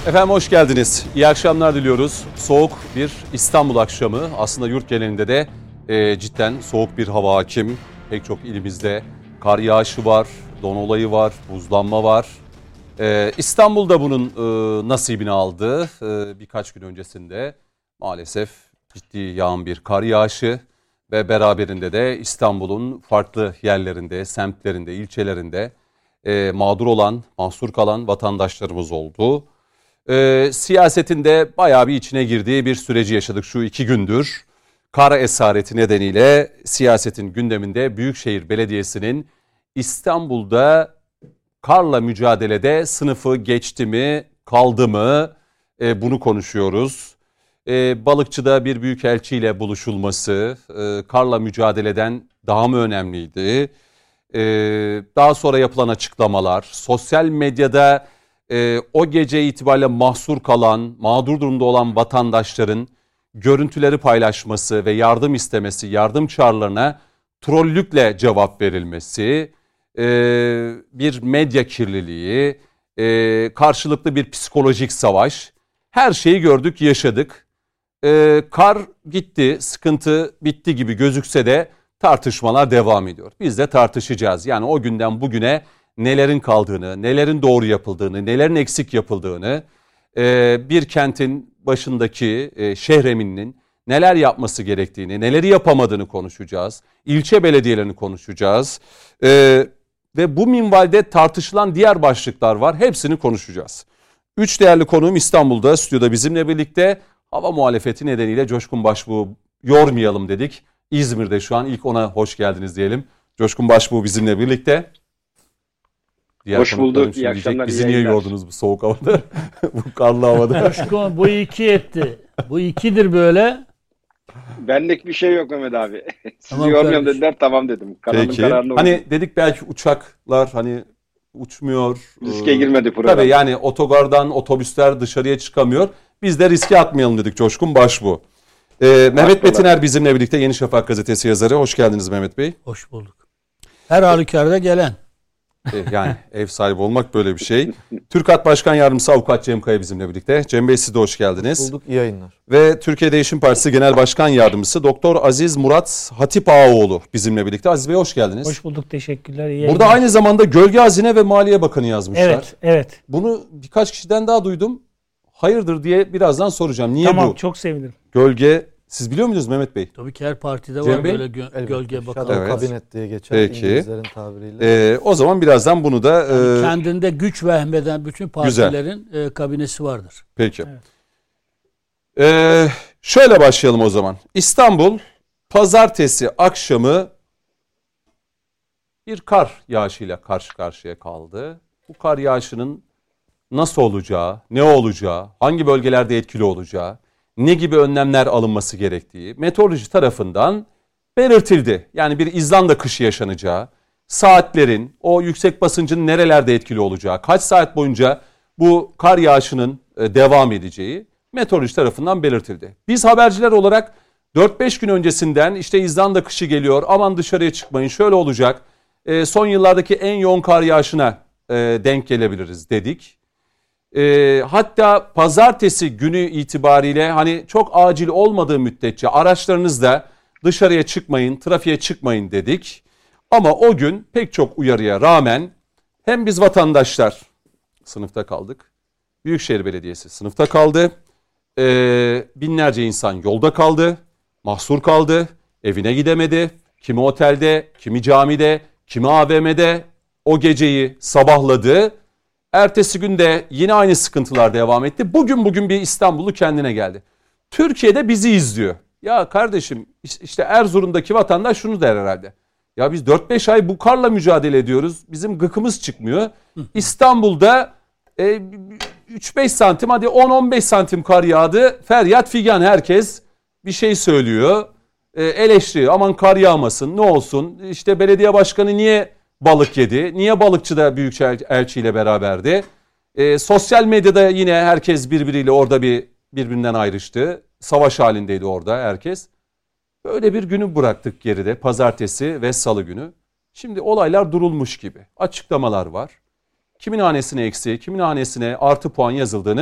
Efendim hoş geldiniz. İyi akşamlar diliyoruz. Soğuk bir İstanbul akşamı. Aslında yurt genelinde de cidden soğuk bir hava hakim. Pek çok ilimizde kar yağışı var, don olayı var, buzlanma var. İstanbul'da bunun nasibini aldı. Birkaç gün öncesinde maalesef ciddi yağan bir kar yağışı ve beraberinde de İstanbul'un farklı yerlerinde, semtlerinde, ilçelerinde mağdur olan, mahsur kalan vatandaşlarımız oldu. Siyasetin de bayağı bir içine girdiği bir süreci yaşadık şu 2 gündür. Kar esareti nedeniyle siyasetin gündeminde Büyükşehir Belediyesi'nin İstanbul'da karla mücadelede sınıfı geçti mi, kaldı mı bunu konuşuyoruz. Balıkçı'da bir büyükelçiyle buluşulması karla mücadeleden daha mı önemliydi? Daha sonra yapılan açıklamalar, sosyal medyada o gece itibariyle mahsur kalan, mağdur durumda olan vatandaşların görüntüleri paylaşması ve yardım istemesi, yardım çağrılarına trollükle cevap verilmesi, bir medya kirliliği, karşılıklı bir psikolojik savaş, her şeyi gördük, yaşadık. Kar gitti, sıkıntı bitti gibi gözükse de tartışmalar devam ediyor. Biz de tartışacağız. Yani o günden bugüne nelerin kaldığını, nelerin doğru yapıldığını, nelerin eksik yapıldığını, bir kentin başındaki şehreminin neler yapması gerektiğini, neleri yapamadığını konuşacağız. İlçe belediyelerini konuşacağız. Ve bu minvalde tartışılan diğer başlıklar var. Hepsini konuşacağız. 3 değerli konuğum İstanbul'da, stüdyoda bizimle birlikte. Hava muhalefeti nedeniyle Coşkun Başbuğ'u yormayalım dedik. İzmir'de şu an, ilk ona hoş geldiniz diyelim. Coşkun Başbuğ bizimle birlikte. Diğer hoş bulduk. İyi akşamlar. Bizi niye yordunuz bu soğuk havada? Bu karlı havada. Coşkun bu 2 etti. Bu 2'dir böyle. Benlik bir şey yok Mehmet abi. Sizi Tamam yormayalım kardeşim. dediler, tamam dedim. Peki. Hani dedik belki uçaklar hani uçmuyor. Riske girmedi program. Tabii yani otogardan otobüsler dışarıya çıkamıyor. Biz de riske atmayalım dedik Coşkun Başbuğ. Mehmet Metiner bizimle birlikte, Yeni Şafak gazetesi yazarı. Hoş geldiniz Mehmet Bey. Hoş bulduk. Her halükarda gelen. Yani ev sahibi olmak böyle bir şey. TÜRKAT Başkan Yardımcısı Avukat Cem Kaya bizimle birlikte. Cem Bey, siz de hoş geldiniz. Hoş bulduk, iyi yayınlar. Ve Türkiye Değişim Partisi Genel Başkan Yardımcısı Doktor Aziz Murat Hatip Ağaoğlu bizimle birlikte. Aziz Bey hoş geldiniz. Hoş bulduk, teşekkürler. İyi Burada aynı zamanda Gölge Hazine ve Maliye Bakanı yazmışlar. Evet. Bunu birkaç kişiden daha duydum. Hayırdır diye birazdan soracağım. Niye tamam, bu? çok sevinirim. Gölge, siz biliyor muydunuz Mehmet Bey? Tabii ki her partide Cem var Bey? böyle gölge bakanı. Shadow Evet. Cabinet diye geçer Peki. İngilizlerin tabiriyle. O zaman birazdan bunu da... Kendinde güç vehmeden bütün partilerin kabinesi vardır. Peki. Evet. Şöyle başlayalım o zaman. İstanbul pazartesi akşamı bir kar yağışıyla karşı karşıya kaldı. Bu kar yağışının nasıl olacağı, ne olacağı, hangi bölgelerde etkili olacağı, ne gibi önlemler alınması gerektiği meteoroloji tarafından belirtildi. Yani bir İzlanda kışı yaşanacağı, saatlerin, o yüksek basıncın nerelerde etkili olacağı, kaç saat boyunca bu kar yağışının devam edeceği meteoroloji tarafından belirtildi. Biz haberciler olarak 4-5 gün öncesinden işte İzlanda kışı geliyor, aman dışarıya çıkmayın, şöyle olacak, son yıllardaki en yoğun kar yağışına denk gelebiliriz dedik. Hatta pazartesi günü itibariyle hani çok acil olmadığı müddetçe araçlarınızla dışarıya çıkmayın, trafiğe çıkmayın dedik. Ama o gün pek çok uyarıya rağmen hem biz vatandaşlar sınıfta kaldık, Büyükşehir Belediyesi sınıfta kaldı, binlerce insan yolda kaldı, mahsur kaldı, evine gidemedi, kimi otelde, kimi camide, kimi AVM'de o geceyi sabahladı. Ertesi gün de yine aynı sıkıntılar devam etti. Bugün bir İstanbullu kendine geldi. Türkiye'de bizi izliyor. Ya kardeşim işte Erzurum'daki vatandaş şunu der herhalde. Ya biz 4-5 ay bu karla mücadele ediyoruz. Bizim gıkımız çıkmıyor. İstanbul'da 3-5 santim, hadi 10-15 santim kar yağdı. Feryat figan, herkes bir şey söylüyor. Eleştiriyor. Aman kar yağmasın, ne olsun. İşte belediye başkanı niye balık yedi? Niye balıkçı da büyükelçiyle beraberdi? Sosyal medyada yine herkes birbiriyle orada birbirinden ayrıştı. Savaş halindeydi orada herkes. Böyle bir günü bıraktık geride, pazartesi ve salı günü. Şimdi olaylar durulmuş gibi. Açıklamalar var. Kimin hanesine eksi, kimin hanesine artı puan yazıldığını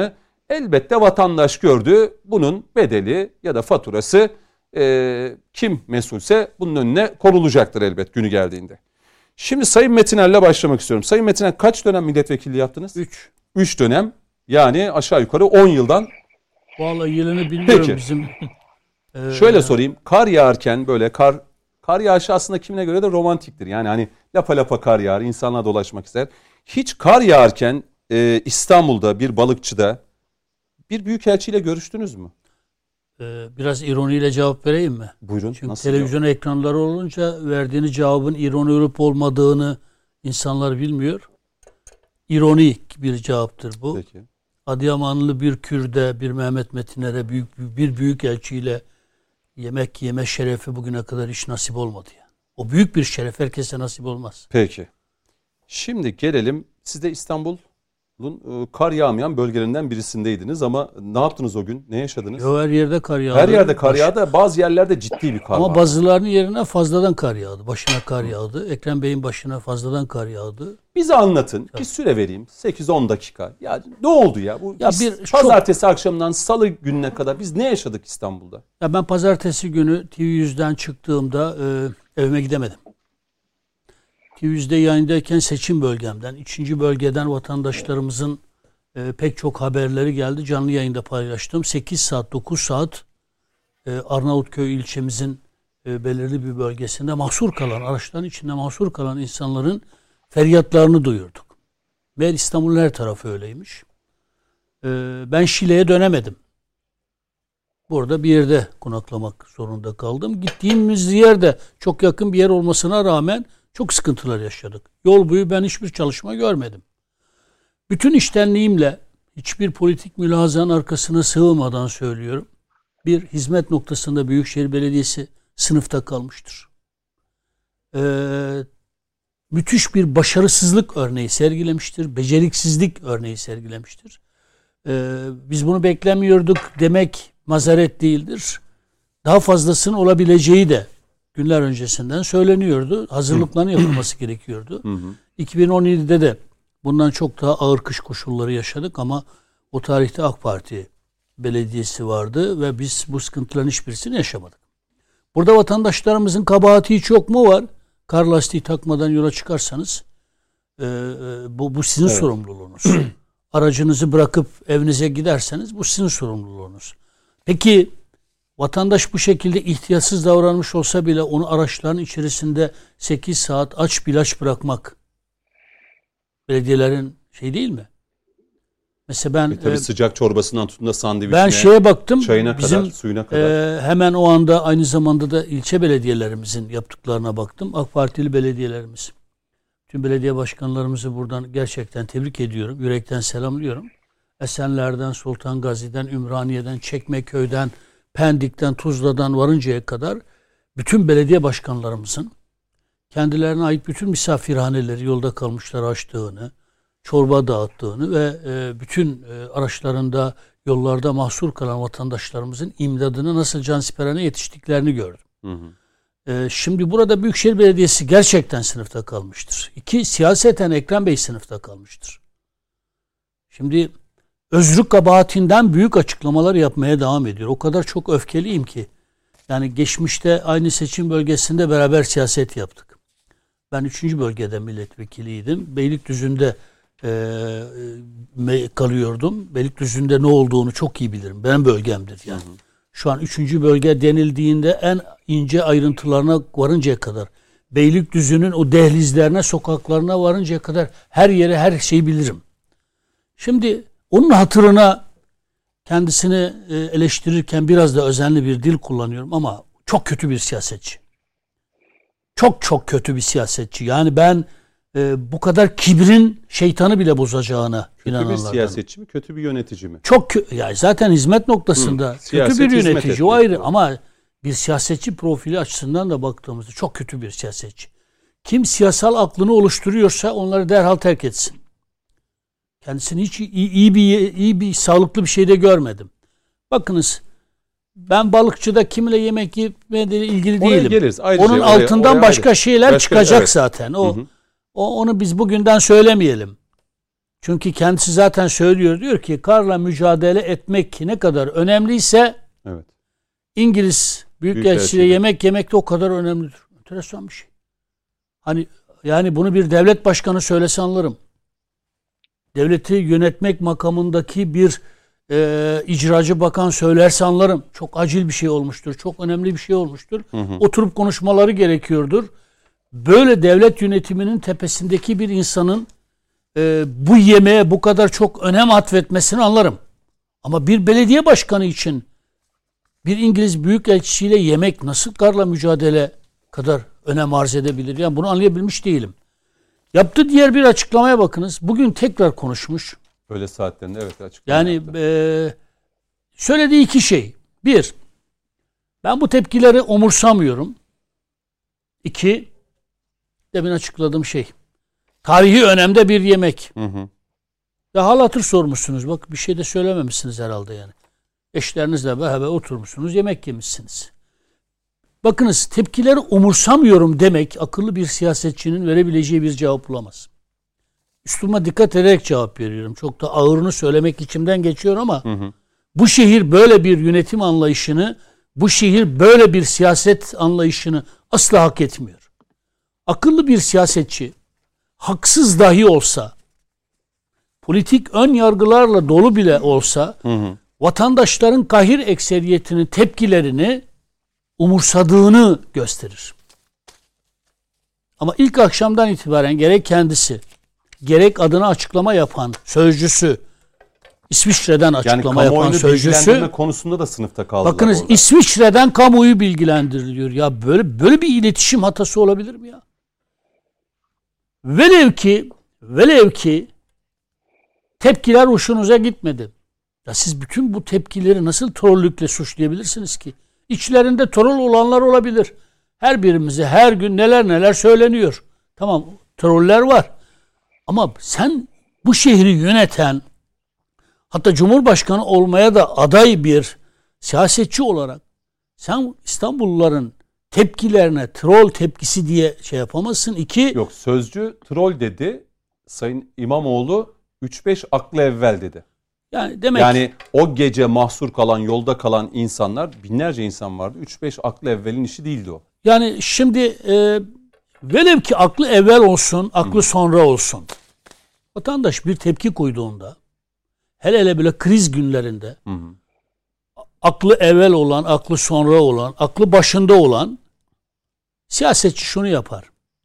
Elbette vatandaş gördü. Bunun bedeli ya da faturası kim mesulse bunun önüne konulacaktır elbet günü geldiğinde. Şimdi Sayın Metiner'le başlamak istiyorum. Sayın Metiner kaç dönem milletvekilliği yaptınız? 3. 3 dönem. Yani aşağı yukarı 10 yıldan. Vallahi yılını bilmiyorum Peki. bizim. Şöyle sorayım. Kar yağarken böyle kar yağışı aslında kimine göre de romantiktir. Yani hani lapa lapa kar yağar, insanlar dolaşmak ister. Hiç kar yağarken İstanbul'da bir balıkçıda bir büyükelçiyle görüştünüz mü? Biraz ironiyle cevap vereyim mi? Buyurun. Çünkü nasıl televizyon ekranları olunca verdiğiniz cevabın ironi olup olmadığını insanlar bilmiyor. İronik bir cevaptır bu. Peki. Adıyamanlı bir Kürt'e, bir Mehmet Metiner'e bir büyükelçiyle yemek yeme şerefi bugüne kadar hiç nasip olmadı. Yani. O büyük bir şeref herkese nasip olmaz. Peki. Şimdi gelelim. Siz de İstanbul'un kar yağmayan bölgelerinden birisindeydiniz ama ne yaptınız o gün? Ne yaşadınız? Yo, her yerde kar yağdı. Her yerde kar yağdı. Bazı yerlerde ciddi bir kar Ama var. bazılarının yerine fazladan kar yağdı. Başına kar yağdı. Ekrem Bey'in başına fazladan kar yağdı. Bize anlatın. Bir süre vereyim. 8-10 dakika. Ya ne oldu ya? Ya pazartesi akşamından salı gününe kadar biz ne yaşadık İstanbul'da? Ya ben pazartesi günü TV100'den çıktığımda evime gidemedim. TV100'de yayındayken seçim bölgemden, 3. bölgeden vatandaşlarımızın pek çok haberleri geldi. Canlı yayında paylaştım. 8 saat, 9 saat Arnavutköy ilçemizin belirli bir bölgesinde mahsur kalan, araçların içinde mahsur kalan insanların feryatlarını duyurduk. Ve İstanbul'un her tarafı öyleymiş. Ben Şile'ye dönemedim. Burada bir yerde konaklamak zorunda kaldım. Gittiğimiz yerde çok yakın bir yer olmasına rağmen çok sıkıntılar yaşadık. Yol boyu ben hiçbir çalışma görmedim. Bütün içtenliğimle hiçbir politik mülahazanın arkasına sığmadan söylüyorum. Bir hizmet noktasında Büyükşehir Belediyesi sınıfta kalmıştır. Müthiş bir başarısızlık örneği sergilemiştir. Beceriksizlik örneği sergilemiştir. Biz bunu beklemiyorduk demek mazeret değildir. Daha fazlasının olabileceği de günler öncesinden söyleniyordu. Hazırlıkların yapılması gerekiyordu. 2017'de de bundan çok daha ağır kış koşulları yaşadık ama o tarihte AK Parti belediyesi vardı ve biz bu sıkıntıların hiçbirisini yaşamadık. Burada vatandaşlarımızın kabahati hiç yok mu var? Kar lastiği takmadan yola çıkarsanız bu sizin sorumluluğunuz. Aracınızı bırakıp evinize giderseniz bu sizin sorumluluğunuz. Peki vatandaş bu şekilde ihtiyatsız davranmış olsa bile onu araçların içerisinde 8 saat aç bilaç bırakmak belediyelerin şey değil mi? Mesela ben Tabii sıcak çorbasından tutun da sandviçine, ben şeye baktım. çayına bizim, kadar, suyuna kadar. Hemen o anda aynı zamanda da ilçe belediyelerimizin yaptıklarına baktım. AK Partili belediyelerimiz. Tüm belediye başkanlarımızı buradan gerçekten tebrik ediyorum. Yürekten selamlıyorum. Esenler'den, Sultan Gazi'den, Ümraniye'den, Çekmeköy'den, Pendik'ten, Tuzla'dan varıncaya kadar bütün belediye başkanlarımızın kendilerine ait bütün misafirhaneleri yolda kalmışlar açtığını, çorba dağıttığını ve bütün araçlarında yollarda mahsur kalan vatandaşlarımızın imdadına nasıl cansiperane yetiştiklerini gördüm. Şimdi burada Büyükşehir Belediyesi gerçekten sınıfta kalmıştır. Siyaseten Ekrem Bey sınıfta kalmıştır. Şimdi özrü kabahatinden büyük açıklamalar yapmaya devam ediyor. O kadar çok öfkeliyim ki. Yani geçmişte aynı seçim bölgesinde beraber siyaset yaptık. Ben 3. bölgede milletvekiliydim. Beylikdüzü'nde kalıyordum. Beylikdüzü'nde ne olduğunu çok iyi bilirim. Benim bölgemdir yani. Şu an 3. bölge denildiğinde en ince ayrıntılarına varıncaya kadar, Beylikdüzü'nün o dehlizlerine, sokaklarına varıncaya kadar her yere, her şeyi bilirim. Şimdi onun hatırına kendisini eleştirirken biraz da özenli bir dil kullanıyorum ama çok kötü bir siyasetçi. Çok çok kötü bir siyasetçi. Yani ben bu kadar kibrin şeytanı bile bozacağına inananlardan. Kötü bir siyasetçi mi, kötü bir yönetici mi? Yani zaten hizmet noktasında kötü bir yönetici o ayrı ama bir siyasetçi profili açısından da baktığımızda çok kötü bir siyasetçi. Kim siyasal aklını oluşturuyorsa onları derhal terk etsin. Kendisini hiç iyi bir sağlıklı bir şeyde görmedim. Bakınız ben balıkçıda kimle yemek yemediğiyle ilgili oraya değilim. Geliriz. Onun altından oraya başka şeyler çıkacak evet. zaten. Onu biz bugünden söylemeyelim. Çünkü kendisi zaten söylüyor, diyor ki karla mücadele etmek ne kadar önemliyse Evet. İngiliz Büyükelçisiyle yemek yemek de o kadar önemlidir. Enteresan bir şey. Hani yani bunu bir devlet başkanı söylese anlarım. Devleti yönetmek makamındaki bir icracı bakan söylerse anlarım. Çok acil bir şey olmuştur. Çok önemli bir şey olmuştur. Oturup konuşmaları gerekiyordur. Böyle devlet yönetiminin tepesindeki bir insanın bu yemeğe bu kadar çok önem atfetmesini anlarım. Ama bir belediye başkanı için bir İngiliz büyükelçisiyle yemek nasıl karla mücadele kadar önem arz edebilir? Yani bunu anlayabilmiş değilim. Yaptığı diğer bir açıklamaya bakınız. Bugün tekrar konuşmuş. Öyle saatlerinde evet açıklama Yani yaptı. söylediği iki şey. Bir, ben bu tepkileri umursamıyorum. İki, demin açıkladığım şey. Tarihi önemde bir yemek. Ya hal hatır sormuşsunuz. Bak bir şey de söylememişsiniz herhalde yani. Eşlerinizle beraber oturmuşsunuz, yemek yemişsiniz. Bakınız, tepkileri umursamıyorum demek akıllı bir siyasetçinin verebileceği bir cevap bulamaz. Üslubuma dikkat ederek cevap veriyorum. Çok da ağırını söylemek içimden geçiyor ama bu şehir böyle bir yönetim anlayışını, bu şehir böyle bir siyaset anlayışını asla hak etmiyor. Akıllı bir siyasetçi, haksız dahi olsa, politik ön yargılarla dolu bile olsa, vatandaşların kahir ekseriyetinin tepkilerini umursadığını gösterir. Ama ilk akşamdan itibaren gerek kendisi, gerek adına açıklama yapan sözcüsü, İsviçre'den açıklama yapan sözcüsü konusunda da sınıfta kaldılar. Bakınız orada. İsviçre'den kamuoyu bilgilendiriliyor. Ya böyle bir iletişim hatası olabilir mi ya? Velev ki tepkiler hoşunuza gitmedi. Ya siz bütün bu tepkileri nasıl trollükle suçlayabilirsiniz ki? İçlerinde troll olanlar olabilir. Her birimize her gün neler söyleniyor. Tamam, troller var. Ama sen bu şehri yöneten, hatta Cumhurbaşkanı olmaya da aday bir siyasetçi olarak sen İstanbulluların tepkilerine troll tepkisi diye şey yapamazsın. İki, Yok, sözcü troll dedi. Sayın İmamoğlu 3-5 aklı evvel dedi. yani demek Yani o gece mahsur kalan, yolda kalan insanlar, binlerce insan vardı. 3-5 aklı evvelin işi değildi o. yani şimdi velev ki aklı evvel olsun, aklı sonra olsun. Vatandaş bir tepki koyduğunda, hele böyle kriz günlerinde aklı evvel olan, aklı sonra olan, aklı başında olan siyasetçi şunu yapar.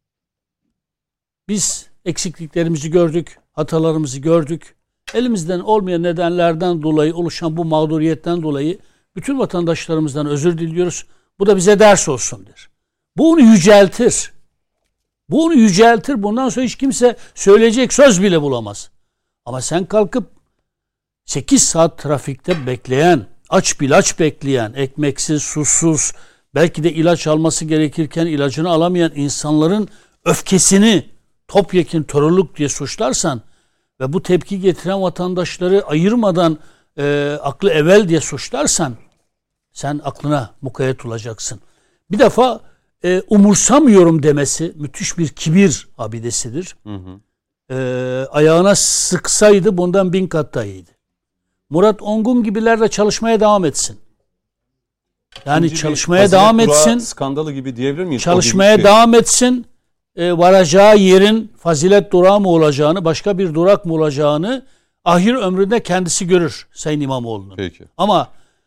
Biz eksikliklerimizi gördük, hatalarımızı gördük. Elimizden olmayan nedenlerden dolayı oluşan bu mağduriyetten dolayı bütün vatandaşlarımızdan özür diliyoruz. Bu da bize ders olsun der. Bu onu yüceltir. Bu onu yüceltir. Bundan sonra hiç kimse söyleyecek söz bile bulamaz. Ama sen kalkıp 8 saat trafikte bekleyen, aç bilaç bekleyen, ekmeksiz, susuz, belki de ilaç alması gerekirken ilacını alamayan insanların öfkesini topyekün terörlük diye suçlarsan ve bu tepki getiren vatandaşları ayırmadan aklı evvel diye suçlarsan sen aklına mukayyet olacaksın. Bir defa umursamıyorum demesi müthiş bir kibir abidesidir. Ayağına sıksaydı bundan 1000 kat daha iyiydi. Murat Ongun gibiler de çalışmaya devam etsin. Yani İkinci çalışmaya bir devam Fazilet Durağı etsin. skandalı gibi diyebilir miyiz? Çalışmaya O gibi devam etsin. Varacağı yerin fazilet durağı mı olacağını, başka bir durak mı olacağını ahir ömründe kendisi görür Sayın İmamoğlu'nun. Peki. Ama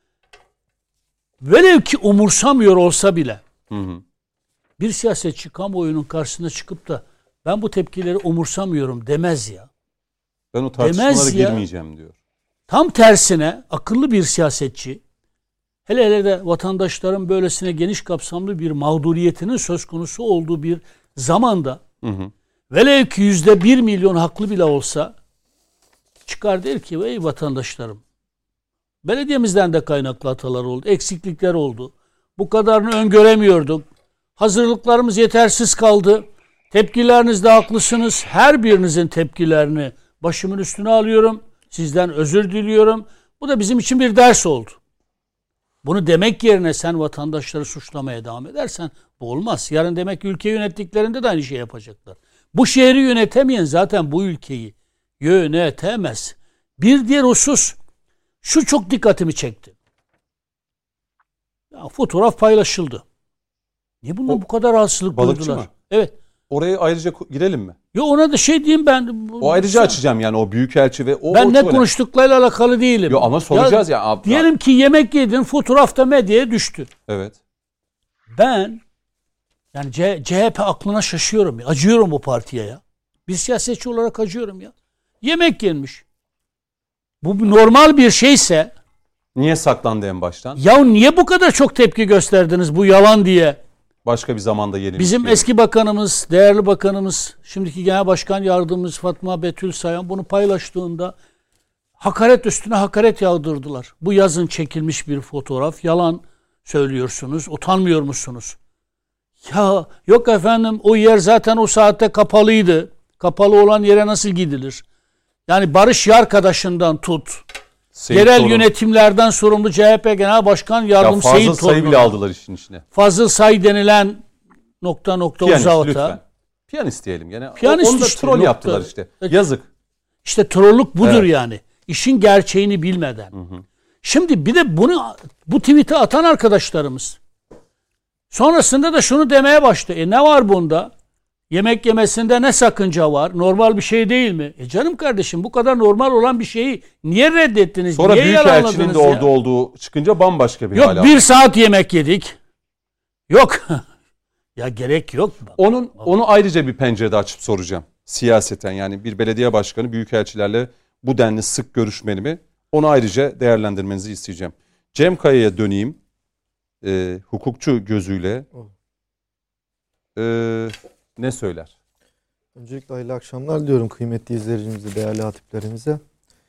velev ki umursamıyor olsa bile bir siyasetçi kamuoyunun karşısına çıkıp da ben bu tepkileri umursamıyorum demez ya. Ben o tartışmalara Demez ya. girmeyeceğim diyor. Tam tersine akıllı bir siyasetçi, hele de vatandaşların böylesine geniş kapsamlı bir mağduriyetinin söz konusu olduğu bir zamanda velev ki %1 milyon haklı bile olsa çıkar der ki ey vatandaşlarım, belediyemizden de kaynaklı hatalar oldu, eksiklikler oldu. Bu kadarını öngöremiyorduk. Hazırlıklarımız yetersiz kaldı. Tepkilerinizde haklısınız. Her birinizin tepkilerini başımın üstüne alıyorum. Sizden özür diliyorum. Bu da bizim için bir ders oldu. Bunu demek yerine sen vatandaşları suçlamaya devam edersen bu olmaz. Yarın demek ki ülkeyi yönettiklerinde de aynı şey yapacaklar. Bu şehri yönetemeyen zaten bu ülkeyi yönetemez. Bir diğer husus, şu çok dikkatimi çekti. Ya, fotoğraf paylaşıldı. Niye bundan bu kadar rahatsızlık balıkçı duydular? mı? Evet. Oraya ayrıca girelim mi? Ya ona da şey diyeyim ben. O ayrıca açacağım yani o büyükelçi ve o Ben ne öyle. konuştuklarıyla alakalı değilim. Yo, ama soracağız ya. Diyelim ki yemek yedin, fotoğrafta medyaya düştü. Evet. Ben yani CHP aklına şaşıyorum. Acıyorum bu partiye ya. Bir siyasetçi olarak acıyorum ya. Yemek yenmiş. Bu normal bir şeyse Niye saklandı en baştan? ya niye bu kadar çok tepki gösterdiniz bu yalan diye? Başka bir zamanda yenilmiş. Bizim eski bakanımız, değerli bakanımız, şimdiki genel başkan yardımcımız Fatma Betül Sayan bunu paylaştığında hakaret üstüne hakaret yağdırdılar. Bu yazın çekilmiş bir fotoğraf. Yalan söylüyorsunuz. Utanmıyor musunuz? Ya yok efendim, o yer zaten o saatte kapalıydı. Kapalı olan yere nasıl gidilir? Yani Barış Yarkadaş'ından tut. Yerel yönetimlerden sorumlu CHP Genel Başkan Yardımcısı Fazıl Seyit Say'ı bile Torun'a. aldılar işin içine. Fazıl Say denilen nokta Piyanist uzavata. lütfen. Piyanist diyelim. Yani Piyanist onu da işte, troll nokta. yaptılar işte. Yazık. İşte trollük budur Evet. yani. İşin gerçeğini bilmeden. Şimdi bir de bu tweet'i atan arkadaşlarımız sonrasında da şunu demeye başladı. Ne var bunda? Yemek yemesinde ne sakınca var? Normal bir şey değil mi? Canım kardeşim, bu kadar normal olan bir şeyi niye reddettiniz? Sonra niye Büyükelçinin de ya? orada olduğu çıkınca bambaşka bir Yok hal aldı. 1 saat yemek yedik. Yok. Ya gerek yok. Onu ayrıca bir pencerede açıp soracağım. Siyaseten yani bir belediye başkanı büyükelçilerle bu denli sık görüşmeli mi? Onu ayrıca değerlendirmenizi isteyeceğim. Cem Kaya'ya döneyim. Hukukçu gözüyle. Ne söyler? Öncelikle hayırlı akşamlar diliyorum kıymetli izleyicilerimize, değerli hatiplerimize.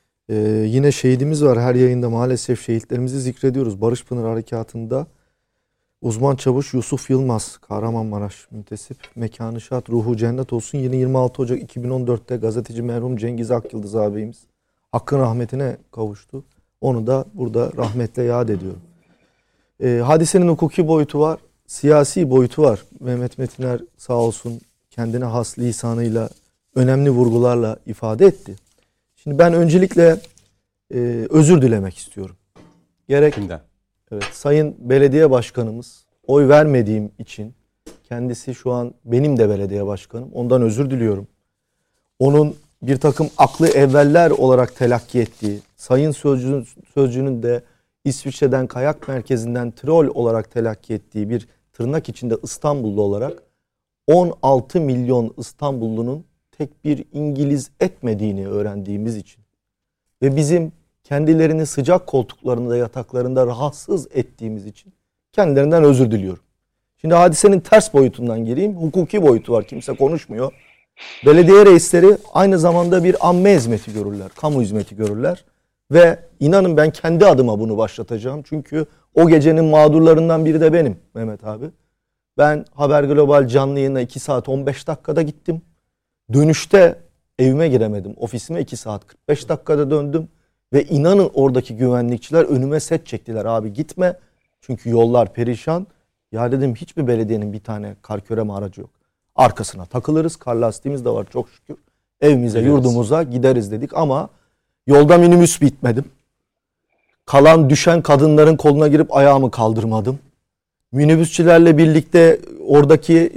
Yine şehidimiz var. Her yayında maalesef şehitlerimizi zikrediyoruz. Barışpınar Harekatı'nda uzman çavuş Yusuf Yılmaz, Kahramanmaraş müntesip, mekanı şad, ruhu cennet olsun. Yine 26 Ocak 2014'te gazeteci merhum Cengiz Akyıldız ağabeyimiz hakkın rahmetine kavuştu. Onu da burada rahmetle yad ediyorum. Hadisenin hukuki boyutu var, siyasi boyutu var. Mehmet Metiner sağ olsun kendine has lisanıyla önemli vurgularla ifade etti. Şimdi ben öncelikle özür dilemek istiyorum. Gerek Kimden? evet, Sayın Belediye Başkanımız, oy vermediğim için, kendisi şu an benim de belediye başkanım, ondan özür diliyorum. Onun bir takım aklı evveller olarak telakki ettiği, Sayın Sözcü'nün de İsviçre'den kayak merkezinden troll olarak telakki ettiği bir tırnak içinde İstanbullu olarak 16 milyon İstanbullunun tek bir İngiliz etmediğini öğrendiğimiz için ve bizim kendilerini sıcak koltuklarında, yataklarında rahatsız ettiğimiz için kendilerinden özür diliyorum. Şimdi hadisenin ters boyutundan gireyim. Hukuki boyutu var. Kimse konuşmuyor. Belediye reisleri aynı zamanda bir amme hizmeti görürler. Kamu hizmeti görürler. Ve inanın ben kendi adıma bunu başlatacağım. Çünkü o gecenin mağdurlarından biri de benim Mehmet abi. Ben Haber Global canlı yayına 2 saat 15 dakikada gittim. Dönüşte evime giremedim. Ofisime 2 saat 45 dakikada döndüm. Ve inanın oradaki güvenlikçiler önüme set çektiler. Abi gitme. Çünkü yollar perişan. Ya dedim hiçbir belediyenin bir tane kar köreme aracı yok. Arkasına takılırız. Kar lastiğimiz de var çok şükür. Evimize, yurdumuza gideriz dedik ama yolda minibüs bitmedim. Kalan düşen kadınların koluna girip ayağımı kaldırmadım. Minibüsçilerle birlikte oradaki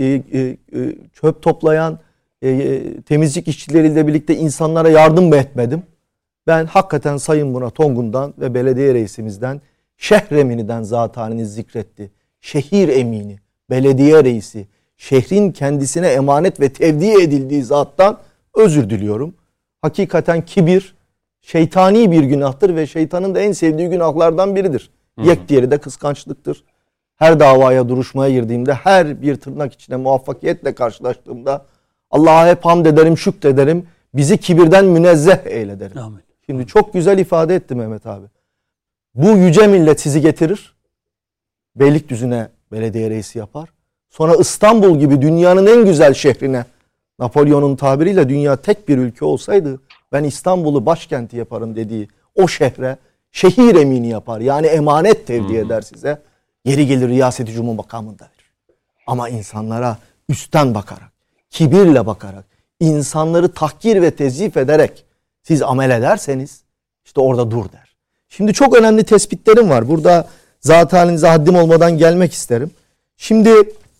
çöp toplayan temizlik işçileriyle birlikte insanlara yardım mı etmedim? Ben hakikaten Sayın Murat Ongun'dan ve belediye reisimizden, şehir emininden zat haliniz zikretti. Şehir emini, belediye reisi, şehrin kendisine emanet ve tevdi edildiği zattan özür diliyorum. Hakikaten kibir şeytani bir günahtır ve şeytanın da en sevdiği günahlardan biridir. Yekdiğeri de kıskançlıktır. Her davaya, duruşmaya girdiğimde, her bir tırnak içine muvaffakiyetle karşılaştığımda Allah'a hep hamd ederim, şükrederim. Bizi kibirden münezzeh eyle derim. Amin. Şimdi çok güzel ifade etti Mehmet abi. Bu yüce millet sizi getirir. Beylikdüzü'ne belediye reisi yapar. Sonra İstanbul gibi dünyanın en güzel şehrine, Napolyon'un tabiriyle dünya tek bir ülke olsaydı ben İstanbul'u başkenti yaparım dediği o şehre şehir emini yapar. Yani emanet tevdi eder size. Yeri gelir riyaseti cumhur makamında verir. Ama insanlara üstten bakarak, kibirle bakarak, insanları tahkir ve tezif ederek Siz amel ederseniz işte orada dur der. Şimdi çok önemli tespitlerim var. Burada zaten haddim olmadan gelmek isterim. Şimdi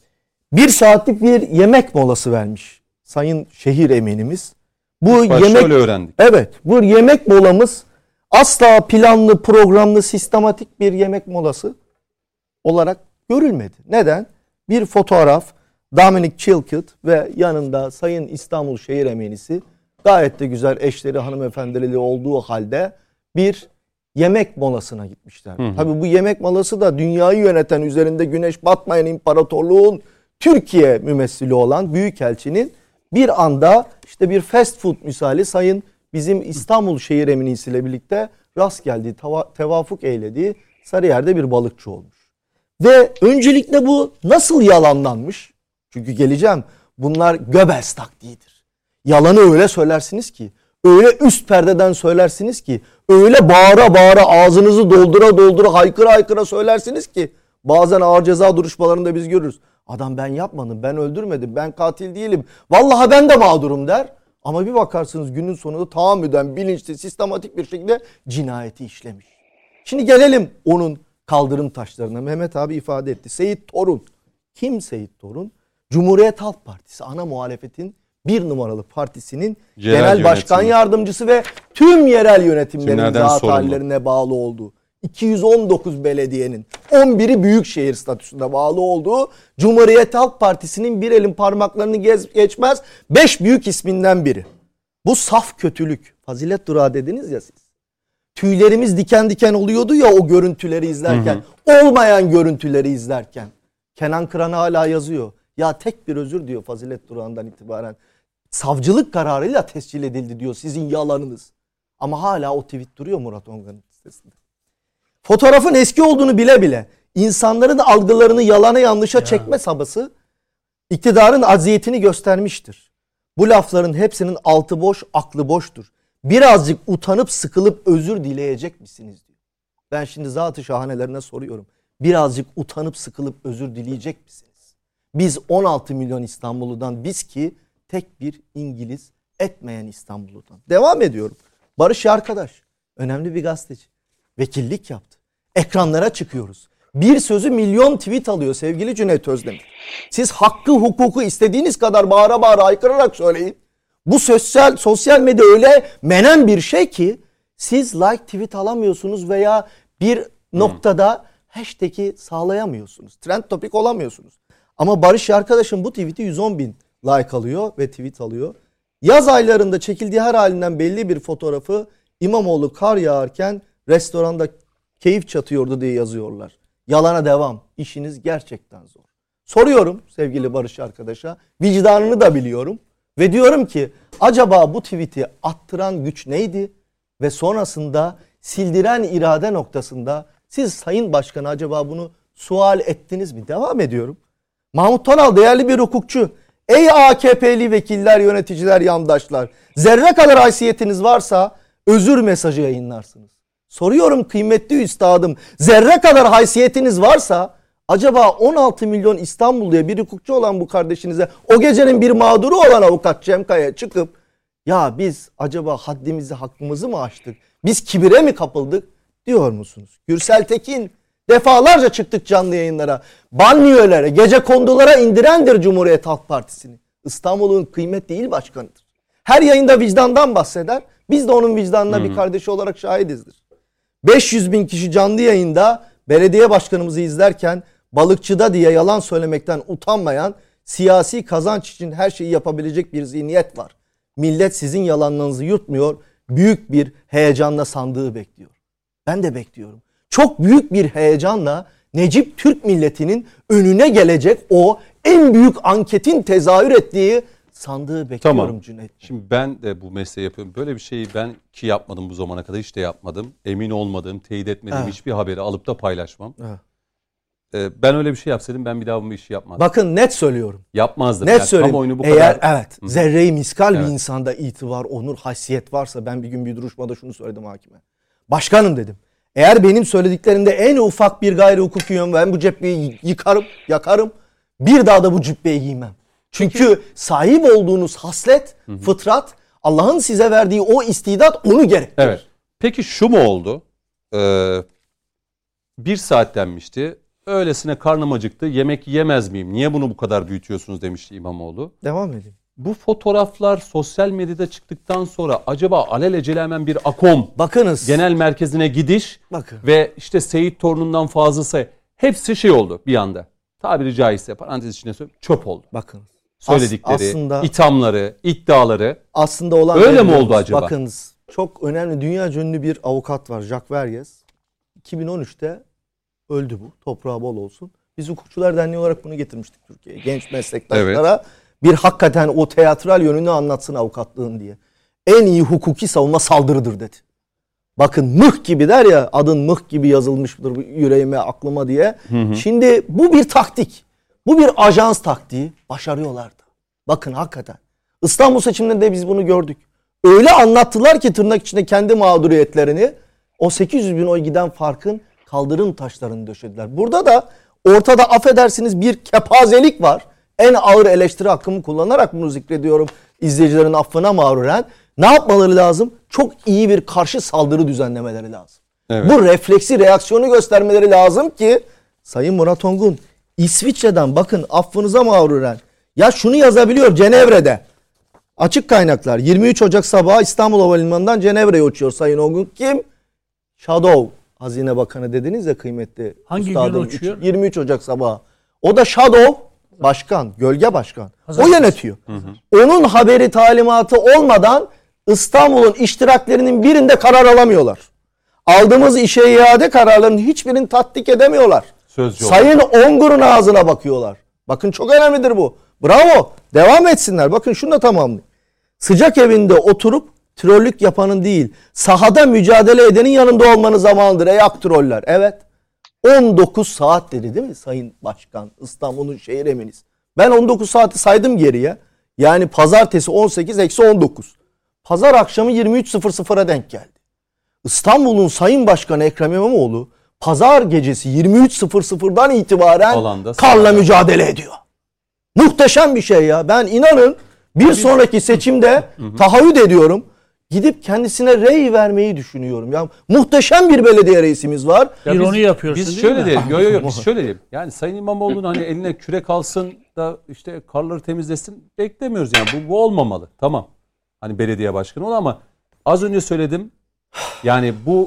1 saatlik bir yemek molası vermiş Sayın Şehir Eminimiz. Bu yemek şöyle öğrendik. Evet, bu yemek molamız asla planlı, programlı, sistematik bir yemek molası olarak görülmedi. Neden? Bir fotoğraf, Dominic Chilcott ve yanında Sayın İstanbul Şehir Eminisi gayet de güzel eşleri, hanımefendileri olduğu halde bir yemek molasına gitmişler. Tabii bu yemek molası da dünyayı yöneten, üzerinde güneş batmayan imparatorluğun Türkiye mümessili olan Büyükelçinin bir anda işte bir fast food misali Sayın bizim İstanbul Şehir Eminisiyle birlikte rast geldiği, tevafuk eylediği Sarıyer'de bir balıkçı olmuş. Ve öncelikle bu nasıl yalanlanmış? Çünkü geleceğim, bunlar Göbels taktiğidir. Yalanı öyle söylersiniz ki, öyle üst perdeden söylersiniz ki, öyle bağıra bağıra ağzınızı doldura doldura haykıra haykıra söylersiniz ki bazen ağır ceza duruşmalarında biz görürüz. Adam ben yapmadım, ben öldürmedim, ben katil değilim. Vallahi ben de mağdurum der. Ama bir bakarsınız günün sonunda tahammüden, bilinçli, sistematik bir şekilde cinayeti işlemiş. Şimdi gelelim onun kaldırım taşlarına. Mehmet abi ifade etti. Seyit Torun. Kim Seyit Torun? Cumhuriyet Halk Partisi, ana muhalefetin 1 numaralı partisinin genel başkan yardımcısı ve tüm yerel yönetimlerin zat hallerine bağlı olduğu, 219 belediyenin 11'i büyükşehir statüsünde bağlı olduğu Cumhuriyet Halk Partisi'nin bir elin parmaklarını geçmez 5 büyük isminden biri. Bu saf kötülük. Fazilet durağı dediniz ya siz. Tüylerimiz diken diken oluyordu ya o görüntüleri izlerken. Olmayan görüntüleri izlerken. Kenan Kıran hala yazıyor. Ya tek bir özür diyor Fazilet durağından itibaren. Savcılık kararıyla tescil edildi diyor sizin yalanınız. Ama hala o tweet duruyor Murat Ongan'ın sitesinde. Fotoğrafın eski olduğunu bile bile insanların algılarını yalana yanlışa çekme çabası iktidarın acziyetini göstermiştir. Bu lafların hepsinin altı boş, aklı boştur. Birazcık utanıp sıkılıp özür dileyecek misiniz diyor. Ben şimdi zat-ı şahanelerine soruyorum. Birazcık utanıp sıkılıp özür dileyecek misiniz? Biz 16 milyon İstanbulludan, biz ki tek bir İngiliz etmeyen İstanbulludan. Devam ediyorum. Barış Arkadaş önemli bir gazeteci. Vekillik yaptı. Ekranlara çıkıyoruz. Bir sözü milyon tweet alıyor sevgili Cüneyt Özdemir. Siz hakkı hukuku istediğiniz kadar bağıra bağıra haykırarak söyleyin. Bu sosyal medya öyle menen bir şey ki siz like tweet alamıyorsunuz veya bir noktada hashtag'i sağlayamıyorsunuz. Trend topik olamıyorsunuz. Ama Barış Arkadaş'ın bu tweet'i 110 bin like alıyor ve tweet alıyor. Yaz aylarında çekildiği her halinden belli bir fotoğrafı İmamoğlu kar yağarken restoranda keyif çatıyordu diye yazıyorlar. Yalana devam. İşiniz gerçekten zor. Soruyorum sevgili Barış Arkadaş'a. Vicdanını da biliyorum. Ve diyorum ki acaba bu tweet'i attıran güç neydi? Ve sonrasında sildiren irade noktasında siz Sayın Başkan'a acaba bunu sual ettiniz mi? Devam ediyorum. Mahmut Tonal değerli bir hukukçu. Ey AKP'li vekiller, yöneticiler, yandaşlar. Zerre kadar haysiyetiniz varsa özür mesajı yayınlarsınız. Soruyorum kıymetli üstadım. Zerre kadar haysiyetiniz varsa acaba 16 milyon İstanbulluya bir hukukçu olan bu kardeşinize o gecenin bir mağduru olan avukat Cem Kaya'ya çıkıp ya biz acaba haddimizi hakkımızı mı aştık? Biz kibire mi kapıldık diyor musunuz? Gürsel Tekin defalarca çıktık canlı yayınlara. Banliyölere, gecekondulara indirendir Cumhuriyet Halk Partisi'ni. İstanbul'un kıymetli il başkanıdır. Her yayında vicdandan bahseder. Biz de onun vicdanına bir kardeşi olarak şahidizdir. 500 bin kişi canlı yayında belediye başkanımızı izlerken balıkçıda diye yalan söylemekten utanmayan, siyasi kazanç için her şeyi yapabilecek bir zihniyet var. Millet sizin yalanlarınızı yutmuyor, büyük bir heyecanla sandığı bekliyor. Ben de bekliyorum. Çok büyük bir heyecanla Necip Türk milletinin önüne gelecek o en büyük anketin tezahür ettiği sandığı bekliyorum tamam. Cüneyt. Şimdi ben de bu mesleği yapıyorum. Böyle bir şeyi ben ki yapmadım bu zamana kadar, hiç de yapmadım. Emin olmadığım, teyit etmediğim hiçbir haberi alıp da paylaşmam. Ben öyle bir şey yapsaydım ben bir daha bu işi yapmazdım. Bakın net söylüyorum. Yapmazdım. Net söylüyorum. Bu eğer kadar... zerre-i miskal bir insanda itibar, onur, haysiyet varsa ben bir gün bir duruşmada şunu söyledim hakime. Başkanım dedim. Eğer benim söylediklerimde en ufak bir gayri hukuki yön ben bu cübbeyi yıkarım, yakarım. Bir daha da bu cübbeyi giymem. Çünkü sahip olduğunuz haslet, fıtrat Allah'ın size verdiği o istidat onu gerektirir. Evet. Peki şu mu oldu? 1 saat denmişti. Öylesine karnım acıktı. Yemek yemez miyim? Niye bunu bu kadar büyütüyorsunuz demişti İmamoğlu. Devam edin. Bu fotoğraflar sosyal medyada çıktıktan sonra acaba alelacele hemen bir AKOM Bakınız. genel merkezine gidiş Bakın. ve işte Seyit torunundan Fazıl Say hepsi şey oldu bir anda. Tabiri caizse parantez içinde söyleyeyim çöp oldu. Bakın. Söyledikleri, aslında, ithamları, iddiaları. aslında olan öyle mi oldu acaba? Bakınız. Çok önemli dünya ünlü bir avukat var, Jacques Verges. 2013'te öldü bu. Toprağı bol olsun. Biz Hukukçular Derneği olarak bunu getirmiştik Türkiye'ye. Genç meslektaşlara bir hakikaten o teatral yönünü anlatsın avukatlığın diye. En iyi hukuki savunma saldırıdır dedi. Bakın mıh gibi der ya, adın mıh gibi yazılmıştır yüreğime, aklıma diye. Şimdi bu bir taktik. Bu bir ajans taktiği. Başarıyorlardı. Bakın hakikaten. İstanbul seçimlerinde biz bunu gördük. Öyle anlattılar ki tırnak içinde kendi mağduriyetlerini, o 800 bin oy giden farkın kaldırım taşlarını döşediler. Burada da ortada affedersiniz bir kepazelik var. En ağır eleştiri hakkımı kullanarak bunu zikrediyorum. İzleyicilerin affına mağruren. Ne yapmaları lazım? Çok iyi bir karşı saldırı düzenlemeleri lazım. Evet. Bu refleksi reaksiyonu göstermeleri lazım ki Sayın Murat Ongun İsviçre'den bakın affınıza mağruren. Ya şunu yazabiliyor Cenevre'de. Açık kaynaklar 23 Ocak sabahı İstanbul Havalimanı'ndan Cenevre'ye uçuyor Sayın Ongun. Kim? Shadow Hazine Bakanı dediniz ya kıymetli. Hangi üstadım. gün uçuyor? 23 Ocak sabahı. O da Shadow başkan, gölge başkan. O yönetiyor. Onun haberi talimatı olmadan İstanbul'un iştiraklerinin birinde karar alamıyorlar. Aldığımız işe iade kararlarının hiçbirini tatbik edemiyorlar. Sözcü Sayın Ongur'un ağzına bakıyorlar. Bakın çok önemlidir bu. Bravo. Devam etsinler. Bakın şunu da tamamlayayım. Sıcak evinde oturup trollük yapanın değil, sahada mücadele edenin yanında olmanın zamanıdır ey aktroller. Evet. 19 saat dedi değil mi Sayın Başkan? İstanbul'un şehir eminiz. Ben 19 saati saydım geriye. Yani pazartesi 18-19. Pazar akşamı 23.00'a denk geldi. İstanbul'un Sayın Başkanı Ekrem İmamoğlu pazar gecesi 23.00'dan itibaren Alanda karla mücadele ediyor. Muhteşem bir şey ya. Ben inanın bir sonraki seçimde taahhüt ediyorum. Gidip kendisine rey vermeyi düşünüyorum. Ya muhteşem bir belediye reisimiz var. İroni yapıyorsun Biz değil şöyle mi? diyelim. Yok biz şöyle diyelim. Yani Sayın İmamoğlu'nun hani eline kürek alsın da işte karları temizlesin beklemiyoruz yani. Bu olmamalı. Tamam. Hani belediye başkanı ol ama az önce söyledim. Yani bu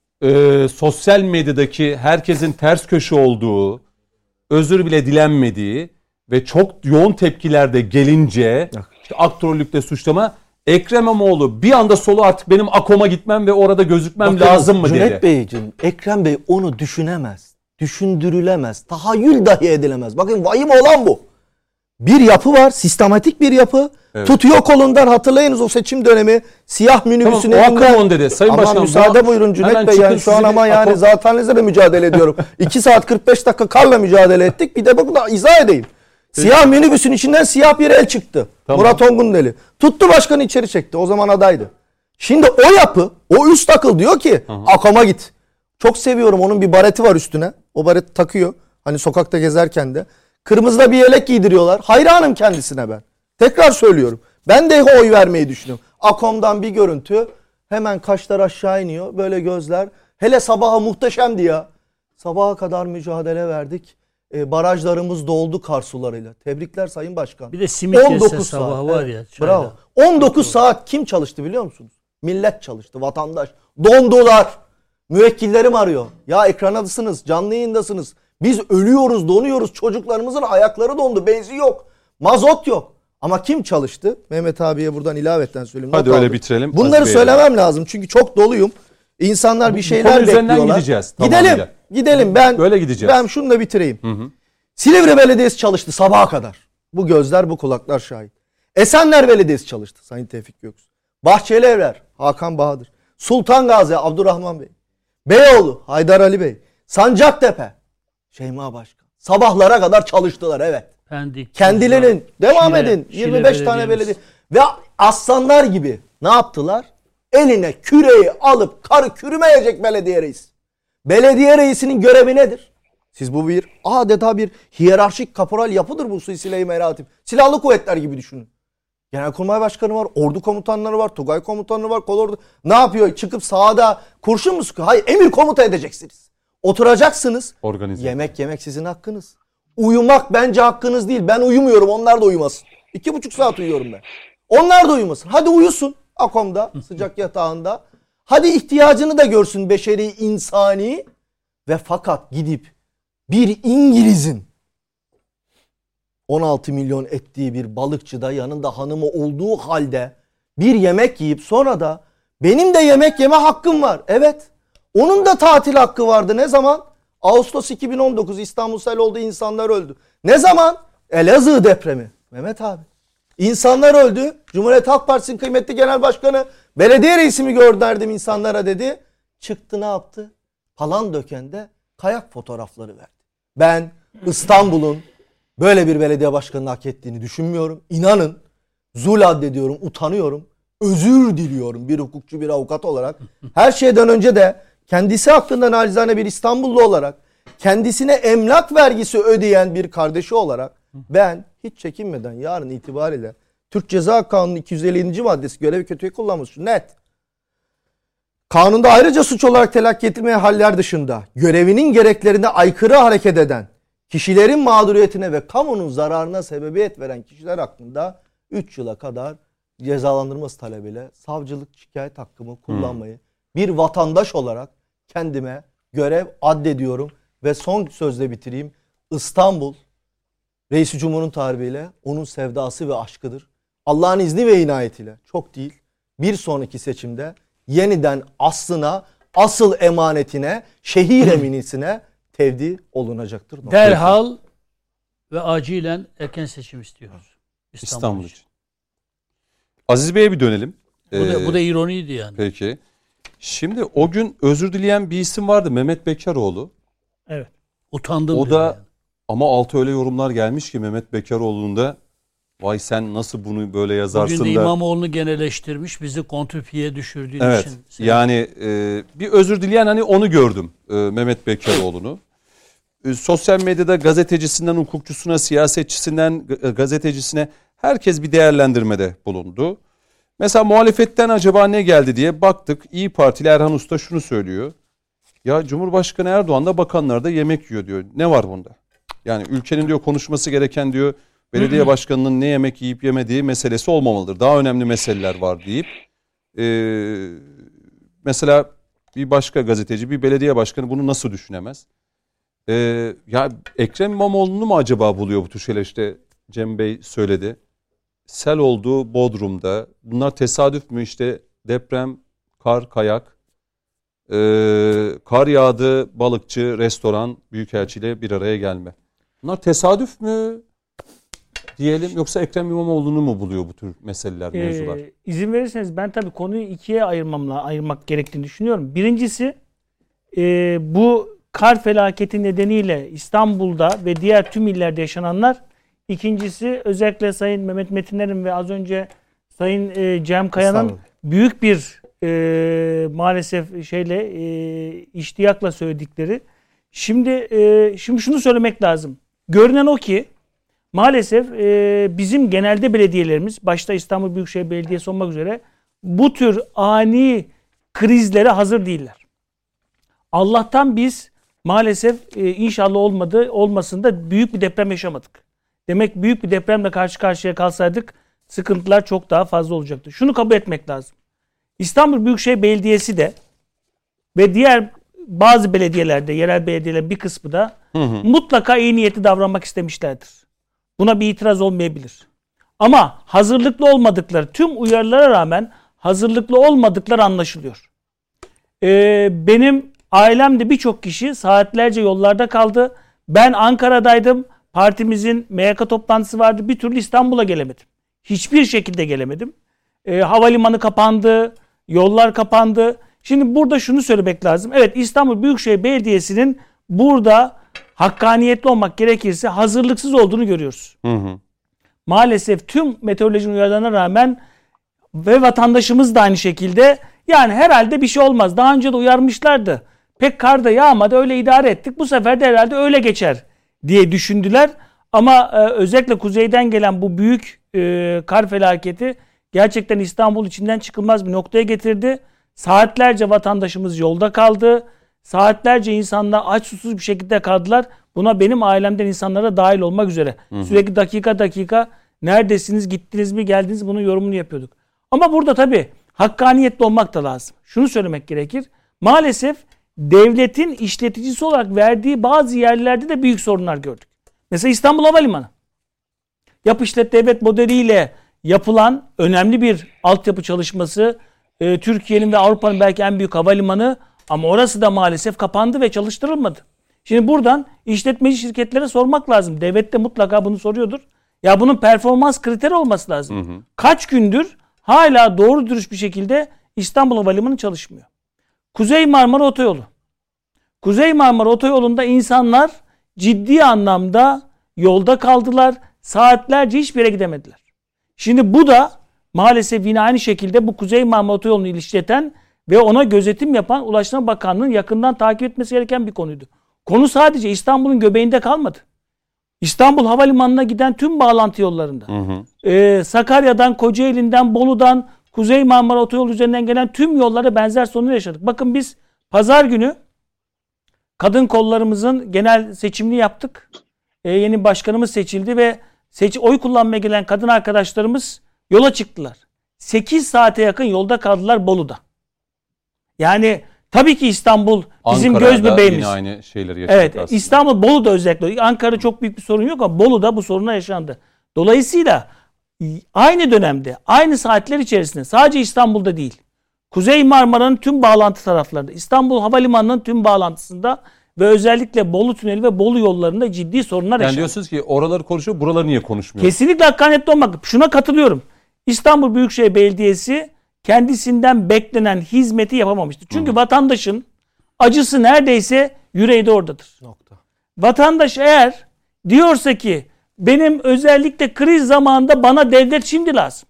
sosyal medyadaki herkesin ters köşe olduğu, özür bile dilenmediği ve çok yoğun tepkilerde gelince işte aktrollükte suçlama Ekrem İmamoğlu bir anda solu artık benim AKOM'a gitmem ve orada gözükmem Bakın, lazım mı dedi. Cüneyt Beyciğim, Ekrem Bey onu düşünemez. Düşündürülemez. Tahayyül dahi edilemez. Bakın vahim olan bu. Bir yapı var. Sistematik bir yapı. Evet. Tutuyor kolundan hatırlayınız o seçim dönemi. Siyah minibüsün tamam, o AKOM dedi. Sayın Başkan müsaade buyurun Cüneyt Bey. Yani şu an ama yani zatenizle de mücadele ediyorum. 2 saat 45 dakika karla mücadele ettik. Bir de bakın da izah edeyim. Siyah minibüsün içinden siyah bir el çıktı. Tamam. Murat Ongun deli. Tuttu başkanı içeri çekti. O zaman adaydı. Şimdi o yapı, o üst akıl diyor ki AKOM'a git. Çok seviyorum. Onun bir bareti var üstüne. O bareti takıyor. Hani sokakta gezerken de. Kırmızıda bir yelek giydiriyorlar. Hayranım kendisine ben. Tekrar söylüyorum. Ben de oy vermeyi düşünüyorum. AKOM'dan bir görüntü. Hemen kaşlar aşağı iniyor. Böyle gözler. Hele sabaha muhteşemdi ya. Sabaha kadar mücadele verdik. Barajlarımız doldu kar sularıyla. Tebrikler Sayın Başkan. Bir de simit yese sabahı var ya. Bravo. 19 saat kim çalıştı biliyor musunuz? Millet çalıştı, vatandaş. Dondular. Müvekkillerim arıyor. Ya ekranadasınız, canlı yayındasınız. Biz ölüyoruz, donuyoruz. Çocuklarımızın ayakları dondu. Benzin yok. Mazot yok. Ama kim çalıştı? Mehmet abiye buradan ilavetten söyleyeyim. Hadi öyle bitirelim. Bunları söylemem lazım. Çünkü çok doluyum. İnsanlar bir şeyler bekliyorlar. Gideceğiz. Gidelim. Ben böyle gideceğiz. Ben şunu da bitireyim. Silivri Belediyesi çalıştı sabaha kadar. Bu gözler, bu kulaklar şahit. Esenler Belediyesi çalıştı Sayın Tevfik Göksu. Bahçelievler Hakan Bahadır. Sultan Gazi Abdurrahman Bey. Beyoğlu Haydar Ali Bey. Sancaktepe Şeyma Başkan. Sabahlara kadar çalıştılar evet. Pendik, kendilerinin devam edin. 25 tane belediye ve aslanlar gibi ne yaptılar? Eline küreği alıp karı kürümeyecek belediye reisi. Belediye reisinin görevi nedir? Siz bu bir adeta bir hiyerarşik kaporal yapıdır bu silsileyi meratip. Silahlı kuvvetler gibi düşünün. Genelkurmay Başkanı var, ordu komutanları var, Tugay komutanları var, kolordu. Ne yapıyor? Çıkıp sahada kurşun mu sıkıyor? Hayır, emir komuta edeceksiniz. Oturacaksınız. Organize. Yemek sizin hakkınız. Uyumak bence hakkınız değil. Ben uyumuyorum, onlar da uyumasın. 2,5 saat uyuyorum ben. Onlar da uyumasın. Hadi uyusun Akom'da, sıcak yatağında. Hadi ihtiyacını da görsün beşeri, insani. Ve fakat gidip bir İngiliz'in 16 milyon ettiği bir balıkçıda yanında hanımı olduğu halde bir yemek yiyip sonra da benim de yemek yeme hakkım var. Evet. Onun da tatil hakkı vardı. Ne zaman? Ağustos 2019 İstanbul sel oldu, insanlar öldü. Ne zaman? Elazığ depremi. Mehmet abi. İnsanlar öldü. Cumhuriyet Halk Partisi'nin kıymetli genel başkanı belediye reisimi gönderdim insanlara dedi. Çıktı ne yaptı? Palandöken'de kayak fotoğrafları verdi. Ben İstanbul'un böyle bir belediye başkanını hak ettiğini düşünmüyorum. İnanın zul addediyorum, utanıyorum. Özür diliyorum bir hukukçu, bir avukat olarak. Her şeyden önce de kendisi hakkında nacizane bir İstanbullu olarak, kendisine emlak vergisi ödeyen bir kardeşi olarak ben hiç çekinmeden yarın itibariyle Türk Ceza Kanunu 250. maddesi görevi kötüye kullanması net. Kanunda ayrıca suç olarak telakki edilmeyen haller dışında görevinin gereklerine aykırı hareket eden, kişilerin mağduriyetine ve kamunun zararına sebebiyet veren kişiler hakkında 3 yıla kadar cezalandırması talebiyle savcılık şikayet hakkımı kullanmayı bir vatandaş olarak kendime görev addediyorum ve son sözle bitireyim. İstanbul Reis-i Cumhur'un tarifiyle onun sevdası ve aşkıdır. Allah'ın izni ve inayetiyle çok değil, bir sonraki seçimde yeniden aslına, asıl emanetine, şehir eminisine tevdi olunacaktır. Derhal ve acilen erken seçim istiyoruz. İstanbul için. Aziz Bey'e bir dönelim. Bu da ironiydi yani. Peki. Şimdi o gün özür dileyen bir isim vardı. Mehmet Bekaroğlu. Evet. Utandım. O da yani. ama altı öyle yorumlar gelmiş ki Mehmet Bekaroğlu'nda vay sen nasıl bunu böyle yazarsın Bugün de da. İmamoğlu'nu genelleştirmiş. Bizi kontrpiye düşürdüğün Evet. için. Yani bir özür dileyen hani onu gördüm. Mehmet Bekaroğlu'nu. Sosyal medyada gazetecisinden hukukçusuna, siyasetçisinden gazetecisine herkes bir değerlendirmede bulundu. Mesela muhalefetten acaba ne geldi diye baktık. İyi Partili Erhan Usta şunu söylüyor. Ya Cumhurbaşkanı Erdoğan da bakanlar da yemek yiyor diyor. Ne var bunda? Yani ülkenin diyor konuşması gereken diyor belediye başkanının ne yemek yiyip yemediği meselesi olmamalıdır. Daha önemli meseleler var deyip mesela bir başka gazeteci, bir belediye başkanı bunu nasıl düşünemez? Ya Ekrem İmamoğlu'nu mu acaba buluyor bu tür şeyler? İşte Cem Bey söyledi. Sel oldu Bodrum'da. Bunlar tesadüf mü? İşte deprem, kar, kayak, kar yağdı, balıkçı, restoran, büyükelçiyle bir araya gelme. Bunlar tesadüf mü diyelim yoksa Ekrem İmamoğlu'nu mu buluyor bu tür meseleler, mevzular? İzin verirseniz ben tabii konuyu ikiye ayırmak gerektiğini düşünüyorum. Birincisi bu kar felaketi nedeniyle İstanbul'da ve diğer tüm illerde yaşananlar. İkincisi özellikle Sayın Mehmet Metinler'in ve az önce Sayın Cem Kaya'nın büyük bir maalesef iştiyakla söyledikleri. Şimdi şunu söylemek lazım. Görünen o ki maalesef bizim genelde belediyelerimiz başta İstanbul Büyükşehir Belediyesi olmak üzere bu tür ani krizlere hazır değiller. Allah'tan biz maalesef inşallah olmasın da büyük bir deprem yaşamadık. Demek büyük bir depremle karşı karşıya kalsaydık sıkıntılar çok daha fazla olacaktı. Şunu kabul etmek lazım. İstanbul Büyükşehir Belediyesi de ve diğer bazı belediyelerde, yerel belediyelerin bir kısmı da mutlaka iyi niyetli davranmak istemişlerdir. Buna bir itiraz olmayabilir. Ama hazırlıklı olmadıkları, tüm uyarılara rağmen hazırlıklı olmadıkları anlaşılıyor. Benim ailemde birçok kişi saatlerce yollarda kaldı. Ben Ankara'daydım. Partimizin MYK toplantısı vardı. Bir türlü İstanbul'a gelemedim. Hiçbir şekilde gelemedim. Havalimanı kapandı. Yollar kapandı. Şimdi burada şunu söylemek lazım. Evet, İstanbul Büyükşehir Belediyesi'nin burada hakkaniyetli olmak gerekirse hazırlıksız olduğunu görüyoruz. Maalesef tüm meteorolojinin uyarılarına rağmen ve vatandaşımız da aynı şekilde yani herhalde bir şey olmaz. Daha önce de uyarmışlardı. Pek kar da yağmadı, öyle idare ettik. Bu sefer de herhalde öyle geçer diye düşündüler. Ama özellikle kuzeyden gelen bu büyük kar felaketi gerçekten İstanbul içinden çıkılmaz bir noktaya getirdi. Saatlerce vatandaşımız yolda kaldı. Saatlerce insanlar aç susuz bir şekilde kaldılar. Buna benim ailemden insanlara dahil olmak üzere. Sürekli dakika neredesiniz, gittiniz mi, geldiniz mi bunun yorumunu yapıyorduk. Ama burada tabii hakkaniyetli olmak da lazım. Şunu söylemek gerekir. Maalesef devletin işleticisi olarak verdiği bazı yerlerde de büyük sorunlar gördük. Mesela İstanbul Havalimanı. Yap işlet devlet modeliyle yapılan önemli bir altyapı çalışması. Türkiye'nin ve Avrupa'nın belki en büyük havalimanı, ama orası da maalesef kapandı ve çalıştırılmadı. Şimdi buradan işletmeci şirketlere sormak lazım. Devlet de mutlaka bunu soruyordur. Ya bunun performans kriteri olması lazım. Kaç gündür hala doğru dürüst bir şekilde İstanbul Havalimanı çalışmıyor. Kuzey Marmara Otoyolu. Kuzey Marmara Otoyolu'nda insanlar ciddi anlamda yolda kaldılar. Saatlerce hiçbir yere gidemediler. Şimdi bu da maalesef yine aynı şekilde bu Kuzey Marmara Otoyolu'nu işleten ve ona gözetim yapan Ulaştırma Bakanlığı'nın yakından takip etmesi gereken bir konuydu. Konu sadece İstanbul'un göbeğinde kalmadı. İstanbul Havalimanı'na giden tüm bağlantı yollarında. Sakarya'dan, Kocaeli'nden, Bolu'dan, Kuzey Marmara Otoyolu üzerinden gelen tüm yollara benzer sorunlar yaşadık. Bakın biz pazar günü kadın kollarımızın genel seçimini yaptık. Yeni başkanımız seçildi ve oy kullanmaya gelen kadın arkadaşlarımız yola çıktılar. 8 saate yakın yolda kaldılar Bolu'da. Yani tabii ki İstanbul bizim Ankara'da göz bebeğimiz. yine aynı şeyleri yaşadık Evet, aslında. İstanbul, Bolu'da özellikle. Ankara'da çok büyük bir sorun yok ama Bolu'da bu sorunlar yaşandı. Dolayısıyla aynı dönemde, aynı saatler içerisinde sadece İstanbul'da değil, Kuzey Marmara'nın tüm bağlantı taraflarında, İstanbul Havalimanı'nın tüm bağlantısında ve özellikle Bolu Tüneli ve Bolu yollarında ciddi sorunlar yaşandı. Yani diyorsunuz ki oraları konuşuyor, buraları niye konuşmuyor? Kesinlikle hakkaniyetli olmak. Şuna katılıyorum. İstanbul Büyükşehir Belediyesi kendisinden beklenen hizmeti yapamamıştır. Çünkü vatandaşın acısı neredeyse yüreği de oradadır. Nokta. Vatandaş eğer diyorsa ki benim özellikle kriz zamanında bana devlet şimdi lazım.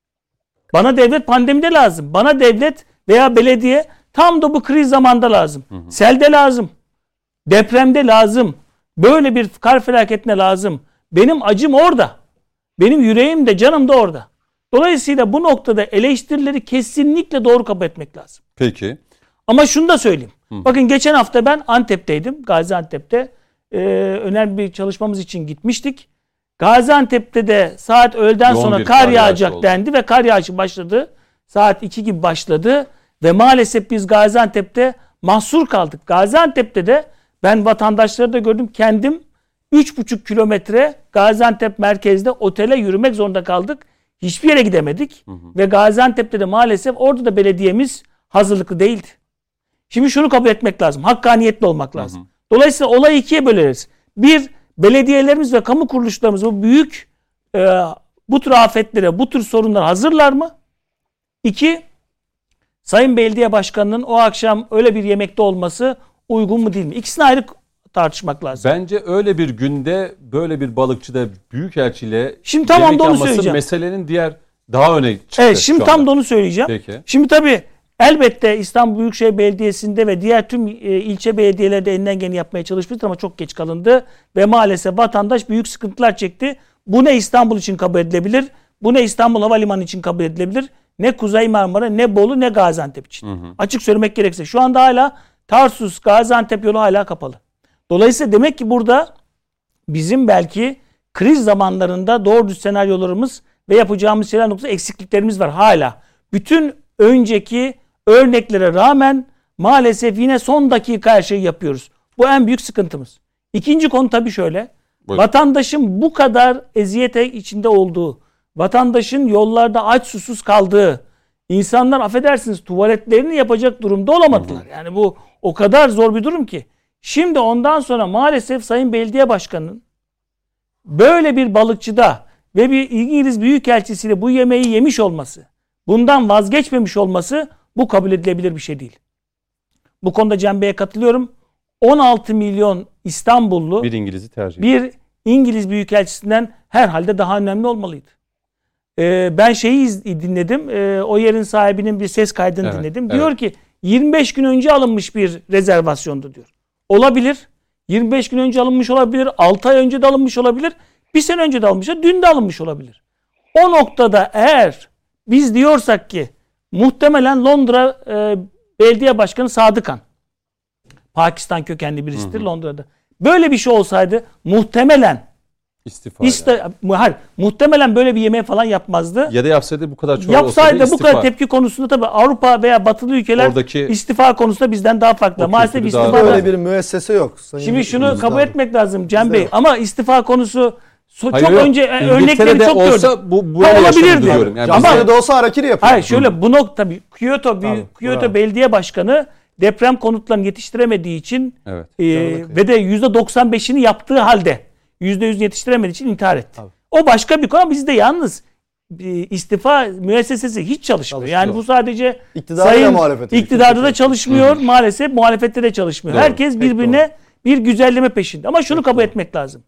Bana devlet pandemide lazım. Bana devlet veya belediye tam da bu kriz zamanında lazım. Selde lazım. Depremde lazım. Böyle bir kar felaketine lazım. Benim acım orada. Benim yüreğim de canım da orada. Dolayısıyla bu noktada eleştirileri kesinlikle doğru kabul etmek lazım. Peki. Ama şunu da söyleyeyim. Bakın geçen hafta ben Antep'teydim. Gaziantep'te. Önemli bir çalışmamız için gitmiştik. Gaziantep'te de saat öğleden Yoğun sonra bir kar kar yağacak yağışı oldu. dendi ve kar yağışı başladı. Saat 2 gibi başladı ve maalesef biz Gaziantep'te mahsur kaldık. Gaziantep'te de ben vatandaşları da gördüm. Kendim 3,5 kilometre Gaziantep merkezde otele yürümek zorunda kaldık. Hiçbir yere gidemedik. Ve Gaziantep'te de maalesef orada da belediyemiz hazırlıklı değildi. Şimdi şunu kabul etmek lazım. Hakkaniyetli olmak lazım. Dolayısıyla olayı ikiye böleriz. Bir, belediyelerimiz ve kamu kuruluşlarımız bu büyük bu tür afetlere, bu tür sorunlara hazırlar mı? İki, Sayın Belediye Başkanı'nın o akşam öyle bir yemekte olması uygun mu değil mi? İkisini ayrı tartışmak lazım. Bence öyle bir günde böyle bir balıkçıda büyükelçiyle Şimdi tam yemek da onu yapması söyleyeceğim. meselenin diğer daha öne çıktı. Evet, şimdi şu tam anda. da onu söyleyeceğim. Peki. Şimdi tabii elbette İstanbul Büyükşehir Belediyesi'nde ve diğer tüm ilçe belediyeleri elinden geleni yapmaya çalışmıştır ama çok geç kalındı ve maalesef vatandaş büyük sıkıntılar çekti. Bu ne İstanbul için kabul edilebilir, bu ne İstanbul Havalimanı için kabul edilebilir, ne Kuzey Marmara, ne Bolu, ne Gaziantep için. Açık söylemek gerekirse şu anda hala Tarsus, Gaziantep yolu hala kapalı. Dolayısıyla demek ki burada bizim belki kriz zamanlarında doğru düz senaryolarımız ve yapacağımız şeyler noktasında eksikliklerimiz var hala. Bütün önceki örneklere rağmen maalesef yine son dakika her şeyi yapıyoruz. Bu en büyük sıkıntımız. İkinci konu tabii şöyle. Buyurun. Vatandaşın bu kadar eziyete içinde olduğu, vatandaşın yollarda aç susuz kaldığı, insanlar affedersiniz tuvaletlerini yapacak durumda olamadılar. Yani bu o kadar zor bir durum ki. Şimdi ondan sonra maalesef Sayın Belediye Başkanı'nın böyle bir balıkçıda ve bir İngiliz Büyükelçisiyle bu yemeği yemiş olması, bundan vazgeçmemiş olması bu kabul edilebilir bir şey değil. Bu konuda Cem Bey'e katılıyorum. 16 milyon İstanbullu Bir İngiliz'i tercih etti. bir İngiliz Büyükelçisinden herhalde daha önemli olmalıydı. Ben şeyi dinledim. O yerin sahibinin bir ses kaydını Evet, dinledim. evet. Diyor ki 25 gün önce alınmış bir rezervasyondu diyor. Olabilir. 25 gün önce alınmış olabilir. 6 ay önce de alınmış olabilir. Bir sene önce de alınmış. Dün de alınmış olabilir. O noktada eğer biz diyorsak ki muhtemelen Londra Belediye Başkanı Sadıkan, Pakistan kökenli birisidir Londra'da. Böyle bir şey olsaydı muhtemelen muhtemelen böyle bir yemeği falan yapmazdı. Ya da yapsaydı bu kadar çok yapsaydı bu kadar tepki konusunda tabii Avrupa veya batılı ülkeler istifa konusunda bizden daha farklı. Maalesef istifa böyle bir müessese yok. Şimdi şunu kabul etmek lazım Cem Bey. Ama istifa konusu çok Hayır, önce örnekleri çok olsa gördüm. bu böyle olabilirdi. diyorum. Yani Ama da olsa harakiri yapıyor. Hayır şöyle bu nokta tabii Kyoto Belediye Başkanı deprem konutlarını yetiştiremediği için ve de %95'ini yaptığı halde %100 yetiştiremediği için intihar etti. Tabii. O başka bir konu. Bizde yalnız istifa müessesesi hiç çalışmıyor. Yani bu sadece iktidarda da çalışmıyor. Maalesef muhalefette de çalışmıyor. Doğru. Herkes birbirine bir güzelleme peşinde. Ama şunu kabul etmek lazım.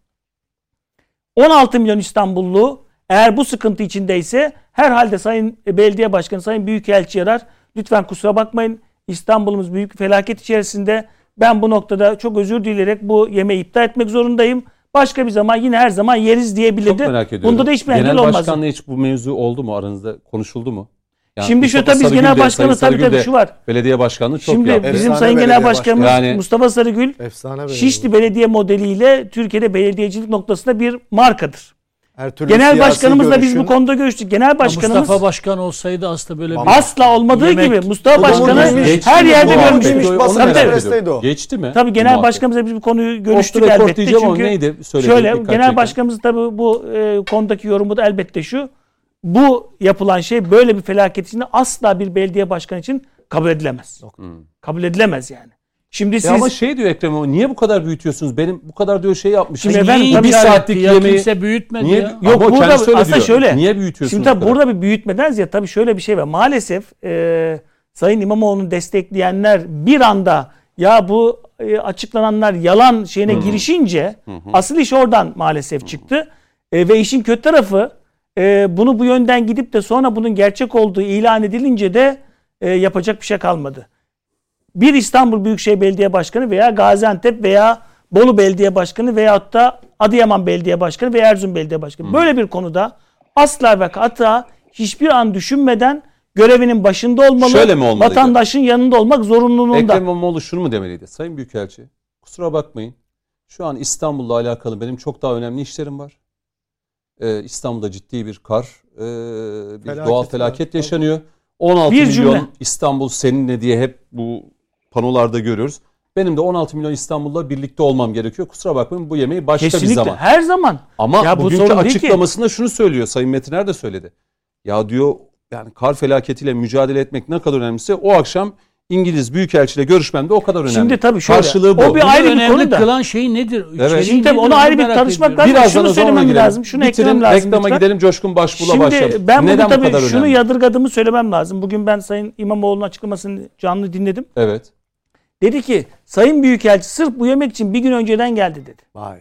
16 milyon İstanbullu eğer bu sıkıntı içindeyse herhalde Sayın Belediye Başkanı, Sayın Büyükelçi yarar. Lütfen kusura bakmayın. İstanbul'umuz büyük bir felaket içerisinde. Ben bu noktada çok özür dileyerek bu yemeği iptal etmek zorundayım. Başka bir zaman yine her zaman yeriz diyebilirdi. Çok merak ediyorum. Bunda da hiçbir engel olmaz. Genel başkanla hiç bu mevzu oldu mu aranızda? Konuşuldu mu? Yani şimdi şu tabii genel başkanı tabii şu var. Belediye başkanlığı çok şimdi yaptı. Bizim Sayın Genel Başkanımız Mustafa Sarıgül Şişli Belediye modeliyle Türkiye'de belediyecilik noktasında bir markadır. Genel başkanımızla biz bu konuda görüştük. Genel başkanımız Mustafa Başkan olsaydı aslında böyle bir asla olmadığı gibi Mustafa Başkanı her yerde görmüştük. Geçti mi? Tabii genel başkanımızla biz bu konuyu görüştük elbette. Çünkü şöyle genel başkanımız tabii bu konudaki yorumu da elbette şu. Bu yapılan şey böyle bir felaket içinde asla bir belediye başkanı için kabul edilemez. Kabul edilemez yani. Şimdi siz ama şey diyor Ekrem ama niye bu kadar büyütüyorsunuz? Benim bu kadar diyor şey yapmışım. Şimdi efendim bir saatlik yemeği kimse büyütmedi niye, ya. Yok burada aslında şöyle. Niye büyütüyorsunuz? Şimdi tabii burada bir büyütmeden ya tabii şöyle bir şey var. Maalesef Sayın İmamoğlu'nu destekleyenler bir anda ya bu açıklananlar yalan şeyine girişince asıl iş oradan maalesef çıktı. Ve işin kötü tarafı bunu bu yönden gidip de sonra bunun gerçek olduğu ilan edilince de yapacak bir şey kalmadı. Bir İstanbul Büyükşehir Belediye Başkanı veya Gaziantep veya Bolu Belediye Başkanı veyahut da Adıyaman Belediye Başkanı veya Erzurum Belediye Başkanı. Böyle bir konuda asla ve kata hiçbir an düşünmeden görevinin başında olmalı. Şöyle mi olmalıydı? Vatandaşın yanında olmak zorunluluğunda. Ekrem İmamoğlu şunu mu demeliydi? Sayın Büyükelçi, kusura bakmayın. Şu an İstanbul'la alakalı benim çok daha önemli işlerim var. İstanbul'da ciddi bir kar, bir doğal felaket yaşanıyor. 16 milyon İstanbul seninle diye hep bu panolarda görüyoruz. Benim de 16 milyon İstanbul'la birlikte olmam gerekiyor. Kusura bakmayın bu yemeği başka kesinlikle, bir zaman. her zaman. Ama ya bugünkü açıklamasında şunu söylüyor. Sayın Metiner de söyledi. Ya diyor yani kar felaketiyle mücadele etmek ne kadar önemliyse o akşam İngiliz Büyükelçiyle görüşmem de o kadar önemli. Şimdi tabii şöyle. Karşılığı bu. O bir ayrı bir konu da. Kılan şey nedir? Evet. Şimdi tabii onu ayrı bir tanışmak lazım. Birazdan şunu söylemem lazım. Şunu eklemem lazım. Reklama gidelim. Coşkun Başbuğ'la başlayalım. Şimdi ben neden tabii bu kadar şunu önemli? yadırgadığımı söylemem lazım. Bugün ben Sayın İmamoğlu'nun açıklamasını canlı dinledim. Evet. Dedi ki Sayın Büyükelçi sırf bu yemek için bir gün önceden geldi dedi. Vay be.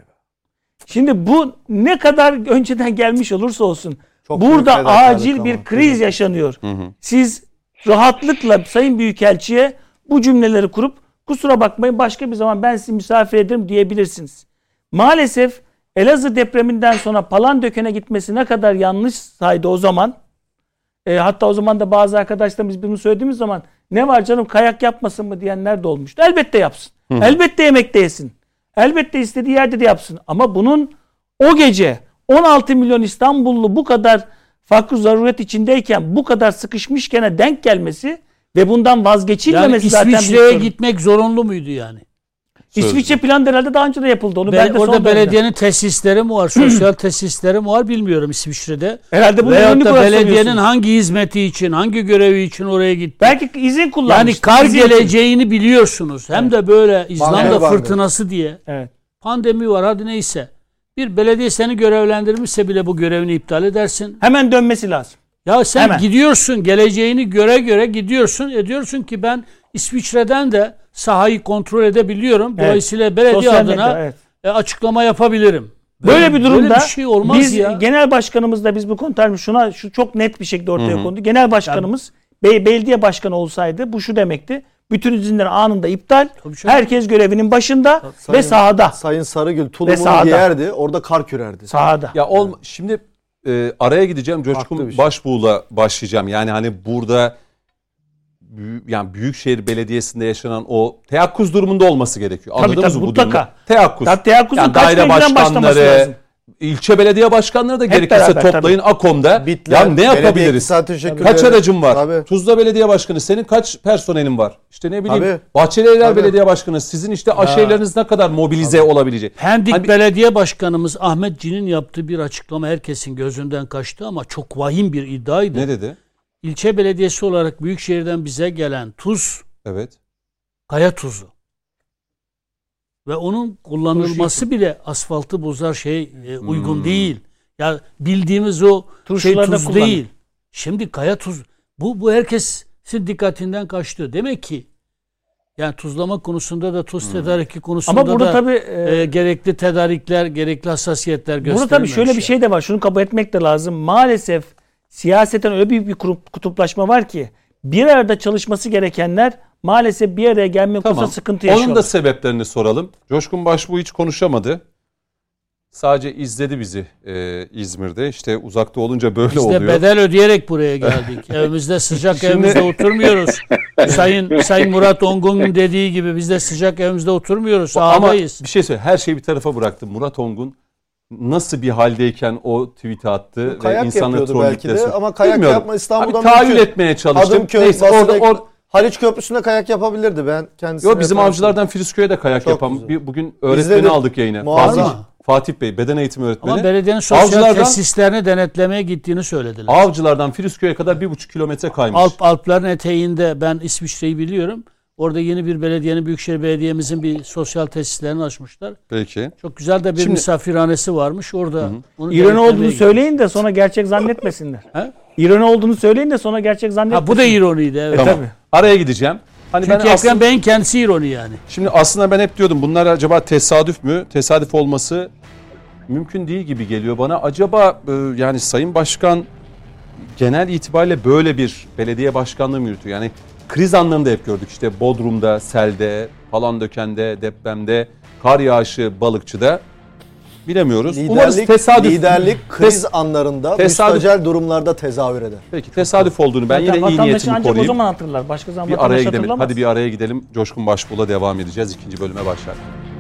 Şimdi bu ne kadar önceden gelmiş olursa olsun Çok burada acil bir kriz yaşanıyor. Siz rahatlıkla Sayın Büyükelçi'ye bu cümleleri kurup kusura bakmayın başka bir zaman ben sizi misafir ederim diyebilirsiniz. Maalesef Elazığ depreminden sonra Palandöken'e gitmesi ne kadar yanlış saydı o zaman. Hatta o zaman da bazı arkadaşlarımız bunu söylediğimiz zaman ne var canım kayak yapmasın mı diyenler de olmuştu. Elbette yapsın. Elbette yemekte yesin. Elbette istediği yerde de yapsın. Ama bunun o gece 16 milyon İstanbullu bu kadar fakir zaruret içindeyken bu kadar sıkışmışken denk gelmesi ve bundan vazgeçilmemesi yani zaten İsviçre'ye gitmek zorunlu muydu yani? İsviçre planı herhalde daha önce de yapıldı. Onu ben de orada belediyenin tesisleri mi var? Sosyal tesisleri mi var bilmiyorum İsviçre'de. Herhalde bu veyahut da belediyenin hangi hizmeti için, hangi görevi için oraya gitti? Belki izin kullanmış. Yani kar geleceğini biliyorsunuz. Hem de böyle İzlanda fırtınası diye. Evet. Pandemi var hadi neyse. Bir belediye seni görevlendirmişse bile bu görevini iptal edersin. Hemen dönmesi lazım. Ya sen gidiyorsun geleceğini göre diyorsun. Diyorsun ki ben İsviçre'den de sahayı kontrol edebiliyorum. Dolayısıyla belediye adına açıklama yapabilirim. Böyle bir durumda böyle bir şey olmaz biz ya. Genel başkanımızla biz bu konu tartışmış şu çok net bir şekilde ortaya kondu. Genel başkanımız belediye başkanı olsaydı bu şu demekti. Bütün izinler anında iptal. Herkes görevinin başında ve sahada. Sayın Sarıgül tulumunu giyerdi. Orada kar kürerdi. Sahada. Ya şimdi araya gideceğim. Farklı Coşkun bir şey. Başbuğ'la başlayacağım. Yani hani burada yani Büyükşehir Belediyesi'nde yaşanan o teyakkuz durumunda olması gerekiyor. Tabii, Anladınız tabii, mı bu mutlaka. durumu? Teyakkuz. Tabii teyakkuzun Yani kaç daire meclisten başlaması başkanları, lazım? ilçe belediye başkanları da Hep gerekirse beraber, toplayın AKOM'da. Bitler, Ya ne belediye yapabiliriz? iktisat teşekkürleri. Kaç aracın var? Tabii. Tuzla Belediye Başkanı senin kaç personelin var? İşte ne bileyim Tabii. Bahçelievler Tabii. Belediye Başkanı sizin işte aşeleriniz ne kadar mobilize olabilecek? Pendik Hani- Belediye Başkanımız Ahmet Cin'in yaptığı bir açıklama herkesin gözünden kaçtı ama çok vahim bir iddiaydı. Ne dedi? İlçe belediyesi olarak Büyükşehir'den bize gelen tuz Evet. kaya tuzu. Ve onun kullanılması bile asfaltı bozar uygun değil. Ya bildiğimiz o Turşularda tuz kullanılır. değil. Şimdi kaya tuz. Bu herkesin dikkatinden kaçtı. Demek ki yani tuzlama konusunda da tuz tedariki konusunda Ama burada da tabii gerekli tedarikler, gerekli hassasiyetler burada gösterilmemiş. tabii şöyle bir şey de var. Şunu kabul etmek de lazım. Maalesef siyaseten öyle büyük bir kutuplaşma var ki bir arada çalışması gerekenler maalesef bir araya gelmek konusunda sıkıntı yaşıyorlar. Onun da sebeplerini soralım. Coşkun Başbuğ hiç konuşamadı. Sadece izledi bizi İzmir'de. İşte uzakta olunca böyle Biz de oluyor. bedel ödeyerek buraya geldik. Evimizde sıcak Şimdi- evimizde oturmuyoruz. Sayın Murat Ongun'un dediği gibi biz de sıcak evimizde oturmuyoruz. Ama Sahadayız. bir şey söyle. Her şeyi bir tarafa bıraktım. Murat Ongun nasıl bir haldeyken o tweet'i attı ve Kayak insanları yapıyordu belki de trolledikleri. ama kayak Bilmiyorum. yapma İstanbul'da Abi tahayyül mümkün. etmeye çalıştım. Adımköy, Neyse orada Haliç Köprüsü'nde kayak yapabilirdi ben kendisine. Yo, bizim referans- avcılardan Filisköy'e de kayak Çok yapan güzel. bugün öğretmeni İzledim. aldık yayına. Muazzam. Fatih Bey beden eğitimi öğretmeni. Ama belediyenin sosyal Avcılardan- tesislerini denetlemeye gittiğini söylediler. Avcılardan Filisköy'e kadar 1,5 kilometre kaymış. Alpların eteğinde ben İsviçre'yi biliyorum. Orada yeni bir belediyenin, Büyükşehir Belediye'mizin bir sosyal tesislerini açmışlar. Peki. Çok güzel de bir Şimdi- misafirhanesi varmış. Orada onu İroni denetlemeye olduğunu gittik. söyleyin de sonra gerçek zannetmesinler. He? İroni olduğunu söyleyin de sonra gerçek zannetmesinler. Ha, bu da ironiydi. Evet. Tamam. tabii. Araya gideceğim. Hani Çünkü ben aslında, Ekrem Bey'in kendisi ironi yani. şimdi aslında ben hep diyordum bunlar acaba tesadüf mü? Tesadüf olması mümkün değil gibi geliyor bana. Acaba yani Sayın Başkan genel itibariyle böyle bir belediye başkanlığı mı yürütüyor? Yani kriz anlarında hep gördük işte Bodrum'da, selde, Palandöken'de, depremde, kar yağışı, balıkçıda bilemiyoruz. Umarız tesadüf. Liderlik kriz anlarında, tesadüf- müstacel durumlarda tezahür eder. Peki tesadüf olduğunu ben Zaten yine iyi vatandaşı niyetimi ancak o koruyayım. zaman hatırlar. Başka zaman Bir araya vatandaş gidelim. hatırlamaz. Hadi bir araya gidelim. Coşkun Başbuğ'la devam edeceğiz. İkinci bölüme başlar.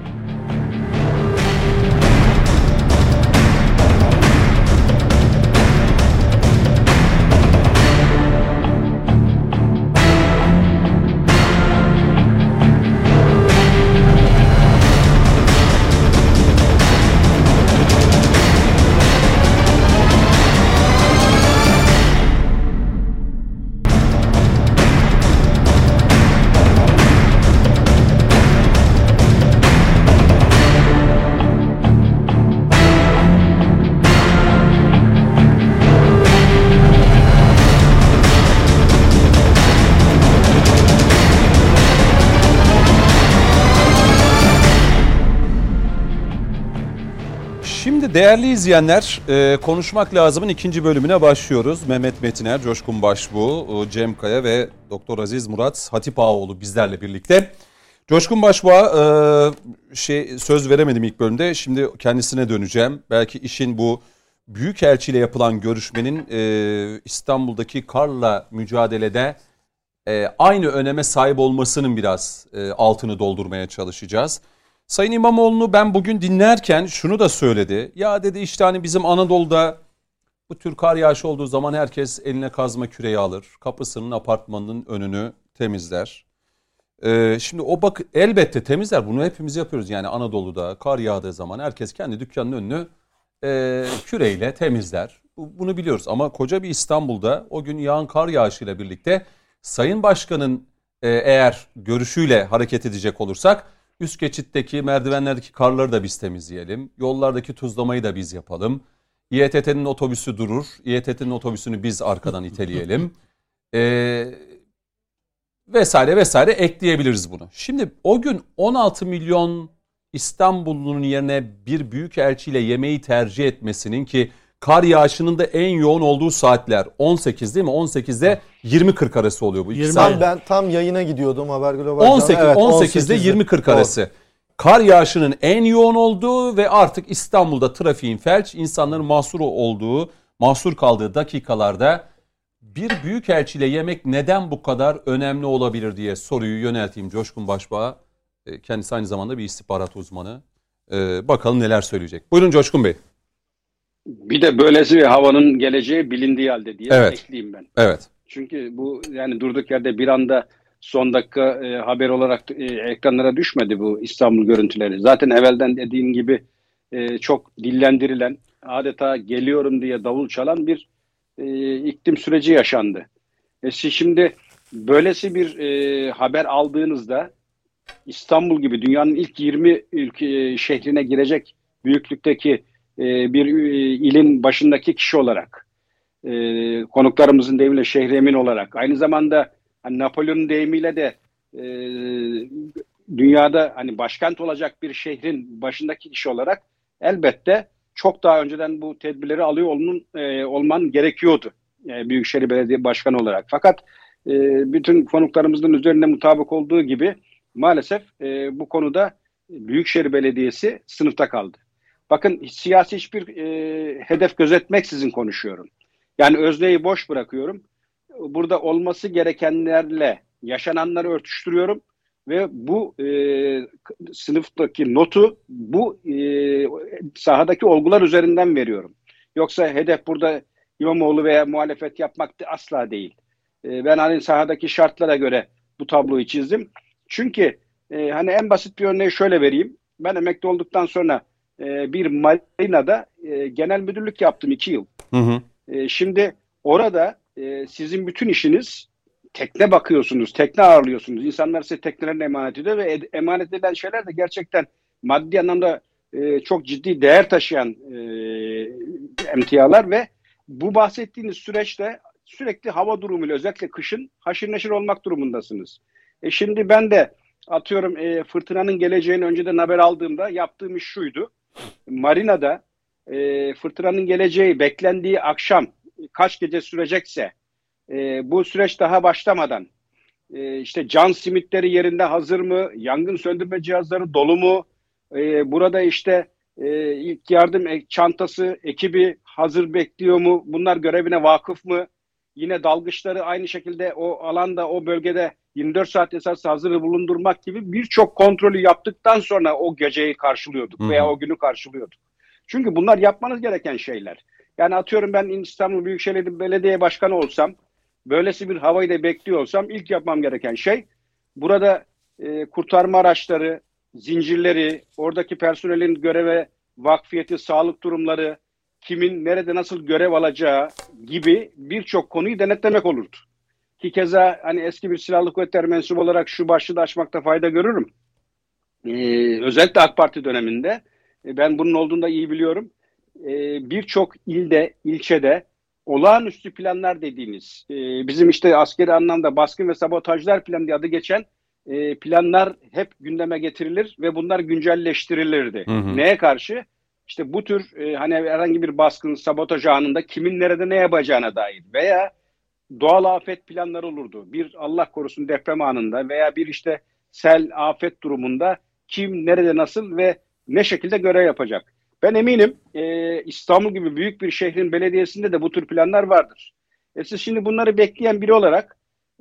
Şimdi değerli izleyenler, Konuşmak Lazım'ın ikinci bölümüne başlıyoruz. Mehmet Metiner, Coşkun Başbuğ, Cem Kaya ve Doktor Aziz Murat Hatip Ağaoğlu bizlerle birlikte. Coşkun Başbuğ'a söz veremedim ilk bölümde. Şimdi kendisine döneceğim. Belki işin bu Büyükelçi ile yapılan görüşmenin İstanbul'daki karla mücadelede aynı öneme sahip olmasının biraz altını doldurmaya çalışacağız. Sayın İmamoğlu'nu ben bugün dinlerken şunu da söyledi. Ya dedi işte hani bizim Anadolu'da bu tür kar yağışı olduğu zaman herkes eline kazma küreği alır. Kapısının, apartmanının önünü temizler. Şimdi o elbette temizler. Bunu hepimiz yapıyoruz. Yani Anadolu'da kar yağdığı zaman herkes kendi dükkanının önünü küreyle temizler. Bunu biliyoruz ama koca bir İstanbul'da o gün yağan kar yağışıyla birlikte Sayın Başkan'ın eğer görüşüyle hareket edecek olursak üst geçitteki merdivenlerdeki karları da biz temizleyelim. Yollardaki tuzlamayı da biz yapalım. İETT'nin otobüsü durur. İETT'nin otobüsünü biz arkadan iteleyelim. Vesaire vesaire ekleyebiliriz bunu. Şimdi o gün 16 milyon İstanbullu'nun yerine bir büyükelçiyle yemeği tercih etmesinin ki kar yağışının da en yoğun olduğu saatler 18 değil mi? 18'de 20.40 arası oluyor bu 2 saat. Ben tam yayına gidiyordum Haber Global'den. 18'de 20.40 arası. Kar yağışının en yoğun olduğu ve artık İstanbul'da trafiğin felç, insanların mahsur mahsur kaldığı dakikalarda bir büyükelçiyle yemek neden bu kadar önemli olabilir diye soruyu yönelteyim Coşkun Başbuğ'a. Kendisi aynı zamanda bir istihbarat uzmanı. Bakalım neler söyleyecek. Buyurun Coşkun Bey. Bir de böylesi bir havanın geleceği bilindiği halde diye ekleyeyim ben. Evet. Çünkü bu yani durduk yerde bir anda son dakika haber olarak ekranlara düşmedi bu İstanbul görüntüleri. Zaten evvelden dediğin gibi çok dillendirilen, adeta geliyorum diye davul çalan bir iklim süreci yaşandı. Siz şimdi böylesi bir haber aldığınızda İstanbul gibi dünyanın ilk 20 şehrine girecek büyüklükteki bir ilin başındaki kişi olarak, konuklarımızın deyimiyle şehri emin olarak, aynı zamanda hani Napolyon'un deyimiyle de dünyada hani başkent olacak bir şehrin başındaki kişi olarak elbette çok daha önceden bu tedbirleri alıyor olman gerekiyordu Büyükşehir Belediye Başkanı olarak. Fakat bütün konuklarımızın üzerine mutabık olduğu gibi maalesef bu konuda Büyükşehir Belediyesi sınıfta kaldı. Bakın siyasi hiçbir hedef gözetmeksizin konuşuyorum. Yani özneyi boş bırakıyorum. Burada olması gerekenlerle yaşananları örtüştürüyorum ve bu sınıftaki notu bu sahadaki olgular üzerinden veriyorum. Yoksa hedef burada İmamoğlu veya muhalefet yapmak da asla değil. Ben hani sahadaki şartlara göre bu tabloyu çizdim. Çünkü hani en basit bir örneği şöyle vereyim. Ben emekli olduktan sonra bir marinada genel müdürlük yaptım 2 yıl. Hı hı. Şimdi orada sizin bütün işiniz tekne bakıyorsunuz, tekne ağırlıyorsunuz. İnsanlar size teknelerini emanet ediyor ve emanet edilen şeyler de gerçekten maddi anlamda çok ciddi değer taşıyan emtialar ve bu bahsettiğiniz süreçte sürekli hava durumuyla özellikle kışın haşır neşir olmak durumundasınız. Şimdi ben de atıyorum fırtınanın geleceğini önceden haber aldığımda yaptığım iş şuydu. Marinada fırtınanın geleceği beklendiği akşam kaç gece sürecekse bu süreç daha başlamadan işte can simitleri yerinde hazır mı? Yangın söndürme cihazları dolu mu? Burada işte ilk yardım çantası ekibi hazır bekliyor mu? Bunlar görevine vakıf mı? Yine dalgıçları aynı şekilde o alanda, o bölgede 24 saat esas hazır bulundurmak gibi birçok kontrolü yaptıktan sonra o geceyi karşılıyorduk veya o günü karşılıyorduk. Çünkü bunlar yapmanız gereken şeyler. Yani atıyorum ben İstanbul Büyükşehir Belediye Başkanı olsam, böylesi bir havayı da bekliyor olsam ilk yapmam gereken şey burada kurtarma araçları, zincirleri, oradaki personelin göreve vakfiyeti, sağlık durumları, kimin nerede nasıl görev alacağı gibi birçok konuyu denetlemek olurdu. Ki keza hani eski bir silahlı kuvvetler mensubu olarak şu başlığı da açmakta fayda görürüm. Özellikle AK Parti döneminde ben bunun olduğunu da iyi biliyorum. Birçok ilde, ilçede olağanüstü planlar dediğimiz, bizim işte askeri anlamda baskın ve sabotajlar planı diye adı geçen planlar hep gündeme getirilir ve bunlar güncelleştirilirdi. Hı hı. Neye karşı? İşte bu tür hani herhangi bir baskın, sabotaj anında kimin nerede ne yapacağına dair veya doğal afet planları olurdu. Bir Allah korusun deprem anında veya bir işte sel afet durumunda kim nerede nasıl ve ne şekilde görev yapacak. Ben eminim İstanbul gibi büyük bir şehrin belediyesinde de bu tür planlar vardır. Siz şimdi bunları bekleyen biri olarak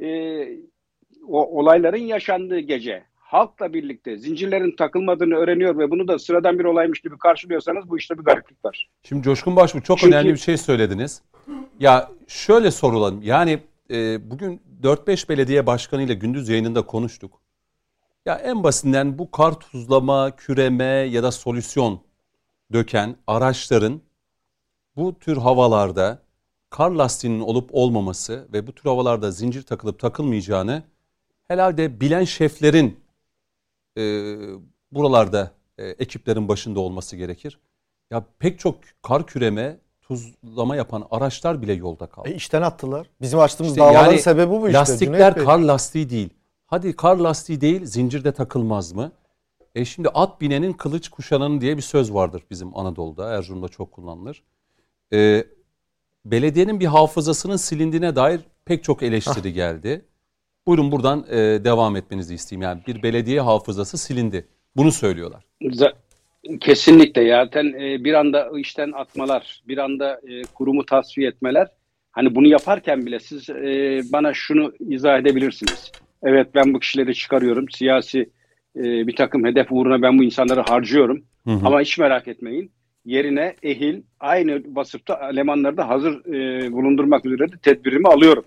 o olayların yaşandığı gece halkla birlikte zincirlerin takılmadığını öğreniyor ve bunu da sıradan bir olaymış gibi karşılıyorsanız bu işte bir gariplik var. Şimdi Coşkun Başbuğ çok Çünkü önemli bir şey söylediniz. Ya şöyle sorulalım. Yani bugün 4-5 belediye başkanıyla gündüz yayınında konuştuk. Ya en basitinden bu kar tuzlama, küreme ya da solüsyon döken araçların bu tür havalarda kar lastiğinin olup olmaması ve bu tür havalarda zincir takılıp takılmayacağını herhalde bilen şeflerin buralarda ekiplerin başında olması gerekir. Ya pek çok kar küreme, tuzlama yapan araçlar bile yolda kaldı. İşten attılar. Bizim açtığımız İşte davaların yani sebebi bu işte. Lastikler kar lastiği değil. Hadi kar lastiği değil, zincirde takılmaz mı? Şimdi at binenin kılıç kuşananın diye bir söz vardır bizim Anadolu'da. Erzurum'da çok kullanılır. Belediyenin bir hafızasının silindiğine dair pek çok eleştiri geldi. Buyurun buradan devam etmenizi isteyeyim. Yani bir belediye hafızası silindi. Bunu söylüyorlar. Kesinlikle zaten bir anda işten atmalar, bir anda kurumu tasfiye etmeler. Hani bunu yaparken bile siz bana şunu izah edebilirsiniz. Evet, ben bu kişileri çıkarıyorum. Siyasi bir takım hedef uğruna ben bu insanları harcıyorum. Hı hı. Ama hiç merak etmeyin. Yerine ehil, aynı vasıfta elemanları da hazır bulundurmak üzere de tedbirimi alıyorum.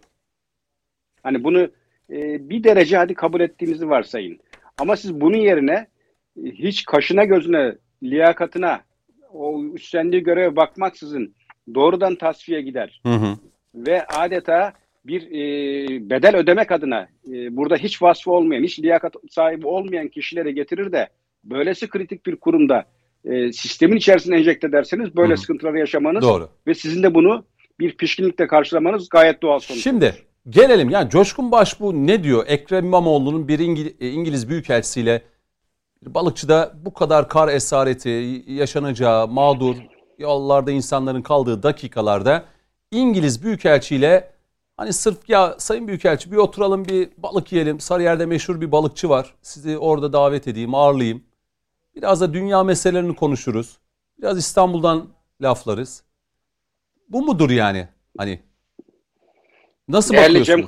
Hani bunu bir derece hadi kabul ettiğinizi varsayın. Ama siz bunun yerine hiç kaşına gözüne, liyakatına, o üstlendiği göreve bakmaksızın doğrudan tasfiye gider. Hı hı. Ve adeta bir bedel ödemek adına burada hiç vasfı olmayan, hiç liyakat sahibi olmayan kişileri getirir de böylesi kritik bir kurumda sistemin içerisine enjekte ederseniz böyle Hı hı. sıkıntıları yaşamanız Doğru. ve sizin de bunu bir pişkinlikle karşılamanız gayet doğal sonuç. Şimdi gelelim, yani Coşkun Başbuğ ne diyor? Ekrem İmamoğlu'nun bir İngiliz Büyükelçisiyle balıkçıda bu kadar kar esareti yaşanacağı, mağdur yollarda insanların kaldığı dakikalarda İngiliz Büyükelçiyle hani sırf ya Sayın Büyükelçi bir oturalım bir balık yiyelim. Sarıyer'de meşhur bir balıkçı var. Sizi orada davet edeyim, ağırlayayım. Biraz da dünya meselelerini konuşuruz. Biraz İstanbul'dan laflarız. Bu mudur yani? Hani nasıl Değerli bakıyorsunuz?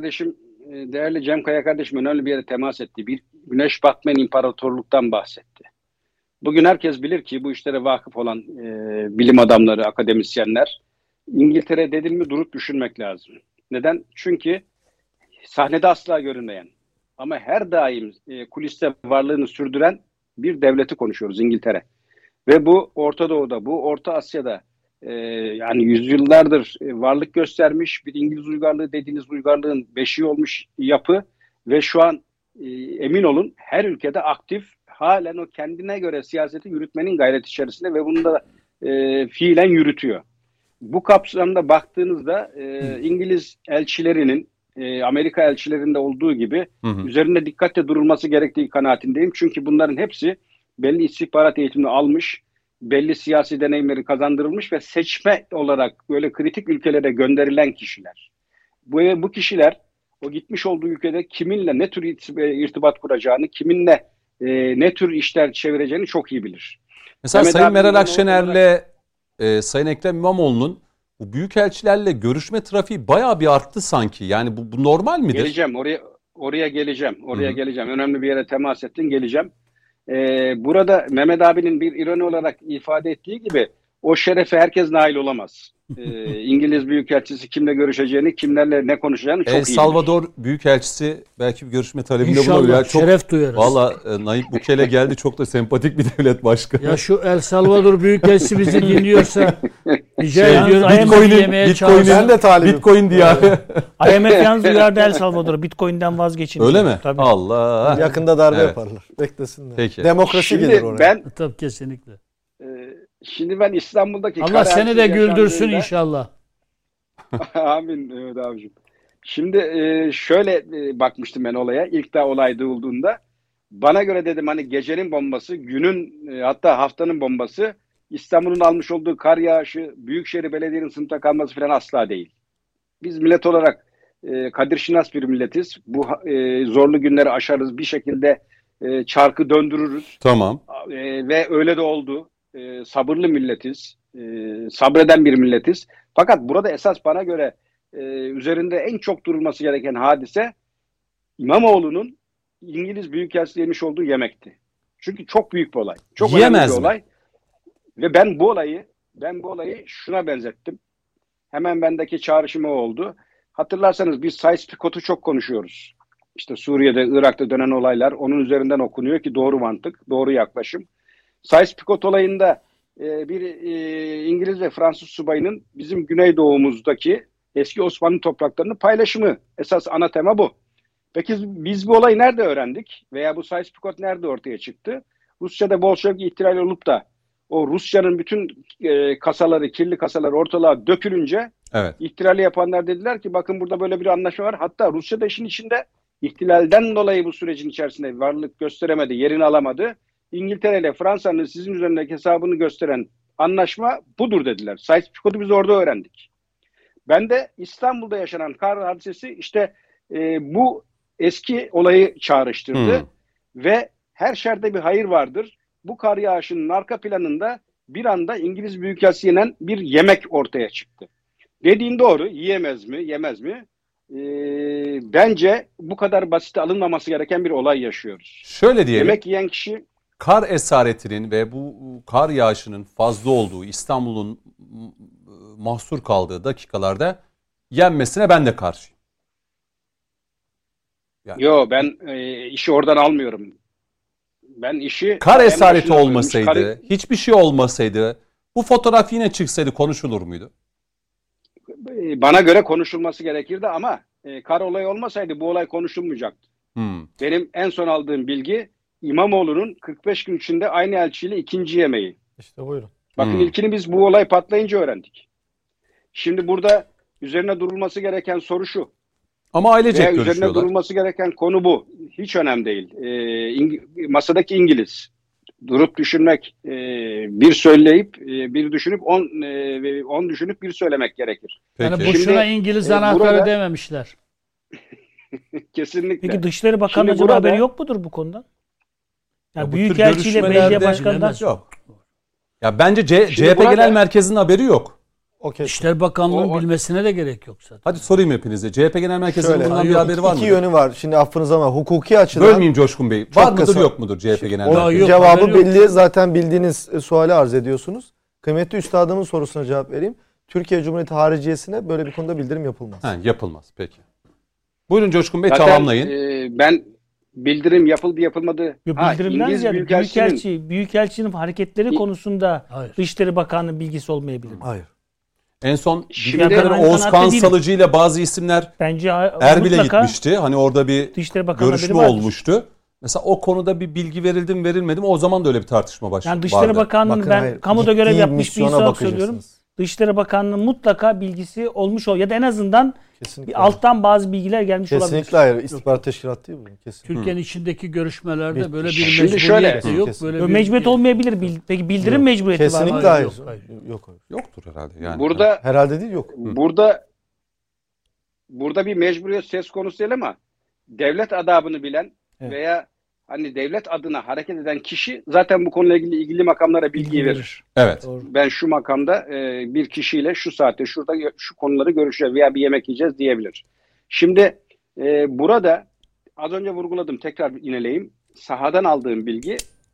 Değerli Cem Kaya kardeşim önemli bir yere temas etti. Bir güneş batmayan imparatorluktan bahsetti. Bugün herkes bilir ki bu işlere vakıf olan bilim adamları, akademisyenler, İngiltere dedim mi durup düşünmek lazım. Neden? Çünkü sahnede asla görünmeyen ama her daim kuliste varlığını sürdüren bir devleti konuşuyoruz, İngiltere. Ve bu Orta Doğu'da, bu Orta Asya'da yani yüzyıllardır varlık göstermiş bir İngiliz uygarlığı dediğiniz uygarlığın beşiği olmuş yapı ve şu an emin olun her ülkede aktif, halen o kendine göre siyaseti yürütmenin gayret içerisinde ve bunu da fiilen yürütüyor. Bu kapsamda baktığınızda İngiliz elçilerinin, Amerika elçilerinde olduğu gibi üzerinde dikkatle durulması gerektiği kanaatindeyim. Çünkü bunların hepsi belli istihbarat eğitimini almış, belli siyasi deneyimleri kazandırılmış ve seçme olarak böyle kritik ülkelere gönderilen kişiler. Bu kişiler o gitmiş olduğu ülkede kiminle ne tür irtibat kuracağını, kiminle ne tür işler çevireceğini çok iyi bilir. Mesela Mehmet Sayın abi Meral bundan Akşener'le Sayın Ekrem İmamoğlu'nun bu büyükelçilerle görüşme trafiği bayağı bir arttı sanki. Yani bu normal midir? geleceğim oraya geleceğim. Hı-hı. Geleceğim. Önemli bir yere temas ettin, geleceğim. Burada Mehmet abinin bir ironi olarak ifade ettiği gibi o şerefe herkes nail olamaz. İngiliz Büyükelçisi kimle görüşeceğini, kimlerle ne konuşacağını çok iyi El bilir. Salvador Büyükelçisi belki bir görüşme talebinde bulunabilir. İnşallah Yani çok, şeref duyarız. valla Nayib Bukele geldi, çok da sempatik bir devlet başkanı. Ya şu El Salvador Büyükelçisi bizi dinliyorsa rica Şey, ediyorum Bitcoin'in- bir yemeğe çağırsın. Ben de talibim. Bitcoin diyarı. IMF yalnız uyardı El Salvador'a Bitcoin'den vazgeçin. Öyle diye. mi? Tabii. Allah. Yakında darbe Evet. yaparlar. Beklesinler. Peki. Demokrasi Şimdi gelir oraya. ben Tabii kesinlikle. şimdi İstanbul'daki Allah seni de kar güldürsün yaşandığında- inşallah. Amin Mehmet abicim. Şimdi şöyle bakmıştım ben olaya. İlk daha olay duyulduğunda. Bana göre dedim hani gecenin bombası, günün hatta haftanın bombası İstanbul'un almış olduğu kar yağışı, Büyükşehir Belediye'nin sınıfta kalması falan asla değil. Biz millet olarak kadir şinas bir milletiz. Bu zorlu günleri aşarız. Bir şekilde çarkı döndürürüz. Tamam. Ve öyle de oldu. Sabırlı milletiz. Sabreden bir milletiz. Fakat burada esas bana göre üzerinde en çok durulması gereken hadise İmamoğlu'nun İngiliz Büyükelçisi yemiş olduğu yemekti. Çünkü çok büyük bir olay. Çok Yiyemez önemli bir mi? olay. Ve ben bu olayı şuna benzettim. Hemen bendeki çağrışım o oldu. Hatırlarsanız biz Sykes-Picot'u çok konuşuyoruz. İşte Suriye'de, Irak'ta dönen olaylar onun üzerinden okunuyor ki doğru mantık, doğru yaklaşım. Sykes-Picot olayında bir İngiliz ve Fransız subayının bizim güneydoğumuzdaki eski Osmanlı topraklarını paylaşımı. Esas ana tema bu. Peki biz bu olayı nerede öğrendik? Veya bu Sykes-Picot nerede ortaya çıktı? Rusya'da Bolşevik ihtilal olup da o Rusya'nın bütün kasaları, kirli kasaları ortalığa dökülünce Evet. ihtilali yapanlar dediler ki bakın burada böyle bir anlaşma var. Hatta Rusya da işin içinde ihtilalden dolayı bu sürecin içerisinde varlık gösteremedi, yerini alamadı. İngiltere ile Fransa'nın sizin üzerindeki hesabını gösteren anlaşma budur dediler. Sykes-Picot'u biz orada öğrendik. Ben de İstanbul'da yaşanan kar hadisesi işte bu eski olayı çağrıştırdı. Ve her şerde bir hayır vardır. bu kar yağışının arka planında bir anda İngiliz Büyükelçisi yenen bir yemek ortaya çıktı. Dediğin doğru. Yiyemez mi? Yemez mi? Bence bu kadar basit alınmaması gereken bir olay yaşıyoruz. Şöyle diyelim. Yemek yiyen kişi Kar esaretinin ve bu kar yağışının fazla olduğu İstanbul'un mahsur kaldığı dakikalarda yenmesine ben de karşıyım. Yo, ben işi oradan almıyorum. Ben işi Kar en esareti başına koymuş. olmasaydı, hiçbir şey olmasaydı bu fotoğraf yine çıksaydı konuşulur muydu? Bana göre konuşulması gerekirdi ama kar olayı olmasaydı bu olay konuşulmayacaktı. Benim en son aldığım bilgi İmamoğlu'nun 45 gün içinde aynı elçiyle ikinci yemeği. İşte buyurun. Bakın ilkini biz bu olay patlayınca öğrendik. Şimdi burada üzerine durulması gereken soru şu. Ama ailecek Veya üzerine görüşüyorlar. durulması gereken konu bu. Hiç önemli değil. Masadaki İngiliz. Durup düşünmek, bir söyleyip, bir düşünüp, 10 düşünüp bir söylemek gerekir. Peki. Yani boşuna İngiliz anahtarı burada- dememişler. Kesinlikle. Peki Dışişleri Bakanı'nın Şimdi acaba burada- haberi yok mudur bu konuda? Ya Ya bu Büyükelçiyle tür belediye görüşmelerde başkanından yok. Ya bence CHP burada- Genel Merkezi'nin haberi yok. Okey. İşler Bakanlığı'nın O- bilmesine de gerek yok zaten. Hadi sorayım hepinize. CHP Genel Merkezi'nin Şöyle, bundan bir yok, haberi var mı? İki yönü var. Şimdi affınız ama hukuki açıdan Bölmeyeyim Coşkun Bey. Var mıdır kısa. yok mudur CHP Genel o Merkezi? yok, cevabı haberi yok. belli. Zaten bildiğiniz suali arz ediyorsunuz. Kıymetli üstadımın sorusuna cevap vereyim. Türkiye Cumhuriyeti hariciyesine böyle bir konuda bildirim yapılmaz. Ha, yapılmaz. Peki. Buyurun Coşkun Bey Zaten, tamamlayın. Ben bildirim yapıldı yapılmadı. Yok, Ha, bildirimden İngiliz ziyade Büyükelçinin Büyükelçinin hareketleri konusunda Hayır. Dışişleri Bakanı'nın bilgisi olmayabilir. Hayır. En son Şimdi- bildiğim kadarıyla Ben Oğuz kanaatli Kan değilim. Salıcı ile bazı isimler Bence Erbil'e mutlaka gitmişti. Hani orada bir Dışişleri Bakanı'nın görüşme haberi vardır. olmuştu. Mesela o konuda bir bilgi verildi mi verilmedi mi o zaman da öyle bir tartışma başladı. Yani Dışişleri Bakanı'nın Bakın, ben hayır. kamuda görev Ciddi yapmış bir misyona insan bakacaksınız. söylüyorum. Dışişleri Bakanı'nın mutlaka bilgisi olmuş ya da en azından Kesinlikle. bir alttan bazı bilgiler gelmiş olabilir. Kesinlikle hayır. İstihbarat teşkilatı değil bu. Kesinlikle. Türkiye'nin içindeki görüşmelerde Bitti. böyle bir Şimdi mecburiyet şöyle- de yok. Kesinlikle. Böyle bir Mecburiyet olmayabilir. Peki bildirim mecburiyeti var mı? Kesinlikle Hayır, hayır. yok, hayır. Yok hayır. Yoktur herhalde yani. burada Herhalde değil yok. burada bir mecburiyet söz konusu değil ama devlet adabını bilen Evet. veya hani devlet adına hareket eden kişi zaten bu konuyla ilgili makamlara bilgi Bilgi verir. Evet. Doğru. Ben şu makamda bir kişiyle şu saatte şurada şu konuları görüşeceğiz veya bir yemek yiyeceğiz diyebilir. Şimdi burada az önce vurguladım, tekrar yineleyeyim. Sahadan aldığım bilgi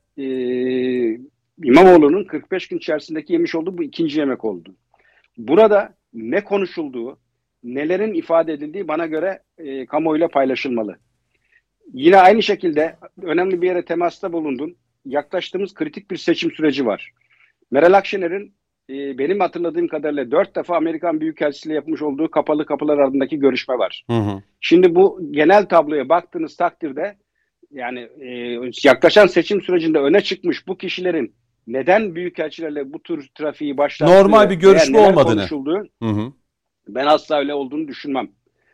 İmamoğlu'nun 45 gün içerisindeki yemiş olduğu bu ikinci yemek oldu. Burada ne konuşulduğu, nelerin ifade edildiği bana göre kamuoyuyla paylaşılmalı. Yine aynı şekilde önemli bir yere temasta bulundun. Yaklaştığımız kritik bir seçim süreci var. Meral Akşener'in benim hatırladığım kadarıyla 4 defa Amerikan Büyükelçisi'yle yapmış olduğu kapalı kapılar ardındaki görüşme var. Hı hı. Şimdi bu genel tabloya baktığınız takdirde yani yaklaşan seçim sürecinde öne çıkmış bu kişilerin neden büyükelçilerle bu tür trafiği başlattığı, Normal bir görüşme veya neler olmadığını. konuşulduğu, Hı hı. ben asla öyle olduğunu düşünmem.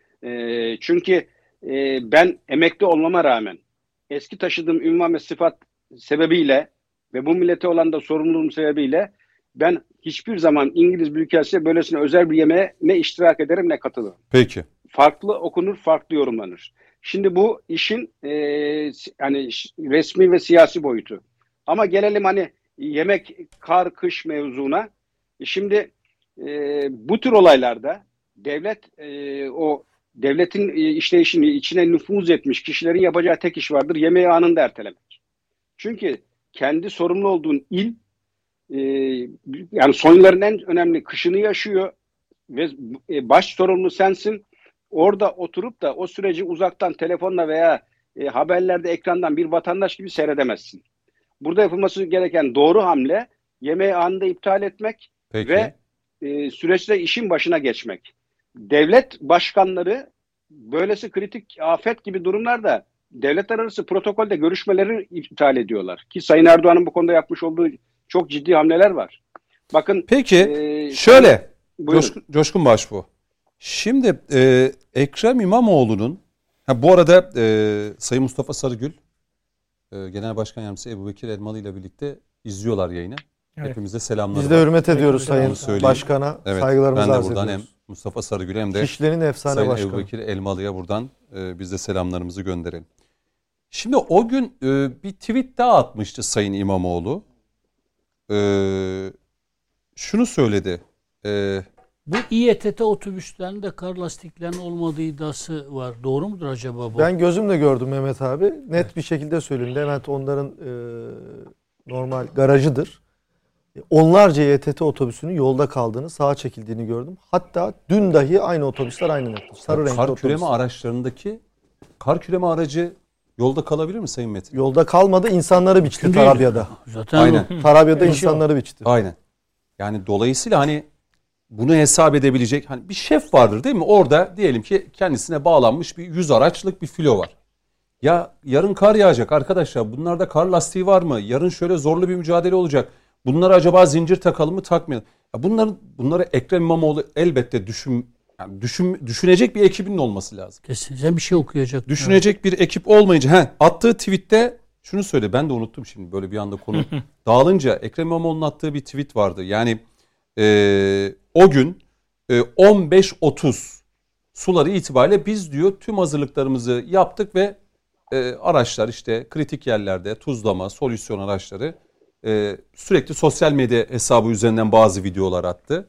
Çünkü ben emekli olmama rağmen eski taşıdığım ünvan ve sıfat sebebiyle ve bu millete olan da sorumluluğum sebebiyle ben hiçbir zaman İngiliz Büyükelçisi'ne böylesine özel bir yemeğe ne iştirak ederim ne katılırım. Peki. Farklı okunur, farklı yorumlanır. Şimdi bu işin hani resmi ve siyasi boyutu. Ama gelelim hani yemek, kar, kış mevzuna. Şimdi bu tür olaylarda devlet o devletin işleyişini içine nüfuz etmiş kişilerin yapacağı tek iş vardır. Yemeği anında ertelemek. Çünkü kendi sorumlu olduğun il yani son yılların en önemli kışını yaşıyor ve baş sorumlu sensin. Orada oturup da o süreci uzaktan telefonla veya haberlerde ekrandan bir vatandaş gibi seyredemezsin. Burada yapılması gereken doğru hamle yemeği anında iptal etmek Peki. ve süreçte işin başına geçmek. Devlet başkanları böylesi kritik afet gibi durumlarda devletler arası protokolde görüşmeleri iptal ediyorlar. Ki Sayın Erdoğan'ın bu konuda yapmış olduğu çok ciddi hamleler var. Bakın Peki e, şöyle buyurun. Coşkun Başbuğ. Şimdi Ekrem İmamoğlu'nun bu arada Sayın Mustafa Sarıgül Genel Başkan Yardımcısı Ebubekir Elmalı ile birlikte izliyorlar yayını. Evet. Hepimize selamlar. Biz de hürmet ediyoruz Onu Sayın söyleyeyim. Başkan'a. Evet, Saygılarımızı ben de arz buradan ediyoruz. hem Mustafa Sarıgül'e hem de Şişli'nin efsane Sayın başkanı. Ebubekir Elmalı'ya buradan biz de selamlarımızı gönderelim. Şimdi o gün bir tweet daha atmıştı Sayın İmamoğlu. Şunu söyledi. Bu İETT otobüslerinde kar lastiklerinin olmadığı iddiası var. Doğru mudur acaba bu? Ben gözümle gördüm Mehmet abi. Net bir şekilde söyleyeyim. Levent onların normal garajıdır. Onlarca İETT otobüsünün yolda kaldığını, sağa çekildiğini gördüm. Hatta dün dahi aynı otobüsler aynı netli. Sarı renkli Kar küreme otobüs. araçlarındaki kar küreme aracı yolda kalabilir mi Sayın Metin? Yolda kalmadı, insanları biçti Mümkün değil. Tarabya'da. Zaten Aynen. Tarabya'da insanları biçti. Aynen. Yani dolayısıyla hani bunu hesap edebilecek hani bir şef vardır değil mi? Orada diyelim ki kendisine bağlanmış bir 100 araçlık bir filo var. Ya yarın kar yağacak arkadaşlar. Bunlarda kar lastiği var mı? Yarın şöyle zorlu bir mücadele olacak. Bunlara acaba zincir takalım mı takmayalım? Ya bunları Ekrem İmamoğlu elbette düşünecek bir ekibinin olması lazım. kesin. Sen bir şey okuyacaktın. Düşünecek bir ekip olmayınca attığı tweette şunu söyle, ben de unuttum şimdi böyle bir anda konu dağılınca. Ekrem İmamoğlu'nun attığı bir tweet vardı. Yani o gün 15.30 suları itibariyle biz diyor tüm hazırlıklarımızı yaptık ve araçlar işte kritik yerlerde tuzlama, solüsyon araçları sürekli sosyal medya hesabı üzerinden bazı videolar attı.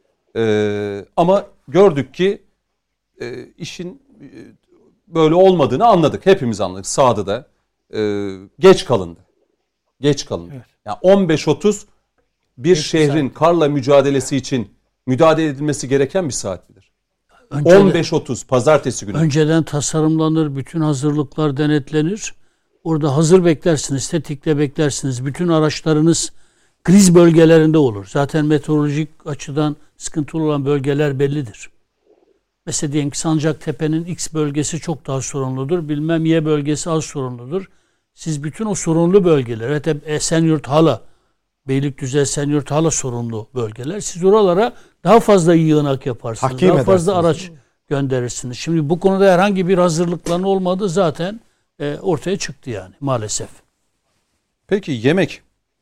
Ama gördük ki işin böyle olmadığını anladık. Hepimiz anladık. Sahada da geç kalındı. Geç kalındı. Evet. Yani 15.30 bir şehrin karla mücadelesi için müdahale edilmesi gereken bir saat midir? 15.30 pazartesi günü. Önceden tasarımlanır, bütün hazırlıklar denetlenir. Orada hazır beklersiniz, tetikte beklersiniz. Bütün araçlarınız kriz bölgelerinde olur. Zaten meteorolojik açıdan sıkıntılı olan bölgeler bellidir. Mesela diyelim ki Sancaktepe'nin X bölgesi çok daha sorunludur. Bilmem Y bölgesi az sorunludur. Siz bütün o sorunlu bölgeler, hatta Esenyurt Hala, Beylikdüzü Esenyurt Hala sorunlu bölgeler. Siz oralara daha fazla yığınak yaparsınız. Tahkim daha fazla edersiniz. araç gönderirsiniz. Şimdi bu konuda herhangi bir hazırlıkların olmadığı zaten ortaya çıktı yani maalesef. Peki yemek.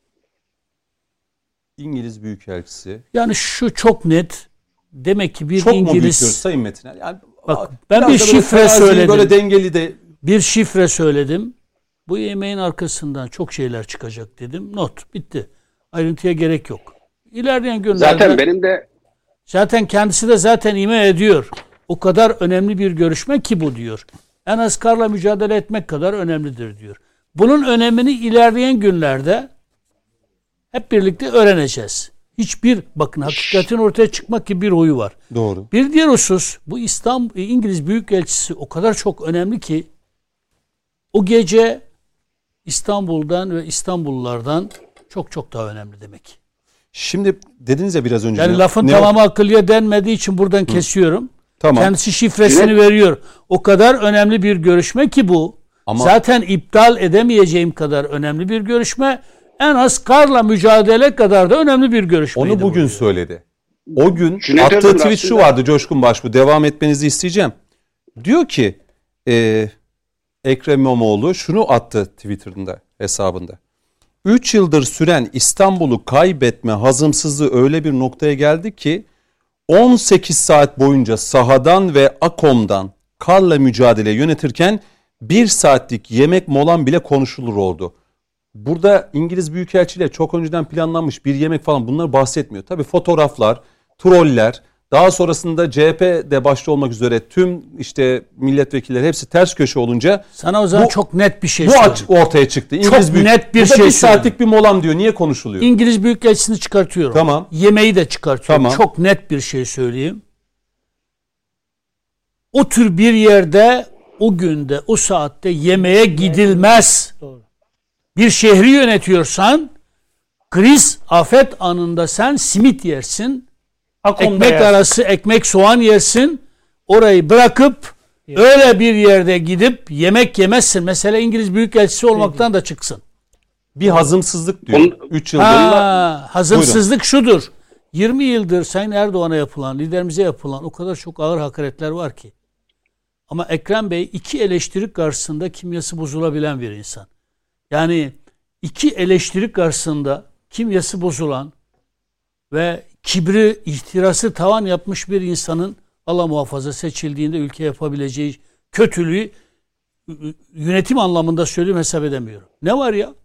İngiliz Büyükelçisi. Yani şu çok net. Demek ki bir Çok mu büyütüyoruz İngiliz... Sayın Metin? Yani Bak, ben biraz bir da böyle şifre teraziyi söyledim. Böyle dengeli de. Bir şifre söyledim. Bu yemeğin arkasından çok şeyler çıkacak dedim. Not. Bitti. Ayrıntıya gerek yok. İlerleyen günlerde... Zaten benim de Zaten kendisi de zaten ima ediyor. O kadar önemli bir görüşme ki bu diyor. En az karla mücadele etmek kadar önemlidir diyor. Bunun önemini ilerleyen günlerde hep birlikte öğreneceğiz. Bakın hakikatin ortaya çıkmak gibi bir huyu var. Doğru. Bir diğer husus, bu İngiliz Büyükelçisi o kadar çok önemli ki o gece İstanbul'dan ve İstanbullulardan çok çok daha önemli demek. Şimdi dediniz ya biraz önce. Yani lafın tamamı akıllıya denmediği için buradan kesiyorum. Tamam. Kendisi şifresini veriyor. O kadar önemli bir görüşme ki bu. Ama zaten iptal edemeyeceğim kadar önemli bir görüşme. En az karla mücadele kadar da önemli bir görüşmeydi. onu bugün söyledi. O gün Cüneyt attığı Özdemir tweet şu aslında- vardı Coşkun Başbuğ. Devam etmenizi isteyeceğim. Diyor ki Ekrem İmamoğlu şunu attı Twitter'ında hesabında. 3 yıldır süren İstanbul'u kaybetme hazımsızlığı öyle bir noktaya geldi ki 18 saat boyunca sahadan ve AKOM'dan karla mücadele yönetirken 1 saatlik yemek molan bile konuşulur oldu. Burada İngiliz Büyükelçiliği çok önceden planlanmış bir yemek falan bunlar bahsetmiyor. Tabii fotoğraflar, troller, daha sonrasında CHP'de başta olmak üzere tüm işte milletvekilleri hepsi ters köşe olunca sana o zaman bu- çok net bir şey bu söyleyeyim. ortaya çıktı. Çok net bir bu da şey bir saatlik bir molam diyor. Niye konuşuluyor? İngiliz Büyükelçisi'ni çıkartıyorum. Tamam. Yemeği de çıkartıyorum. Tamam. Çok net bir şey söyleyeyim. O tür bir yerde o günde, o saatte yemeğe gidilmez. Doğru. Bir şehri yönetiyorsan kriz, afet anında sen simit yersin. Akom'da Ekmek yersin. arası ekmek soğan yersin. Orayı bırakıp öyle bir yerde gidip yemek yemezsin. Mesela İngiliz Büyükelçisi olmaktan da çıksın. Bir hazımsızlık diyor. Onu- 3 yıldır. Hazımsızlık şudur. 20 yıldır Sayın Erdoğan'a yapılan, liderimize yapılan o kadar çok ağır hakaretler var ki. Ama Ekrem Bey iki eleştiri karşısında kimyası bozulabilen bir insan. Yani iki eleştiri karşısında kimyası bozulan ve kibri, ihtirası tavan yapmış bir insanın Allah muhafaza seçildiğinde ülke yapabileceği kötülüğü yönetim anlamında söylüyorum, hesap edemiyorum. Ne var ya?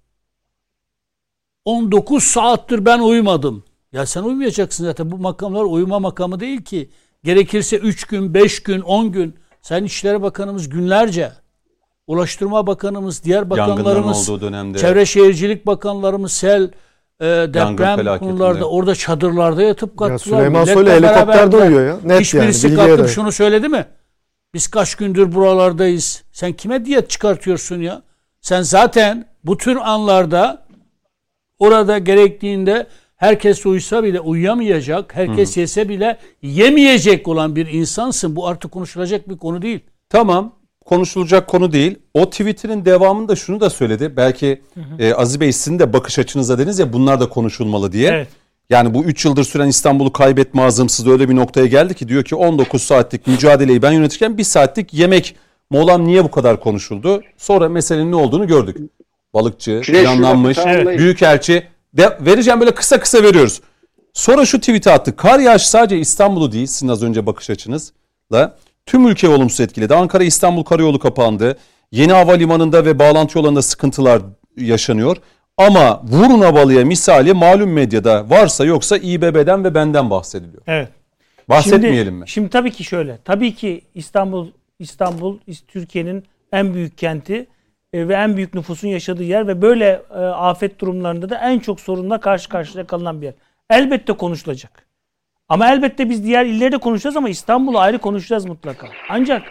19 saattir ben uyumadım. Ya sen uyumayacaksın zaten. Bu makamlar uyuma makamı değil ki. Gerekirse 3 gün, 5 gün, 10 gün. Sayın İçişleri Bakanımız günlerce. Ulaştırma Bakanımız, diğer Yangınların bakanlarımız, olduğu dönemde. Çevre Şehircilik Bakanlarımız, sel, deprem felaketinde. konularda orada çadırlarda yatıp kattılar. Ya Süleyman Milletle Soylu helikopterde beraberdiler. uyuyor ya. Net Hiçbirisi yani, kalkıp bilgiye şunu söyledi mi? Biz kaç gündür buralardayız. Sen kime diyet çıkartıyorsun ya? Sen zaten bu tür anlarda orada gerektiğinde herkes uysa bile uyuyamayacak, herkes yese bile yemeyecek olan bir insansın. Bu artık konuşulacak bir konu değil. Tamam, konuşulacak konu değil. O Twitter'ın devamında şunu da söyledi. Belki Aziz Bey, sizin de bakış açınıza dediniz ya, bunlar da konuşulmalı diye. Evet. Yani bu 3 yıldır süren İstanbul'u kaybetme azımsızlığı öyle bir noktaya geldi ki diyor ki 19 saatlik mücadeleyi ben yönetirken 1 saatlik yemek molam niye bu kadar konuşuldu? Sonra meselenin ne olduğunu gördük. Balıkçı, planlanmış, Evet. büyükelçi. Vereceğim, böyle kısa kısa veriyoruz. Sonra şu tweet'i attı. Kar yağışı sadece İstanbul'u değil, sizin az önce bakış açınızla tüm ülkeyi olumsuz etkiledi. Ankara-İstanbul karayolu kapandı. Yeni havalimanında ve bağlantı yollarında sıkıntılar yaşanıyor. Ama vurun havalıya misali malum medyada varsa yoksa İBB'den ve benden bahsediliyor. Evet. Bahsetmeyelim mi? Şimdi tabii ki şöyle. Tabii ki İstanbul Türkiye'nin en büyük kenti ve en büyük nüfusun yaşadığı yer ve böyle afet durumlarında da en çok sorunla karşı karşıya kalınan bir yer. Elbette konuşulacak. Ama elbette biz diğer illeri de konuşacağız ama İstanbul'u ayrı konuşacağız mutlaka. Ancak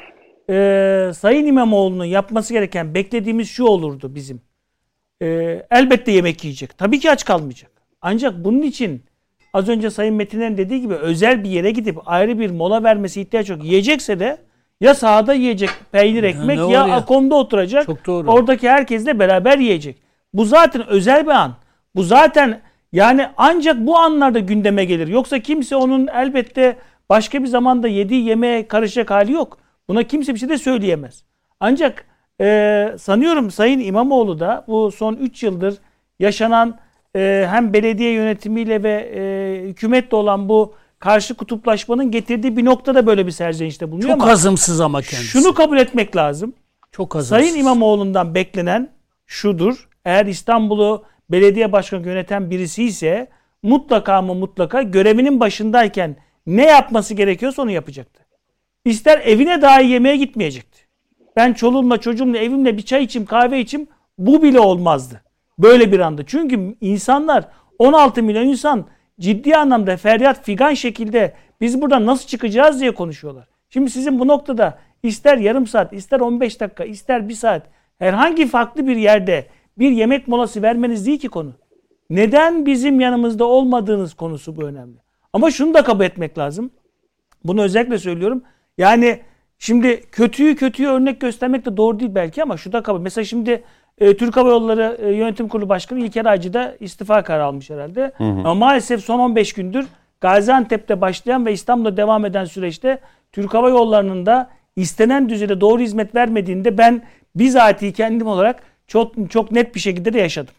Sayın İmamoğlu'nun yapması gereken, beklediğimiz şu olurdu bizim. Elbette yemek yiyecek. Tabii ki aç kalmayacak. Ancak bunun için az önce Sayın Metin'in dediği gibi özel bir yere gidip ayrı bir mola vermesi ihtiyaç yok. Yiyecekse de ya sahada yiyecek peynir ekmek ne ya var ya? akomda oturacak. Çok doğru. Oradaki herkesle beraber yiyecek. Bu zaten özel bir an. Bu zaten yani ancak bu anlarda gündeme gelir. Yoksa kimse onun elbette başka bir zamanda yediği yemeğe karışacak hali yok. Buna kimse bir şey de söyleyemez. Ancak sanıyorum Sayın İmamoğlu da bu son 3 yıldır yaşanan hem belediye yönetimiyle ve hükümetle olan bu karşı kutuplaşmanın getirdiği bir noktada böyle bir serzenişte bulunuyor Çok ama hazımsız ama kendisi. şunu kabul etmek lazım. Çok hazımsız. Sayın İmamoğlu'ndan beklenen şudur. Eğer İstanbul'u belediye başkanı yöneten birisi ise mutlaka ama mutlaka görevinin başındayken ne yapması gerekiyorsa onu yapacaktı. İster evine dahi yemeğe gitmeyecekti. Ben çoluğumla çocuğumla evimle bir çay içim kahve içim, bu bile olmazdı. Böyle bir anda. Çünkü insanlar 16 milyon insan ciddi anlamda feryat figan şekilde biz buradan nasıl çıkacağız diye konuşuyorlar. Şimdi sizin bu noktada ister yarım saat, ister 15 dakika, ister bir saat herhangi farklı bir yerde bir yemek molası vermeniz değil ki konu. Neden bizim yanımızda olmadığınız konusu bu önemli. Ama şunu da kabul etmek lazım. Bunu özellikle söylüyorum. Yani şimdi kötüyü örnek göstermek de doğru değil belki ama şu da kabul. Mesela şimdi Türk Hava Yolları Yönetim Kurulu Başkanı İlker Aycı da istifa kararı almış herhalde. Ama maalesef son 15 gündür Gaziantep'te başlayan ve İstanbul'da devam eden süreçte Türk Hava Yolları'nın da istenen düzeyde doğru hizmet vermediğinde ben bizatihi kendim olarak çok net bir şekilde de yaşadım.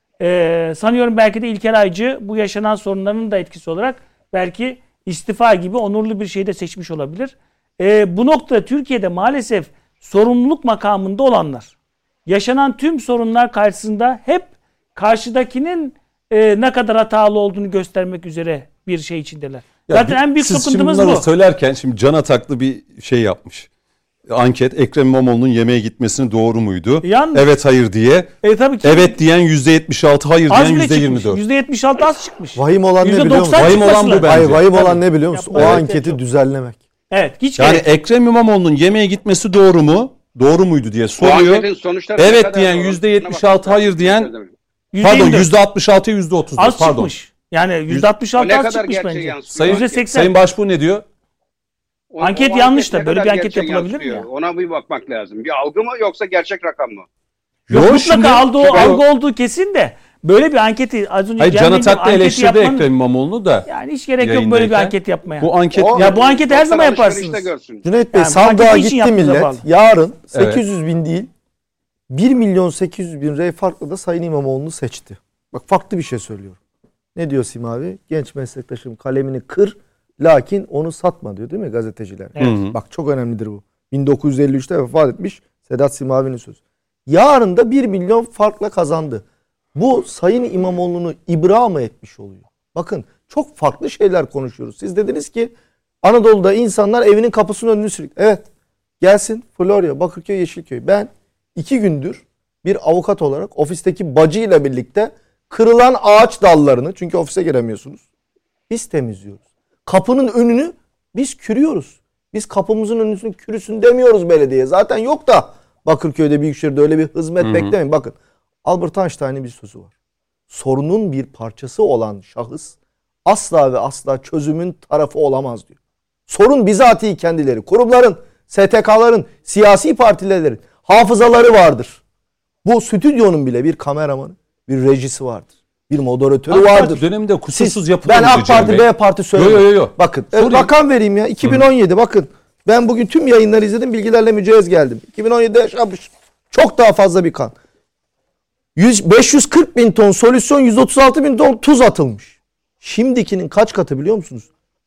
Sanıyorum belki de İlker Aycı bu yaşanan sorunların da etkisi olarak belki istifa gibi onurlu bir şeyi de seçmiş olabilir. Bu noktada Türkiye'de maalesef sorumluluk makamında olanlar yaşanan tüm sorunlar karşısında hep karşıdakinin ne kadar hatalı olduğunu göstermek üzere bir şey içindeler. Zaten en büyük sıkıntımız bu. Siz şimdi söylerken şimdi Can Ataklı bir şey yapmış. Anket, Ekrem İmamoğlu'nun yemeğe gitmesini doğru muydu? Yalnız, evet hayır diye. Tabii ki. Evet diyen %76, hayır diyen %24. %76 az çıkmış. Vahim olan ne biliyor musun? Vahim olan bu bence. Hayır, vahim olan ne biliyor musun? O Evet, anketi çok. düzenlemek. Evet, hiç Yani gerek. Ekrem İmamoğlu'nun yemeğe gitmesi doğru mu? Doğru muydu diye soruyor. Evet diyen %76, hayır diyen pardon %66'ya %34. Az Pardon. çıkmış. Yani %66 az çıkmış bence. Sayın Başbuğ ne diyor? Anket yanlış da böyle bir anket yapılabilir mi ya? Ona bir bakmak lazım. Bir algı mı yoksa gerçek rakam mı? Yok, mutlaka algı olduğu kesin de böyle bir anketi az önce Can Ataklı eleştirdi Ekrem İmamoğlu'nu da. Yani hiç gerek yok böyle bir anket yapmaya. Bu anket bu anketi her zaman yaparsınız. Cüneyt Bey, Yani sandığa gitti millet. bağlı. Yarın 800 bin değil 1.800.000 farklı da Sayın İmamoğlu'nu seçti. Bak, farklı bir şey söylüyorum. Ne diyor Simavi? Genç meslektaşım kalemini kır, lakin onu satma diyor, değil mi gazeteciler? Evet. Bak, çok önemlidir bu. 1953'te vefat etmiş Sedat Simavi'nin sözü. Yarın da 1 milyon farkla kazandı. Bu Sayın İmamoğlu'nu ibra mı etmiş oluyor? Bakın çok farklı şeyler konuşuyoruz. Siz dediniz ki Anadolu'da insanlar evinin kapısının önünü sürüklüyor. Evet, gelsin Florya, Bakırköy, Yeşilköy. Ben 2 gündür bir avukat olarak ofisteki bacıyla birlikte kırılan ağaç dallarını, çünkü ofise giremiyorsunuz, biz temizliyoruz. Kapının önünü biz kürüyoruz. Biz kapımızın önünün kürüsün demiyoruz belediye. Zaten yok da Bakırköy'de, Büyükşehir'de öyle bir hizmet beklemeyin. Bakın, Albert Einstein'ın bir sözü var. Sorunun bir parçası olan şahıs asla ve asla çözümün tarafı olamaz diyor. Sorun bizatihi kendileri, kurumların, STK'ların, siyasi partilerin hafızaları vardır. Bu stüdyonun bile bir kameramanı, bir rejisi vardır. Bir moderatörü vardır. AK Parti döneminde kusursuz yapılıyor. Ben AK Parti, B Parti söylemiyorum. Yo. Bakın rakam vereyim ya. 2017 bakın. Ben bugün tüm yayınları izledim. Bilgilerle mücehhez geldim. 2017'de yaşanmış. Çok daha fazla bir kan. 540 bin ton solüsyon, 136 bin ton tuz atılmış. Şimdikinin kaç katı biliyor musunuz?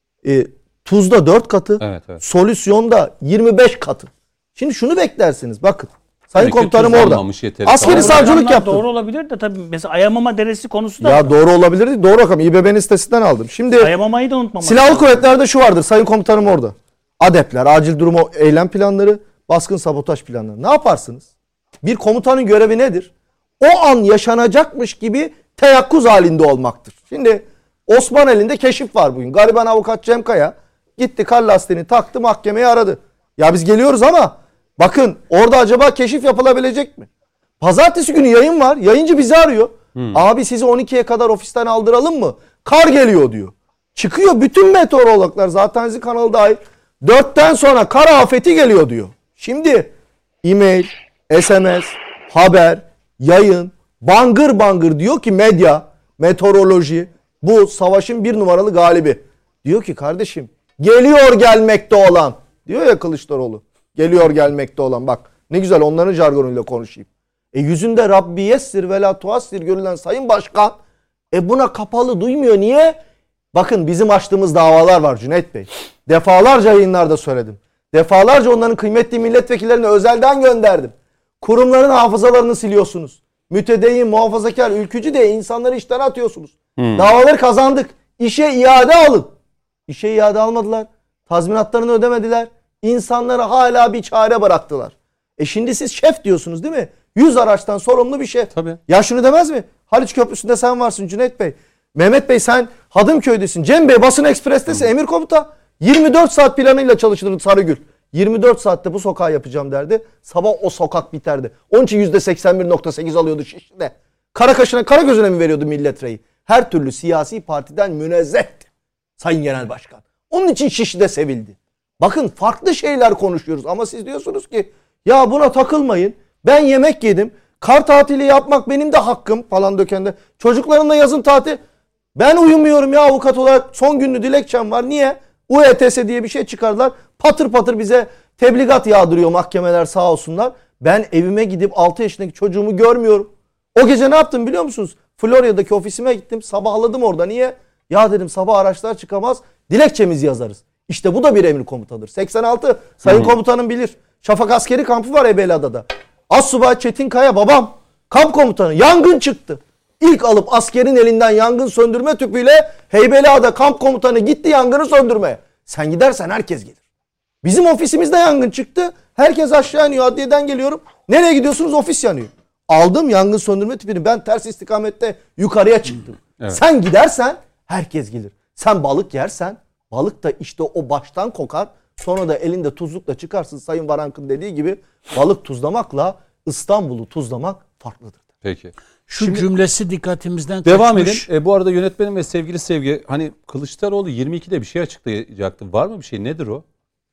Tuzda 4 katı. Evet. Solüsyonda 25 katı. Şimdi şunu beklersiniz. Bakın. Sayın komutanım orada. Askeri savcılık yaptı. Doğru olabilir de tabii mesela Ayamama Deresi konusu da. Ya doğru olabilir değil. Doğru rakam. İBB'nin sitesinden aldım. Şimdi Ayamama'yı da unutmamak. Silahlı kuvvetlerde şu vardır. Sayın komutanım orada. ADEP'ler, acil durum eylem planları, baskın sabotaj planları. Ne yaparsınız? Bir komutanın görevi nedir? O an yaşanacakmış gibi teyakkuz halinde olmaktır. Şimdi Osman elinde keşif var bugün. Gariban avukat Cem Kaya gitti, kar lastiğini taktı, mahkemeyi aradı. Ya biz geliyoruz ama bakın orada acaba keşif yapılabilecek mi? Pazartesi günü yayın var. Yayıncı bizi arıyor. Abi sizi 12'ye kadar ofisten aldıralım mı? Kar geliyor diyor. Çıkıyor bütün meteorologlar, zaten sizin kanalı dahil. 4'ten sonra kar afeti geliyor diyor. Şimdi e-mail, SMS, haber, yayın, bangır bangır diyor ki medya, meteoroloji bu savaşın 1 numaralı galibi. Diyor ki kardeşim geliyor gelmekte olan. Diyor ya Kılıçdaroğlu. Geliyor gelmekte olan. Bak ne güzel onların jargonuyla konuşayım. Yüzünde Rabbi yessir ve la tuassir görülen Sayın Başkan buna kapalı duymuyor. Niye? Bakın bizim açtığımız davalar var Cüneyt Bey. Defalarca yayınlarda söyledim. Defalarca onların kıymetli milletvekillerine özelden gönderdim. Kurumların hafızalarını siliyorsunuz. Mütedeyyin, muhafazakar, ülkücü diye insanları işten atıyorsunuz. Davaları kazandık. İşe iade alın. İşe iade almadılar. Tazminatlarını ödemediler. İnsanları hala bir çare bıraktılar. Şimdi siz şef diyorsunuz değil mi? 100 araçtan sorumlu bir şef. Tabii. Ya şunu demez mi? Haliç Köprüsü'nde sen varsın Cüneyt Bey. Mehmet Bey sen Hadımköy'desin. Cem Bey Basın Ekspres'tesin. Emir komuta. 24 saat planıyla çalıştırdı Sarıgül. 24 saatte bu sokağı yapacağım derdi. Sabah o sokak biterdi. Onun için %81.8 alıyordu Şişli'de. Karakaş'ına, Karagöz'üne mi veriyordu millet reyi? Her türlü siyasi partiden münezzehti Sayın Genel Başkan. Onun için Şişli'de sevildi. Bakın farklı şeyler konuşuyoruz ama siz diyorsunuz ki ya buna takılmayın. Ben yemek yedim. Kar tatili yapmak benim de hakkım falan dökende. Çocuklarımla yazın tatil. Ben uyumuyorum ya avukat olarak. Son günlü dilekçem var. Niye? UETS diye bir şey çıkardılar. Patır patır bize tebligat yağdırıyor mahkemeler sağ olsunlar. Ben evime gidip 6 yaşındaki çocuğumu görmüyorum. O gece ne yaptım biliyor musunuz? Florya'daki ofisime gittim. Sabahladım orada. Niye? Ya dedim sabah araçlar çıkamaz. Dilekçemizi yazarız. İşte bu da bir emir komutanıdır. 86 Sayın Komutanım bilir. Şafak Askeri Kampı var Eybeliada'da. Assubay Çetin Kaya babam kamp komutanı. Yangın çıktı. İlk alıp askerin elinden yangın söndürme tüpüyle Heybeliada kamp komutanı gitti yangını söndürmeye. Sen gidersen herkes gelir. Bizim ofisimizde yangın çıktı. Herkes aşağı iniyor. Adliyeden geliyorum. Nereye gidiyorsunuz? Ofis yanıyor. Aldım yangın söndürme tüpünü. Ben ters istikamette yukarıya çıktım. Evet. Sen gidersen herkes gelir. Sen balık yersen balık da işte o baştan kokar. Sonra da elinde tuzlukla çıkarsın. Sayın Varank'ın dediği gibi balık tuzlamakla İstanbul'u tuzlamak farklıdır. Peki. Şimdi cümlesi dikkatimizden devam kaçmış. edin. Bu arada yönetmenim ve sevgili Sevgi, hani Kılıçdaroğlu 22'de bir şey açıklayacaktı. Var mı bir şey? Nedir o?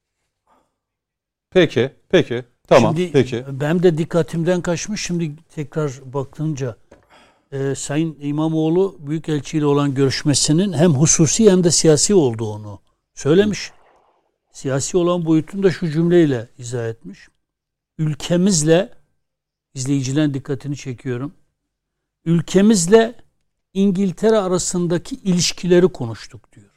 Peki. Tamam. Şimdi, peki. Ben de dikkatimden kaçmış. Şimdi tekrar bakınca Sayın İmamoğlu Büyükelçi ile olan görüşmesinin hem hususi hem de siyasi olduğunu söylemiş. Siyasi olan boyutunu da şu cümleyle izah etmiş. Ülkemizle, izleyicilerin dikkatini çekiyorum. Ülkemizle İngiltere arasındaki ilişkileri konuştuk diyor.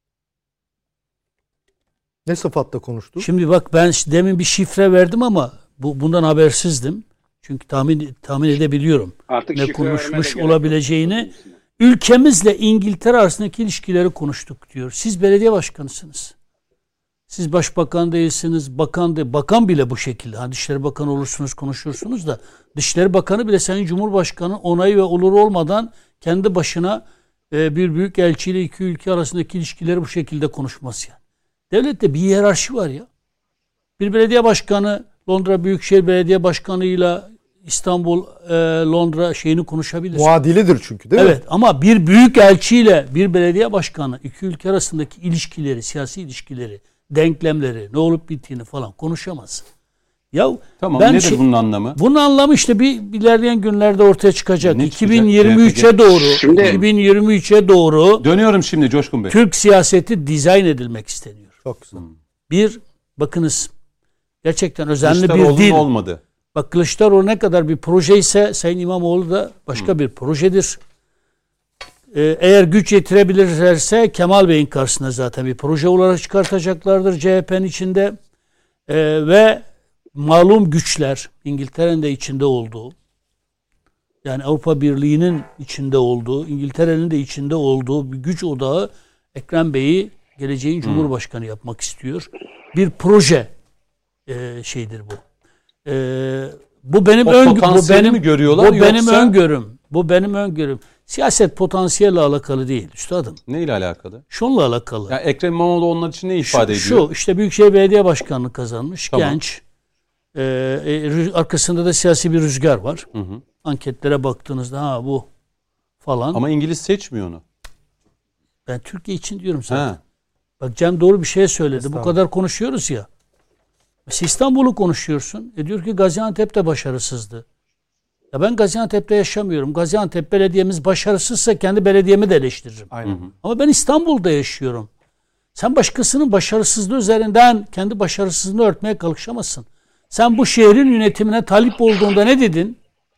Ne sıfatla konuştuk? Şimdi bak ben demin bir şifre verdim ama bundan habersizdim. Çünkü tahmin edebiliyorum Artık ne şifre konuşmuş vermeye de gerek olabileceğini. yok. Ülkemizle İngiltere arasındaki ilişkileri konuştuk diyor. Siz belediye başkanısınız. Siz başbakan değilsiniz, bakan bile bu şekilde. Hani Dışişleri Bakanı olursunuz, konuşursunuz da Dışişleri Bakanı bile Sayın Cumhurbaşkanı onayı ve oluru olmadan kendi başına bir büyük elçiyle iki ülke arasındaki ilişkileri bu şekilde konuşmaz yani. Devlette bir hiyerarşi var ya. Bir belediye başkanı Londra Büyükşehir Belediye Başkanı'yla İstanbul, Londra şeyini konuşabilir. Muadilidir çünkü değil mi? Evet, ama bir büyük elçiyle bir belediye başkanı iki ülke arasındaki ilişkileri, siyasi ilişkileri, denklemleri, ne olup bittiğini falan konuşamaz. Ya Tamam, nedir bunun anlamı? Bunun anlamı işte bir ilerleyen günlerde ortaya çıkacak. Ne çıkacak? 2023'e doğru, Şimdi- 2023'e doğru Dönüyorum şimdi Coşkun Bey. Türk siyaseti dizayn edilmek isteniyor. Çok güzel. Bir, bakınız gerçekten özenli bir Kılıçdaroğlu'nun dil. olmadı. Bak, Kılıçdaroğlu ne kadar bir proje ise Sayın İmamoğlu da başka bir projedir. Eğer güç yetirebilirlerse Kemal Bey'in karşısına zaten bir proje olarak çıkartacaklardır CHP'nin içinde. Ve malum güçler, İngiltere'nin de içinde olduğu, yani Avrupa Birliği'nin içinde olduğu, İngiltere'nin de içinde olduğu bir güç odağı Ekrem Bey'i geleceğin Cumhurbaşkanı yapmak istiyor. Bir proje şeydir bu. Bu benim potansiyeli mi görüyorlar, bu benim yoksa- öngörüm. Bu benim öngörüm. Siyaset potansiyelle alakalı değil üstadım. Ne ile alakalı? Şunla alakalı. Ya Ekrem İmamoğlu onlar için ne ifade ediyor? Şu işte Büyükşehir Belediye Başkanlığı kazanmış. Tamam. Genç. Arkasında da siyasi bir rüzgar var. Hı hı. Anketlere baktığınızda bu falan. Ama İngiliz seçmiyor onu. Ben Türkiye için diyorum zaten. Ha. Bak, Cem doğru bir şey söyledi. Bu Estağfurullah. kadar konuşuyoruz ya. Mesela İstanbul'u konuşuyorsun. Diyor ki Gaziantep de başarısızdı. Ya ben Gaziantep'te yaşamıyorum. Gaziantep belediyemiz başarısızsa kendi belediyemi de eleştiririm. Aynen. Ama ben İstanbul'da yaşıyorum. Sen başkasının başarısızlığı üzerinden kendi başarısızlığını örtmeye kalkışamazsın. Sen bu şehrin yönetimine talip olduğunda ne dedin?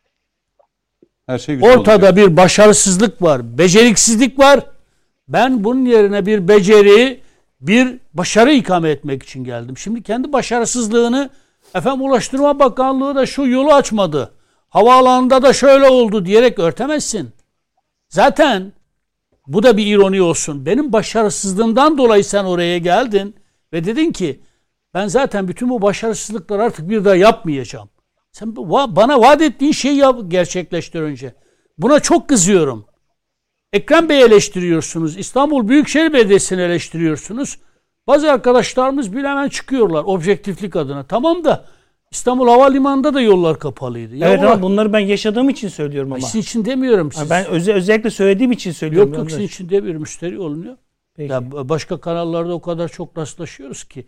Her şey güzel Ortada olacak. bir başarısızlık var, beceriksizlik var. Ben bunun yerine bir beceri, bir başarı ikame etmek için geldim. Şimdi kendi başarısızlığını Ulaştırma Bakanlığı da şu yolu açmadı, havaalanında da şöyle oldu diyerek örtemezsin. Zaten bu da bir ironi olsun. Benim başarısızlığımdan dolayı sen oraya geldin ve dedin ki ben zaten bütün bu başarısızlıkları artık bir daha yapmayacağım. Sen bana vaat ettiğin şeyi gerçekleştir önce. Buna çok kızıyorum. Ekrem Bey'i eleştiriyorsunuz. İstanbul Büyükşehir Belediyesi'ni eleştiriyorsunuz. Bazı arkadaşlarımız bile hemen çıkıyorlar objektiflik adına. Tamam da İstanbul Havalimanı'nda da yollar kapalıydı. Ya Evet ulan, ama bunları ben yaşadığım için söylüyorum ama. sizin için demiyorum. Siz. Ben özellikle söylediğim için söylüyorum. Yok sizin için demiyorum. Müşteri olunuyor. Peki. Ya başka kanallarda o kadar çok rastlaşıyoruz ki.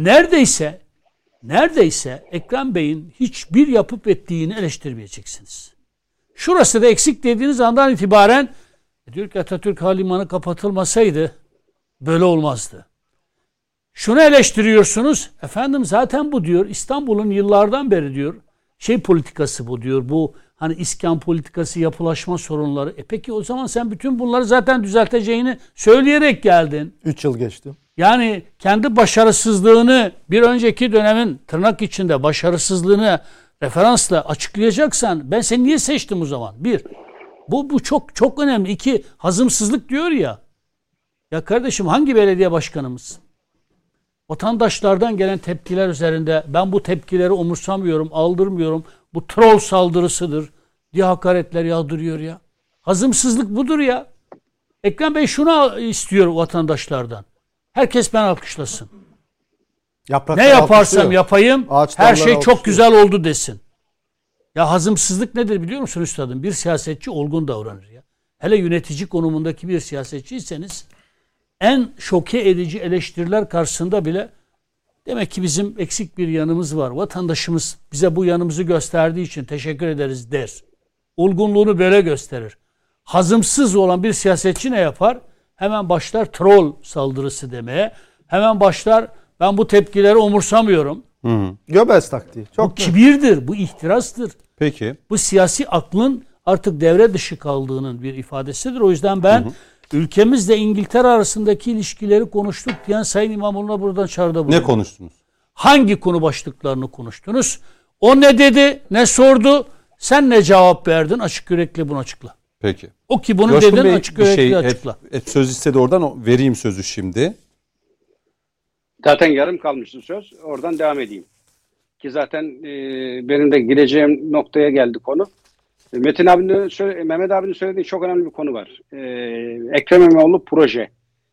Neredeyse Ekrem Bey'in hiçbir yapıp ettiğini eleştirmeyeceksiniz. Şurası da eksik dediğiniz andan itibaren diyor ki Atatürk Havalimanı kapatılmasaydı böyle olmazdı. Şunu eleştiriyorsunuz. Zaten bu diyor İstanbul'un yıllardan beri diyor politikası bu diyor. Bu hani iskan politikası, yapılaşma sorunları. Peki o zaman sen bütün bunları zaten düzelteceğini söyleyerek geldin. 3 yıl geçti. Yani kendi başarısızlığını bir önceki dönemin tırnak içinde başarısızlığını referansla açıklayacaksan ben seni niye seçtim o zaman? Bir, bu çok çok önemli. İki, hazımsızlık diyor ya. Ya kardeşim hangi belediye başkanımız? Vatandaşlardan gelen tepkiler üzerinde ben bu tepkileri umursamıyorum, aldırmıyorum. Bu troll saldırısıdır diye hakaretler yağdırıyor ya. Hazımsızlık budur ya. Ekrem Bey şunu istiyor vatandaşlardan. Herkes ben alkışlasın. Yapraklar Ne yaparsam alkışlıyor. yapayım Ağaç her dalları şey çok alkışlıyor. güzel oldu desin. Ya hazımsızlık nedir biliyor musun üstadım? Bir siyasetçi olgun davranır ya. Hele yönetici konumundaki bir siyasetçiyseniz en şoke edici eleştiriler karşısında bile demek ki bizim eksik bir yanımız var. Vatandaşımız bize bu yanımızı gösterdiği için teşekkür ederiz der. Olgunluğunu böyle gösterir. Hazımsız olan bir siyasetçi ne yapar? Hemen başlar troll saldırısı demeye. Hemen başlar ben bu tepkileri umursamıyorum. Göbels taktiği. Bu Çok kibirdir, bu ihtirastır. Peki. Bu siyasi aklın artık devre dışı kaldığının bir ifadesidir. O yüzden ben ülkemizle İngiltere arasındaki ilişkileri konuştuk diyen Sayın İmamoğlu'na buradan çağrıda bulunuyorum. Ne konuştunuz? Hangi konu başlıklarını konuştunuz? O ne dedi, ne sordu, sen ne cevap verdin? Açık yürekli bunu açıkla. Peki. O ki bunu Coşkun dedin, Bey açık bir yürekli şey açıkla. hep söz istedi oradan, vereyim sözü şimdi. Zaten yarım kalmıştı söz. Oradan devam edeyim. Ki zaten benim de gireceğim noktaya geldi konu. Mehmet abinin söylediği çok önemli bir konu var. Ekrem İmamoğlu proje.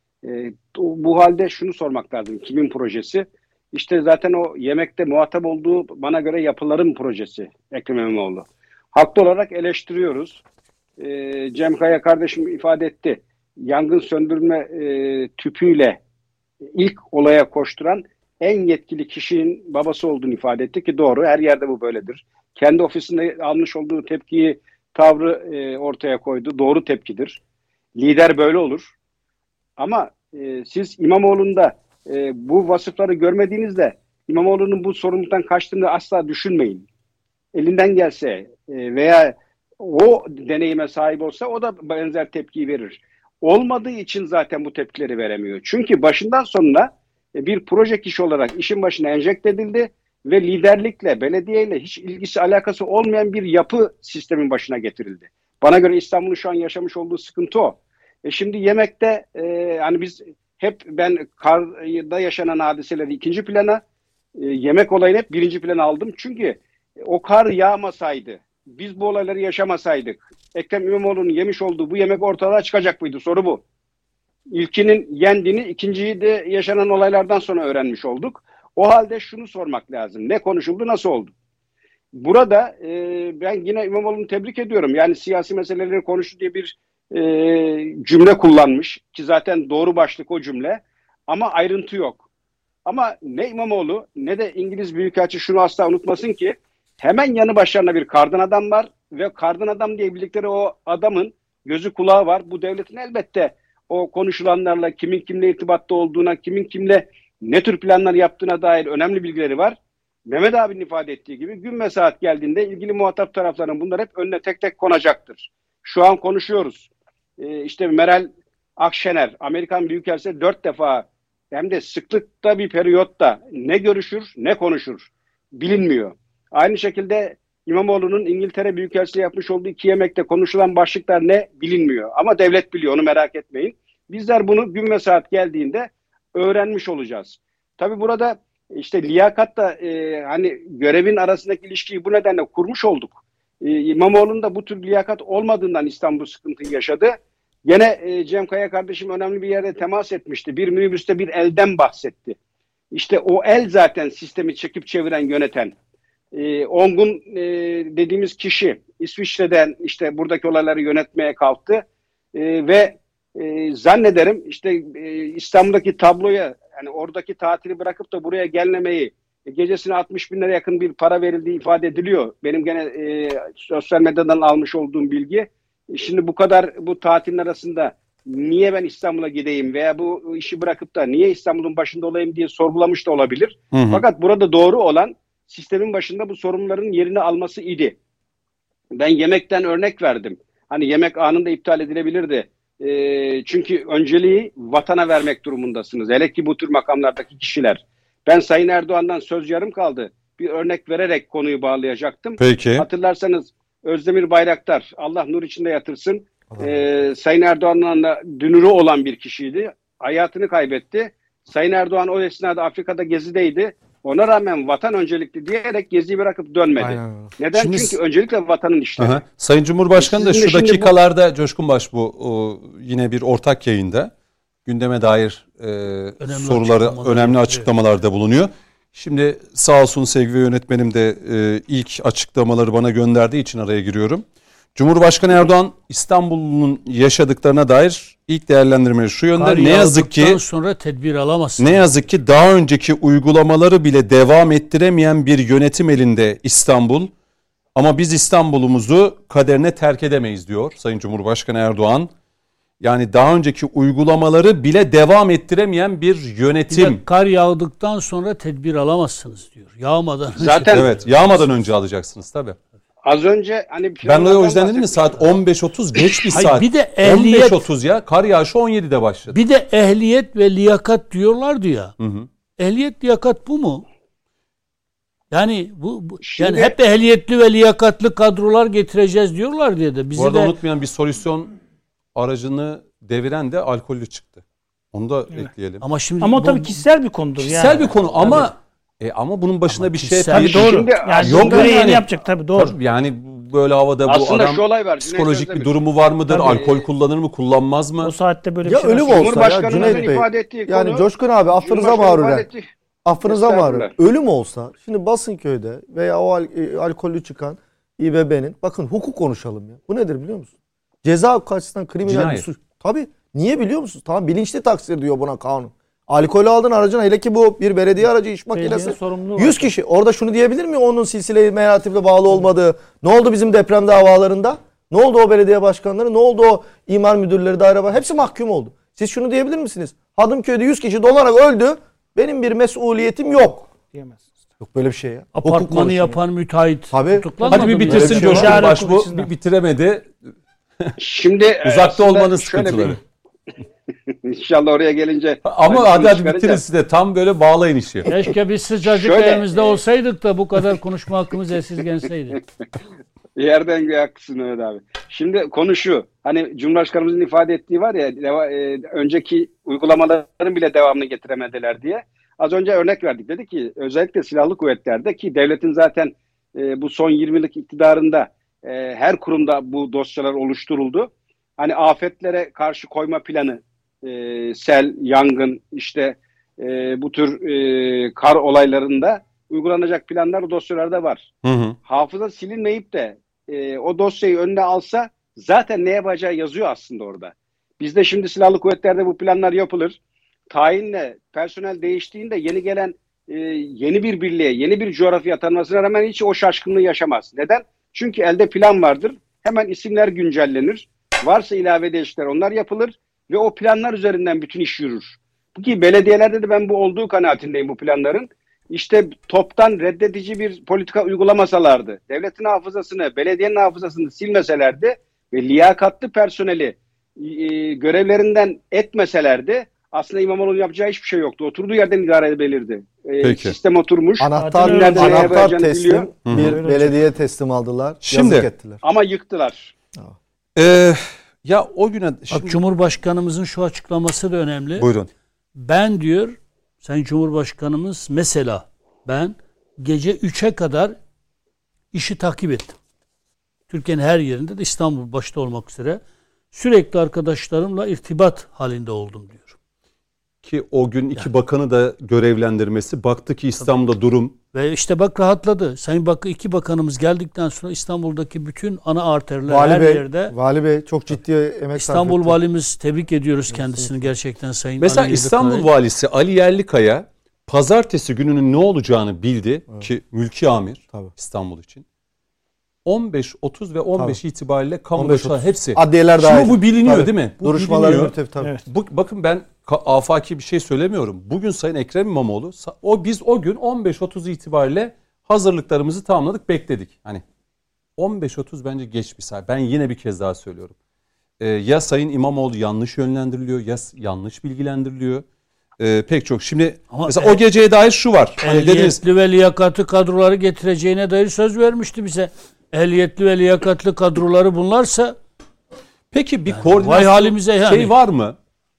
Bu halde şunu sormak lazım. Kimin projesi? İşte zaten o yemekte muhatap olduğu bana göre yapıların projesi Ekrem İmamoğlu. Haklı olarak eleştiriyoruz. Cem Kaya kardeşim ifade etti. Yangın söndürme tüpüyle ilk olaya koşturan en yetkili kişinin babası olduğunu ifade etti ki doğru. Her yerde bu böyledir. Kendi ofisinde almış olduğu tepkiyi, tavrı ortaya koydu. Doğru tepkidir. Lider böyle olur. Ama siz İmamoğlu'nda bu vasıfları görmediğinizde İmamoğlu'nun bu sorumluluktan kaçtığını asla düşünmeyin. Elinden gelse veya o deneyime sahip olsa o da benzer tepkiyi verir. Olmadığı için zaten bu tepkileri veremiyor. Çünkü başından sonuna bir proje kişi olarak işin başına enjekte edildi ve liderlikle, belediyeyle hiç ilgisi alakası olmayan bir yapı sistemin başına getirildi. Bana göre İstanbul'un şu an yaşamış olduğu sıkıntı o. Şimdi yemekte hani biz ben karda yaşanan hadiseleri ikinci plana, yemek olayını hep birinci plana aldım. Çünkü o kar yağmasaydı, biz bu olayları yaşamasaydık, Ekrem İmamoğlu'nun yemiş olduğu bu yemek ortalığa çıkacak mıydı? Soru bu. İlkinin yendiğini, ikinciyi de yaşanan olaylardan sonra öğrenmiş olduk. O halde şunu sormak lazım. Ne konuşuldu, nasıl oldu? Burada ben yine İmamoğlu'nu tebrik ediyorum. Yani siyasi meseleleri konuştu diye bir cümle kullanmış ki zaten doğru başlık o cümle. Ama ayrıntı yok. Ama ne İmamoğlu ne de İngiliz Büyükelçi şunu asla unutmasın ki hemen yanı başlarına bir kardan adam var ve kardan adam diye bildikleri o adamın gözü kulağı var. Bu devletin elbette o konuşulanlarla kimin kimle irtibatta olduğuna, kimin kimle ne tür planlar yaptığına dair önemli bilgileri var. Mehmet abinin ifade ettiği gibi gün ve saat geldiğinde ilgili muhatap tarafların bunlar hep önüne tek tek konacaktır. Şu an konuşuyoruz. İşte Meral Akşener, Amerikan Büyükelçisi 4 defa hem de sıklıkta bir periyotta ne görüşür ne konuşur bilinmiyor. Aynı şekilde İmamoğlu'nun İngiltere Büyükelçiliği yapmış olduğu 2 yemekte konuşulan başlıklar ne bilinmiyor. Ama devlet biliyor, onu merak etmeyin. Bizler bunu gün ve saat geldiğinde öğrenmiş olacağız. Tabii burada işte liyakat da hani görevin arasındaki ilişkiyi bu nedenle kurmuş olduk. İmamoğlu'nda bu tür liyakat olmadığından İstanbul sıkıntıyı yaşadı. Gene Cem Kaya kardeşim önemli bir yerde temas etmişti. Bir minibüste bir elden bahsetti. İşte o el zaten sistemi çekip çeviren, yöneten. Ongun dediğimiz kişi İsviçre'den işte buradaki olayları yönetmeye kalktı. Ve zannederim işte İstanbul'daki tabloya, yani oradaki tatili bırakıp da buraya gelmemeyi, gecesine 60 bin lira yakın bir para verildiği ifade ediliyor. Benim gene sosyal medyadan almış olduğum bilgi. Şimdi bu tatilin arasında niye ben İstanbul'a gideyim veya bu işi bırakıp da niye İstanbul'un başında olayım diye sorgulamış da olabilir. Hı hı. Fakat burada doğru olan sistemin başında bu sorumluların yerini alması idi. Ben yemekten örnek verdim. Hani yemek anında iptal edilebilirdi. Çünkü önceliği vatana vermek durumundasınız. Hele ki bu tür makamlardaki kişiler. Ben Sayın Erdoğan'dan söz yarım kaldı. Bir örnek vererek konuyu bağlayacaktım. Peki. Hatırlarsanız Özdemir Bayraktar, Allah nur içinde yatırsın. Sayın Erdoğan'la dünürü olan bir kişiydi. Hayatını kaybetti. Sayın Erdoğan o esnada Afrika'da gezideydi. Ona rağmen vatan öncelikli diyerek geziyi bırakıp dönmedi. Aynen. Neden? Şimdi, çünkü öncelikle vatanın işleri. Aha. Sayın Cumhurbaşkanı da şu dakikalarda Coşkun Baş yine bir ortak yayında gündeme dair önemli açıklamalarda bulunuyor. Şimdi sağ olsun Sevgi yönetmenim de ilk açıklamaları bana gönderdiği için araya giriyorum. Cumhurbaşkanı Erdoğan İstanbul'un yaşadıklarına dair ilk değerlendirmeleri şu yönde. Ne yazık ki sonra tedbir alamazsın. Ne yazık ki daha önceki uygulamaları bile devam ettiremeyen bir yönetim elinde İstanbul. Ama biz İstanbul'umuzu kaderine terk edemeyiz diyor Sayın Cumhurbaşkanı Erdoğan. Yani daha önceki uygulamaları bile devam ettiremeyen bir yönetim. Kar yağdıktan sonra tedbir alamazsınız diyor. Yağmadan önce. Zaten evet, yağmadan önce alacaksınız tabii. Az önce hani ben de o yüzden dedim mi saat 15.30 geç bir saat. Bir de ehliyet 15.30 ya, kar yağışı 17'de başladı. Bir de ehliyet ve liyakat diyorlardı ya. Hı hı. Ehliyet liyakat bu mu? Yani bu Şimdi- yani hep ehliyetli ve liyakatlı kadrolar getireceğiz diyorlar diye de Bu bizi arada de unutmayalım, bir solüsyon aracını deviren de alkollü çıktı. Onu da ekleyelim. ama şimdi Ama o bu- tabii kişisel bir konudur. Kişisel yani. bir konu ama ama bunun başına Ama bir şey kişisel- Tabii doğru. Şimdi Yani aslında görevini yani- yapacak tabii doğru. Tabii yani böyle havada bu Aslında adam şu olay var. Cüneyt psikolojik bir Özdemir. durumu var mıdır? Tabii. Alkol kullanır mı, kullanmaz mı? O saatte böyle Ya bir şey ölüm nasıl- olsa ya Cumhurbaşkanımızın Cüneyt Bey. ifade ettiği Yani konu- Coşkun abi affınıza Cumhurbaşkanı mağruren. ifade ettiği- Affınıza mağruren. Estağfurullah. Ölüm olsa şimdi Basınköy'de veya o alkollü çıkan İBB'nin bakın hukuk konuşalım ya. Bu nedir biliyor musun? Ceza açısından kriminal bir Cinayet. suç. Tabii. Niye biliyor musunuz? Tamam bilinçli taksir diyor buna kanun. Alkolü aldın aracına hele ki bu bir belediye aracı iş Belediyenin makinesi. sorumluluğu 100 var. kişi. Orada şunu diyebilir mi onun silsile-i meratiple bağlı olmadığı? Ne oldu bizim deprem davalarında? Ne oldu o belediye başkanları? Ne oldu o imar müdürleri, daire var? Hepsi mahkum oldu. Siz şunu diyebilir misiniz? Hadımköy'de 100 kişi donarak öldü. Benim bir mesuliyetim yok. Diyemezsiniz. Yok böyle bir şey ya. Hukuk apartmanı konuşuyor. yapan müteahhit Tabii. tutuklanmadı Hadi bir mı? bitirsin Böyle bir şey Coşkun var. Baş, bu Konusunda. bir bitiremedi. Şimdi Uzakta aslında olmanın şöyle bir- sıkıntıları. İnşallah oraya gelince. Ama ben hadi çıkaracağım. bitirin siz de tam böyle bağlayın işi. Keşke biz sıcacık Şöyle, evimizde olsaydık da bu kadar konuşma hakkımız esirgenseydi. Yerden göğe haklısın Mehmet abi. Şimdi konu şu. Hani Cumhurbaşkanımızın ifade ettiği var ya önceki uygulamaların bile devamını getiremediler diye. Az önce örnek verdik. Dedi ki özellikle silahlı kuvvetlerde ki devletin zaten bu son 20 yıllık iktidarında her kurumda bu dosyalar oluşturuldu. Hani afetlere karşı koyma planı, sel, yangın, işte bu tür kar olaylarında uygulanacak planlar o dosyalarda var. Hı hı. Hafıza silinmeyip de o dosyayı önüne alsa zaten ne yapacağı yazıyor aslında orada. Bizde şimdi silahlı kuvvetlerde bu planlar yapılır. Tayinle personel değiştiğinde yeni gelen yeni bir birliğe, yeni bir coğrafya atanmasına rağmen hiç o şaşkınlığı yaşamaz. Neden? Çünkü elde plan vardır. Hemen isimler güncellenir. Varsa ilave değişiklikler onlar yapılır ve o planlar üzerinden bütün iş yürür. Ki belediyelerde de ben bu olduğu kanaatindeyim bu planların. İşte toptan reddedici bir politika uygulamasalardı, devletin hafızasını, belediyenin hafızasını silmeselerdi ve liyakatlı personeli görevlerinden etmeselerdi aslında İmamoğlu'nun yapacağı hiçbir şey yoktu. Oturduğu yerden idare edebilirdi. Peki. Sistem oturmuş. Anahtar, Zaten öyle. anahtar Biliyor. teslim Hı. bir Öyle belediye teslim aldılar. Şimdi- Yazık ettiler. Ama yıktılar. Ya o güne Bak şimdi, Cumhurbaşkanımızın şu açıklaması da önemli. buyurun. Ben diyor Sayın Cumhurbaşkanımız mesela ben gece 3'e kadar işi takip ettim. Türkiye'nin her yerinde de İstanbul başta olmak üzere sürekli arkadaşlarımla irtibat halinde oldum diyor. Ki o gün iki bakanı da görevlendirmesi, baktı ki İstanbul'da durum Ve işte bak rahatladı. Sayın iki bakanımız geldikten sonra İstanbul'daki bütün ana arterler her yerde. Vali Bey çok ciddi emek İstanbul sarf etti. valimiz tebrik ediyoruz kendisini gerçekten Sayın Mesela Ali İstanbul Yerlikaya. valisi Ali Yerlikaya pazartesi gününün ne olacağını bildi ki mülki amir Tabii. İstanbul için. 15, 30 ve 15 itibariyle kamu 15, başkanı 30. hepsi. Adliyeler Şimdi dahil. bu biliniyor Tabii. değil mi? Bu Duruşmalar biliniyor. tabii. Evet. Bakın ben afaki bir şey söylemiyorum. Bugün Sayın Ekrem İmamoğlu biz o gün 15-30 itibariyle hazırlıklarımızı tamamladık, bekledik. Hani 15-30 bence geç bir saat. Ben yine bir kez daha söylüyorum. Ya Sayın İmamoğlu yanlış yönlendiriliyor ya yanlış bilgilendiriliyor. Pek çok. Şimdi Ama mesela o geceye dair şu var. Hani dediniz Ehliyetli ve liyakatlı kadroları getireceğine dair söz vermişti bize. Ehliyetli ve liyakatlı kadroları bunlarsa peki bir vay koordinasyon halimize yani. şey var mı?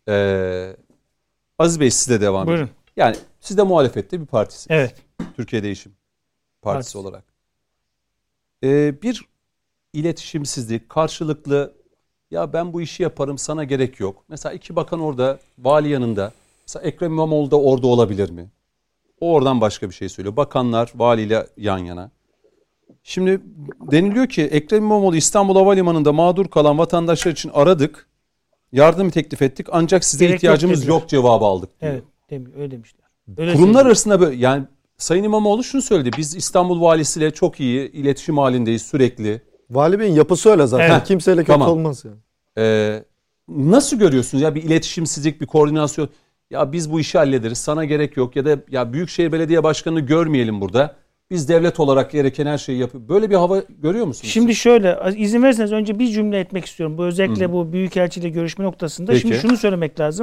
Aziz Bey size devam edin. Buyurun. Yani siz de muhalefette bir partisiniz. Evet. Türkiye Değişim Partisi Partisi. olarak. Bir iletişimsizlik, karşılıklı ya ben bu işi yaparım sana gerek yok. Mesela iki bakan orada, vali yanında. Mesela Ekrem İmamoğlu da orada olabilir mi? O oradan başka bir şey söylüyor. Bakanlar valiyle yan yana. Şimdi deniliyor ki Ekrem İmamoğlu İstanbul Havalimanı'nda mağdur kalan vatandaşlar için aradık. Yardım teklif ettik ancak size Gerek yok ihtiyacımız dediler. yok cevabı aldık diyor. Evet. Öyle demişler. Öyle Kurumlar söylüyor. arasında böyle yani Sayın İmamoğlu şunu söyledi. Biz İstanbul valisiyle çok iyi iletişim halindeyiz sürekli. Vali Bey'in yapısı öyle zaten. Evet. Kimseyle kötü Tamam. olmaz yani. Nasıl görüyorsunuz ya bir iletişimsizlik, bir koordinasyon? Ya biz bu işi hallederiz. Sana gerek yok ya da ya Büyükşehir Belediye Başkanı'nı görmeyelim burada. Biz devlet olarak gereken her şeyi yapıyoruz. Böyle bir hava görüyor musunuz? Şimdi şöyle izin verirseniz önce bir cümle etmek istiyorum. Bu özellikle bu büyükelçiyle görüşme noktasında. Peki. Şimdi şunu söylemek lazım.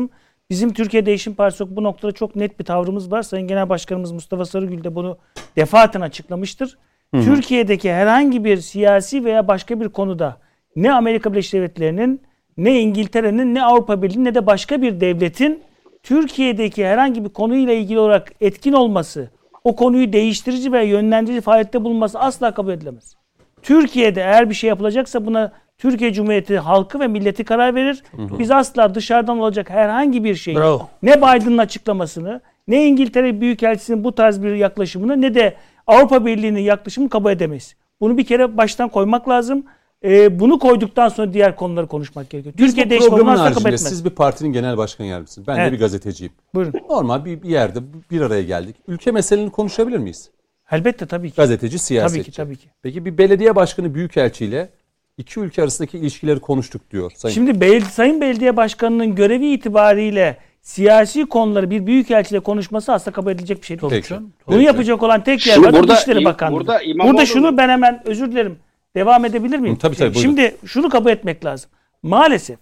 Bizim Türkiye Değişim Partisi bu noktada çok net bir tavrımız var. Sayın Genel Başkanımız Mustafa Sarıgül de bunu defaten açıklamıştır. Türkiye'deki herhangi bir siyasi veya başka bir konuda ne Amerika Birleşik Devletleri'nin, ne İngiltere'nin, ne Avrupa Birliği'nin, ne de başka bir devletin Türkiye'deki herhangi bir konuyla ilgili olarak etkin olması, o konuyu değiştirici veya yönlendirici faaliyette bulunması asla kabul edilemez. Türkiye'de eğer bir şey yapılacaksa buna Türkiye Cumhuriyeti halkı ve milleti karar verir. Biz asla dışarıdan olacak herhangi bir şeyi, Bravo. ne Biden'ın açıklamasını, ne İngiltere Büyükelçisi'nin bu tarz bir yaklaşımını, ne de Avrupa Birliği'nin yaklaşımını kabul edemeyiz. Bunu bir kere baştan koymak lazım. Bunu koyduktan sonra diğer konuları konuşmak gerekiyor. Biz Türkiye bu değişimi programın asla kabul haricinde etmez. siz bir partinin genel başkan yardımcısınız. Ben de Evet. bir gazeteciyim. Buyurun. Normal bir yerde bir araya geldik. Ülke meselelerini konuşabilir miyiz? Elbette tabii ki. Gazeteci, siyasetçi. Tabii ki. Peki bir belediye başkanı büyükelçiyle iki ülke arasındaki ilişkileri konuştuk diyor. Sayın. Şimdi Sayın Belediye Başkanı'nın görevi itibariyle siyasi konuları bir büyükelçiyle konuşması asla kabul edilecek bir şey değil. Peki. Bunu yapacak olan tek yer Şimdi var burada Dışişleri Bakanlığı. burada İmamoğlu- Burada şunu ben hemen özür dilerim. Devam edebilir miyim? Tabii, buyurun. Şimdi şunu kabul etmek lazım. Maalesef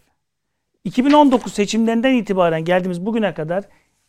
2019 seçimlerinden itibaren geldiğimiz bugüne kadar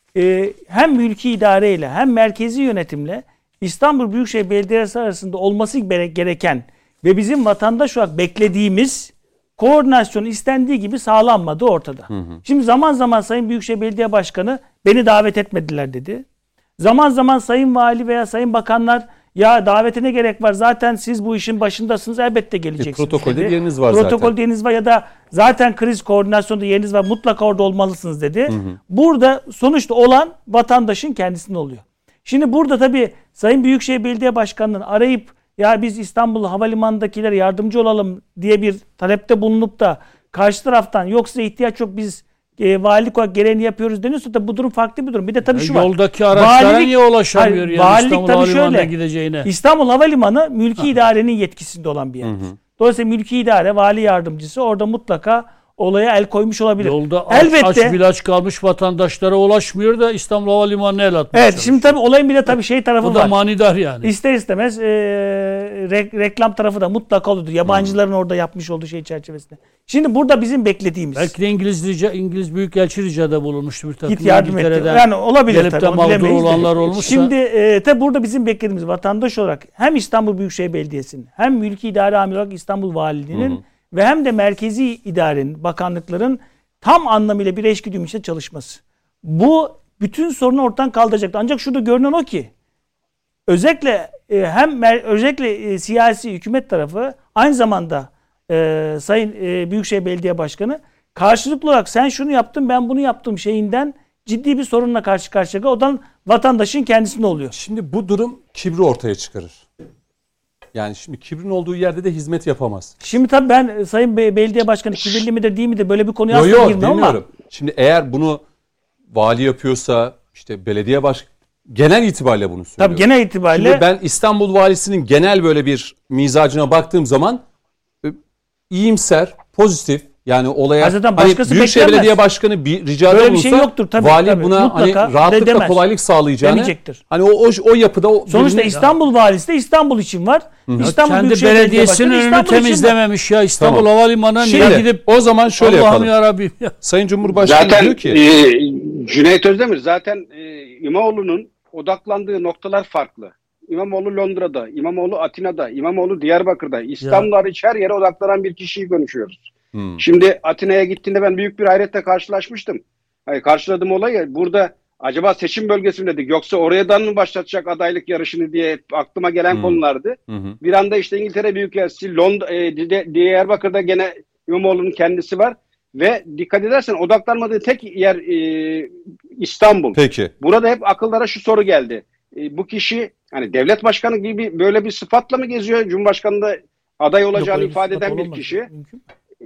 hem mülki idareyle hem merkezi yönetimle İstanbul Büyükşehir Belediyesi arasında olması gereken ve bizim vatandaş olarak beklediğimiz koordinasyon istendiği gibi sağlanmadı ortada. Şimdi zaman zaman Sayın Büyükşehir Belediye Başkanı beni davet etmediler dedi. Zaman zaman Sayın Vali veya Sayın Bakanlar ya davete ne gerek var? Zaten siz bu işin başındasınız. Elbette geleceksiniz. Protokolde dedi. bir yeriniz var zaten. Protokolde yeriniz var ya da zaten kriz koordinasyonunda yeriniz var. Mutlaka orada olmalısınız dedi. Burada sonuçta olan vatandaşın kendisinde oluyor. Şimdi burada tabii Sayın Büyükşehir Belediye Başkanı'nın arayıp ya biz İstanbul Havalimanı'ndakilere yardımcı olalım diye bir talepte bulunup da karşı taraftan yok size ihtiyaç yok biz valilik olarak gereğini yapıyoruz deniyorsa da bu durum farklı bir durum. Bir de tabii şu var. Yoldaki araçlara niye ulaşamıyor Hayır, yani valilik İstanbul tabii Havalimanı'na şöyle. gideceğine? İstanbul Havalimanı mülki idarenin yetkisinde olan bir yerdir. Dolayısıyla mülki idare, vali yardımcısı orada mutlaka olaya el koymuş olabilir. Yolda aç bilaç kalmış vatandaşlara ulaşmıyor da İstanbul Havalimanı'na el atmaya Evet, çalışıyor. şimdi tabii olayın bir de tabii şey tarafı Bu var. da manidar yani. İster istemez reklam tarafı da mutlaka olur. Yabancıların orada yapmış olduğu şey çerçevesinde. Şimdi burada bizim beklediğimiz. Belki de İngiliz Büyükelçi ricada bulunmuştu bir takım Git yardım et. İngiltere'den Yani olabilir gelip tabii. de onu mağdur bilemeyiz de. olanlar olmuşsa. Şimdi tabii burada bizim beklediğimiz vatandaş olarak hem İstanbul Büyükşehir Belediyesi'nin hem mülki idare amiri olarak İstanbul Valiliği'nin ve hem de merkezi idarenin, bakanlıkların tam anlamıyla bir eşgüdüm içinde çalışması. Bu bütün sorunu ortadan kaldıracak. Ancak şurada görünen o ki özellikle özellikle siyasi hükümet tarafı aynı zamanda Sayın Büyükşehir Belediye Başkanı karşılıklı olarak sen şunu yaptın ben bunu yaptım şeyinden ciddi bir sorunla karşı karşıya. Odan vatandaşın kendisinde oluyor. Şimdi bu durum kibri ortaya çıkarır. Yani şimdi kibrin olduğu yerde de hizmet yapamaz. Şimdi tabii ben Sayın Belediye Başkanı kibirli midir değil midir böyle bir konuya asla Yok girmem ama. bilmiyorum. Şimdi eğer bunu vali yapıyorsa işte belediye genel itibariyle bunu söylüyorum. Tabii genel itibariyle. Şimdi ben İstanbul Valisi'nin genel böyle bir mizacına baktığım zaman iyimser, pozitif yani olaya Zaten hani başkası Büyükşehir beklenmez. Belediye Başkanı bir ricada Böyle bir bulunsa şey yoktur tabii, vali tabii. buna Mutlaka hani rahatlıkla demez. kolaylık sağlayacağını Demeyecektir. hani o yapıda Sonuçta birini- İstanbul Valisi de İstanbul için var. İstanbul Kendi Büyükşehir Belediye belediyesinin Başkanı önünü İstanbul için var. temizlememiş ya İstanbul Tamam. Havalimanı'na niye Şimdi gidip o zaman şöyle Allah'ım yapalım. ya Rabbim ya. Sayın Cumhurbaşkanı Zaten diyor ki Cüneyt Özdemir zaten İmamoğlu'nun odaklandığı noktalar farklı. İmamoğlu Londra'da, İmamoğlu Atina'da, İmamoğlu Diyarbakır'da, İstanbul hariç her yere odaklanan bir kişiyi konuşuyoruz. Şimdi Atina'ya gittiğinde ben büyük bir hayretle karşılaşmıştım. Yani karşıladığım olay burada acaba seçim bölgesi mi dedik yoksa oradan mı başlatacak adaylık yarışını diye aklıma gelen konulardı. Bir anda işte İngiltere Büyükelçisi, Diyarbakır'da gene İmamoğlu'nun kendisi var. Ve dikkat edersen odaklanmadığı tek yer İstanbul. peki. Burada hep akıllara şu soru geldi. Bu kişi hani devlet başkanı gibi böyle bir sıfatla mı geziyor? Cumhurbaşkanı'nda aday olacağını Yok, ifade öyle eden sıfat bir olamaz. kişi. Mümkün.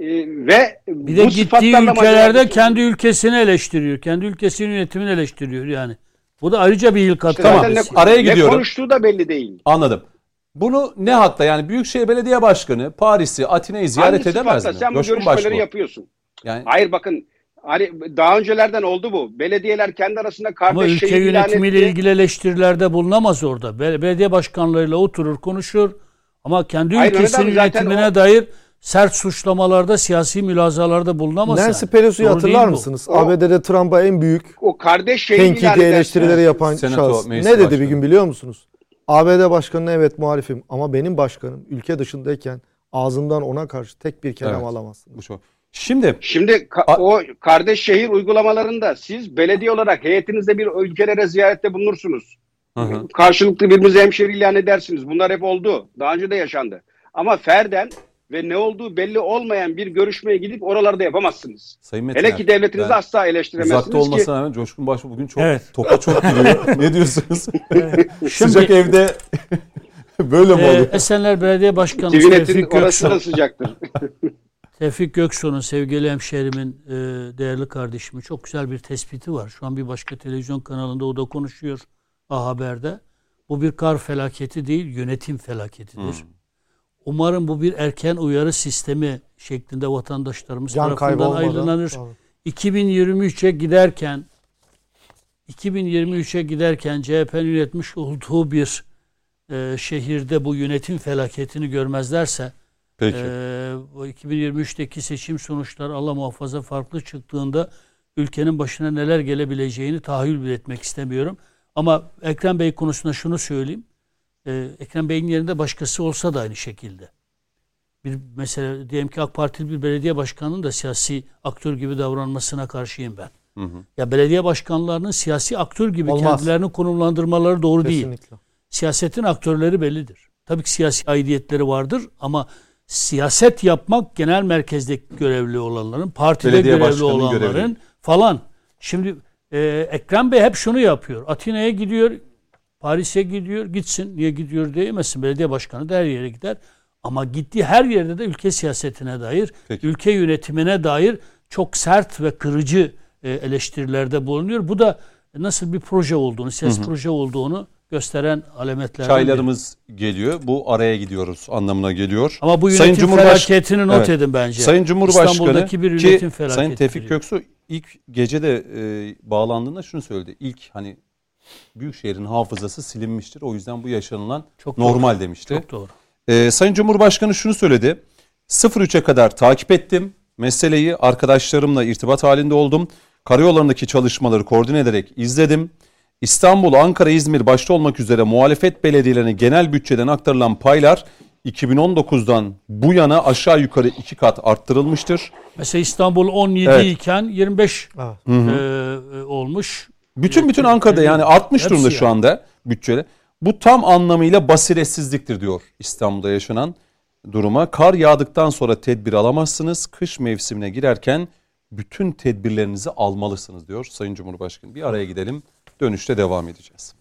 Ve Bir de bu gittiği sıfatlarla mı ülkelerde acaba- kendi ülkesini eleştiriyor. Kendi ülkesinin yönetimini eleştiriyor yani. Bu da ayrıca bir yıl İşte Tamam, zaten araya ne gidiyorum. konuştuğu da belli değil. Anladım. Bunu ne hakla yani Büyükşehir Belediye Başkanı Paris'i, Atina'yı ziyaret Hangi edemez sıfatla mi? sen bu Coşkun görüşmeleri Başbuğ. yapıyorsun? Yani Hayır bakın hani daha öncelerden oldu bu. Belediyeler kendi arasında kardeş Ama ülke şehir ilan yönetimiyle etti. ilgili eleştirilerde bulunamaz orada. Belediye başkanlarıyla oturur, konuşur. Ama kendi Hayır, Mehmet ülkesinin abi, zaten yönetimine dair sert suçlamalarda, siyasi mülazalarda bulunamaz. Nancy Pelosi'yi Doğru hatırlar değil bu. mısınız? ABD'de Trump'a en büyük O kardeş şeyi tenkidi eleştirileri yapan Senato şahıs. Meclis Ne dedi Başkanı. bir gün biliyor musunuz? ABD başkanına evet muhalifim ama benim başkanım ülke dışındayken ağzımdan ona karşı tek bir kelam Evet. alamazsın. Bu çok. Şimdi Şimdi o kardeş şehir uygulamalarında siz belediye olarak heyetinizde bir ülkelere ziyarette bulunursunuz. hı. Karşılıklı birbirinize hemşeri ilan edersiniz. Bunlar hep oldu. Daha önce de yaşandı. Ama ferden ve ne olduğu belli olmayan bir görüşmeye gidip oralarda yapamazsınız. Sayın Metiner, Hele ki devletinizi ben asla eleştiremezsiniz uzakta ki. olmasına rağmen Coşkun Başbuğ bugün çok Evet. topa çok giriyor. Ne diyorsunuz? Sıcak Şimdi evde böyle mi oluyor? Esenler Belediye Başkanı TVNet'in Tevfik orası da Göksu, sıcaktır. Tevfik Göksu'nun sevgili hemşerimin, değerli kardeşimin çok güzel bir tespiti var. Şu an bir başka televizyon kanalında o da konuşuyor A Haber'de. Bu bir kar felaketi değil, yönetim felaketidir. Umarım bu bir erken uyarı sistemi şeklinde vatandaşlarımız Can kaybı tarafından olmadan. aydınlanır. Tabii. 2023'e giderken CHP'nin yönetmiş olduğu bir şehirde bu yönetim felaketini görmezlerse Peki. bu 2023'teki seçim sonuçları Allah muhafaza farklı çıktığında ülkenin başına neler gelebileceğini tahayyül bile etmek istemiyorum. Ama Ekrem Bey konusunda şunu söyleyeyim. Ekrem Bey'in yerinde başkası olsa da aynı şekilde. Mesela diyelim ki AK Partili bir belediye başkanının da siyasi aktör gibi davranmasına karşıyım ben. Ya belediye başkanlarının siyasi aktör gibi Olmaz. kendilerini konumlandırmaları doğru değil. Kesinlikle. Siyasetin aktörleri bellidir. Tabii ki siyasi aidiyetleri vardır ama siyaset yapmak genel merkezdeki görevli olanların, partide Belediye görevli başkanının olanların görevi. falan. Şimdi Ekrem Bey hep şunu yapıyor. Atina'ya gidiyor, Paris'e gidiyor, gitsin. Niye gidiyor diyemezsin. Belediye başkanı da her yere gider. Ama gittiği her yerde de ülke siyasetine dair, Peki. ülke yönetimine dair çok sert ve kırıcı eleştirilerde bulunuyor. Bu da nasıl bir proje olduğunu, siyasi proje olduğunu gösteren alametlerden biri. Çaylarımız geliyor. Bu araya gidiyoruz anlamına geliyor. Ama bu Sayın yönetim felaketini not edin bence. Sayın Cumhurbaşkanı İstanbul'daki bir ki yönetim felaketi. Sayın Tevfik Göksu ilk gecede bağlandığında şunu söyledi. İlk hani Büyükşehir'in hafızası silinmiştir. O yüzden bu yaşanılan Çok normal demişti. Çok doğru. Sayın Cumhurbaşkanı şunu söyledi. 03'e kadar takip ettim. Meseleyi arkadaşlarımla irtibat halinde oldum. Karayollarındaki çalışmaları koordine ederek izledim. İstanbul, Ankara, İzmir başta olmak üzere muhalefet belediyelerine genel bütçeden aktarılan paylar 2019'dan bu yana aşağı yukarı 2 kat arttırılmıştır. Mesela İstanbul 17 Evet. iken 25 Evet. olmuş. Bütün Ankara'da yani artmış Hepsi durumda yani. şu anda bütçede. Bu tam anlamıyla basiretsizliktir diyor İstanbul'da yaşanan duruma. Kar yağdıktan sonra tedbir alamazsınız. Kış mevsimine girerken bütün tedbirlerinizi almalısınız diyor Sayın Cumhurbaşkanı. Bir araya gidelim. Dönüşte devam edeceğiz.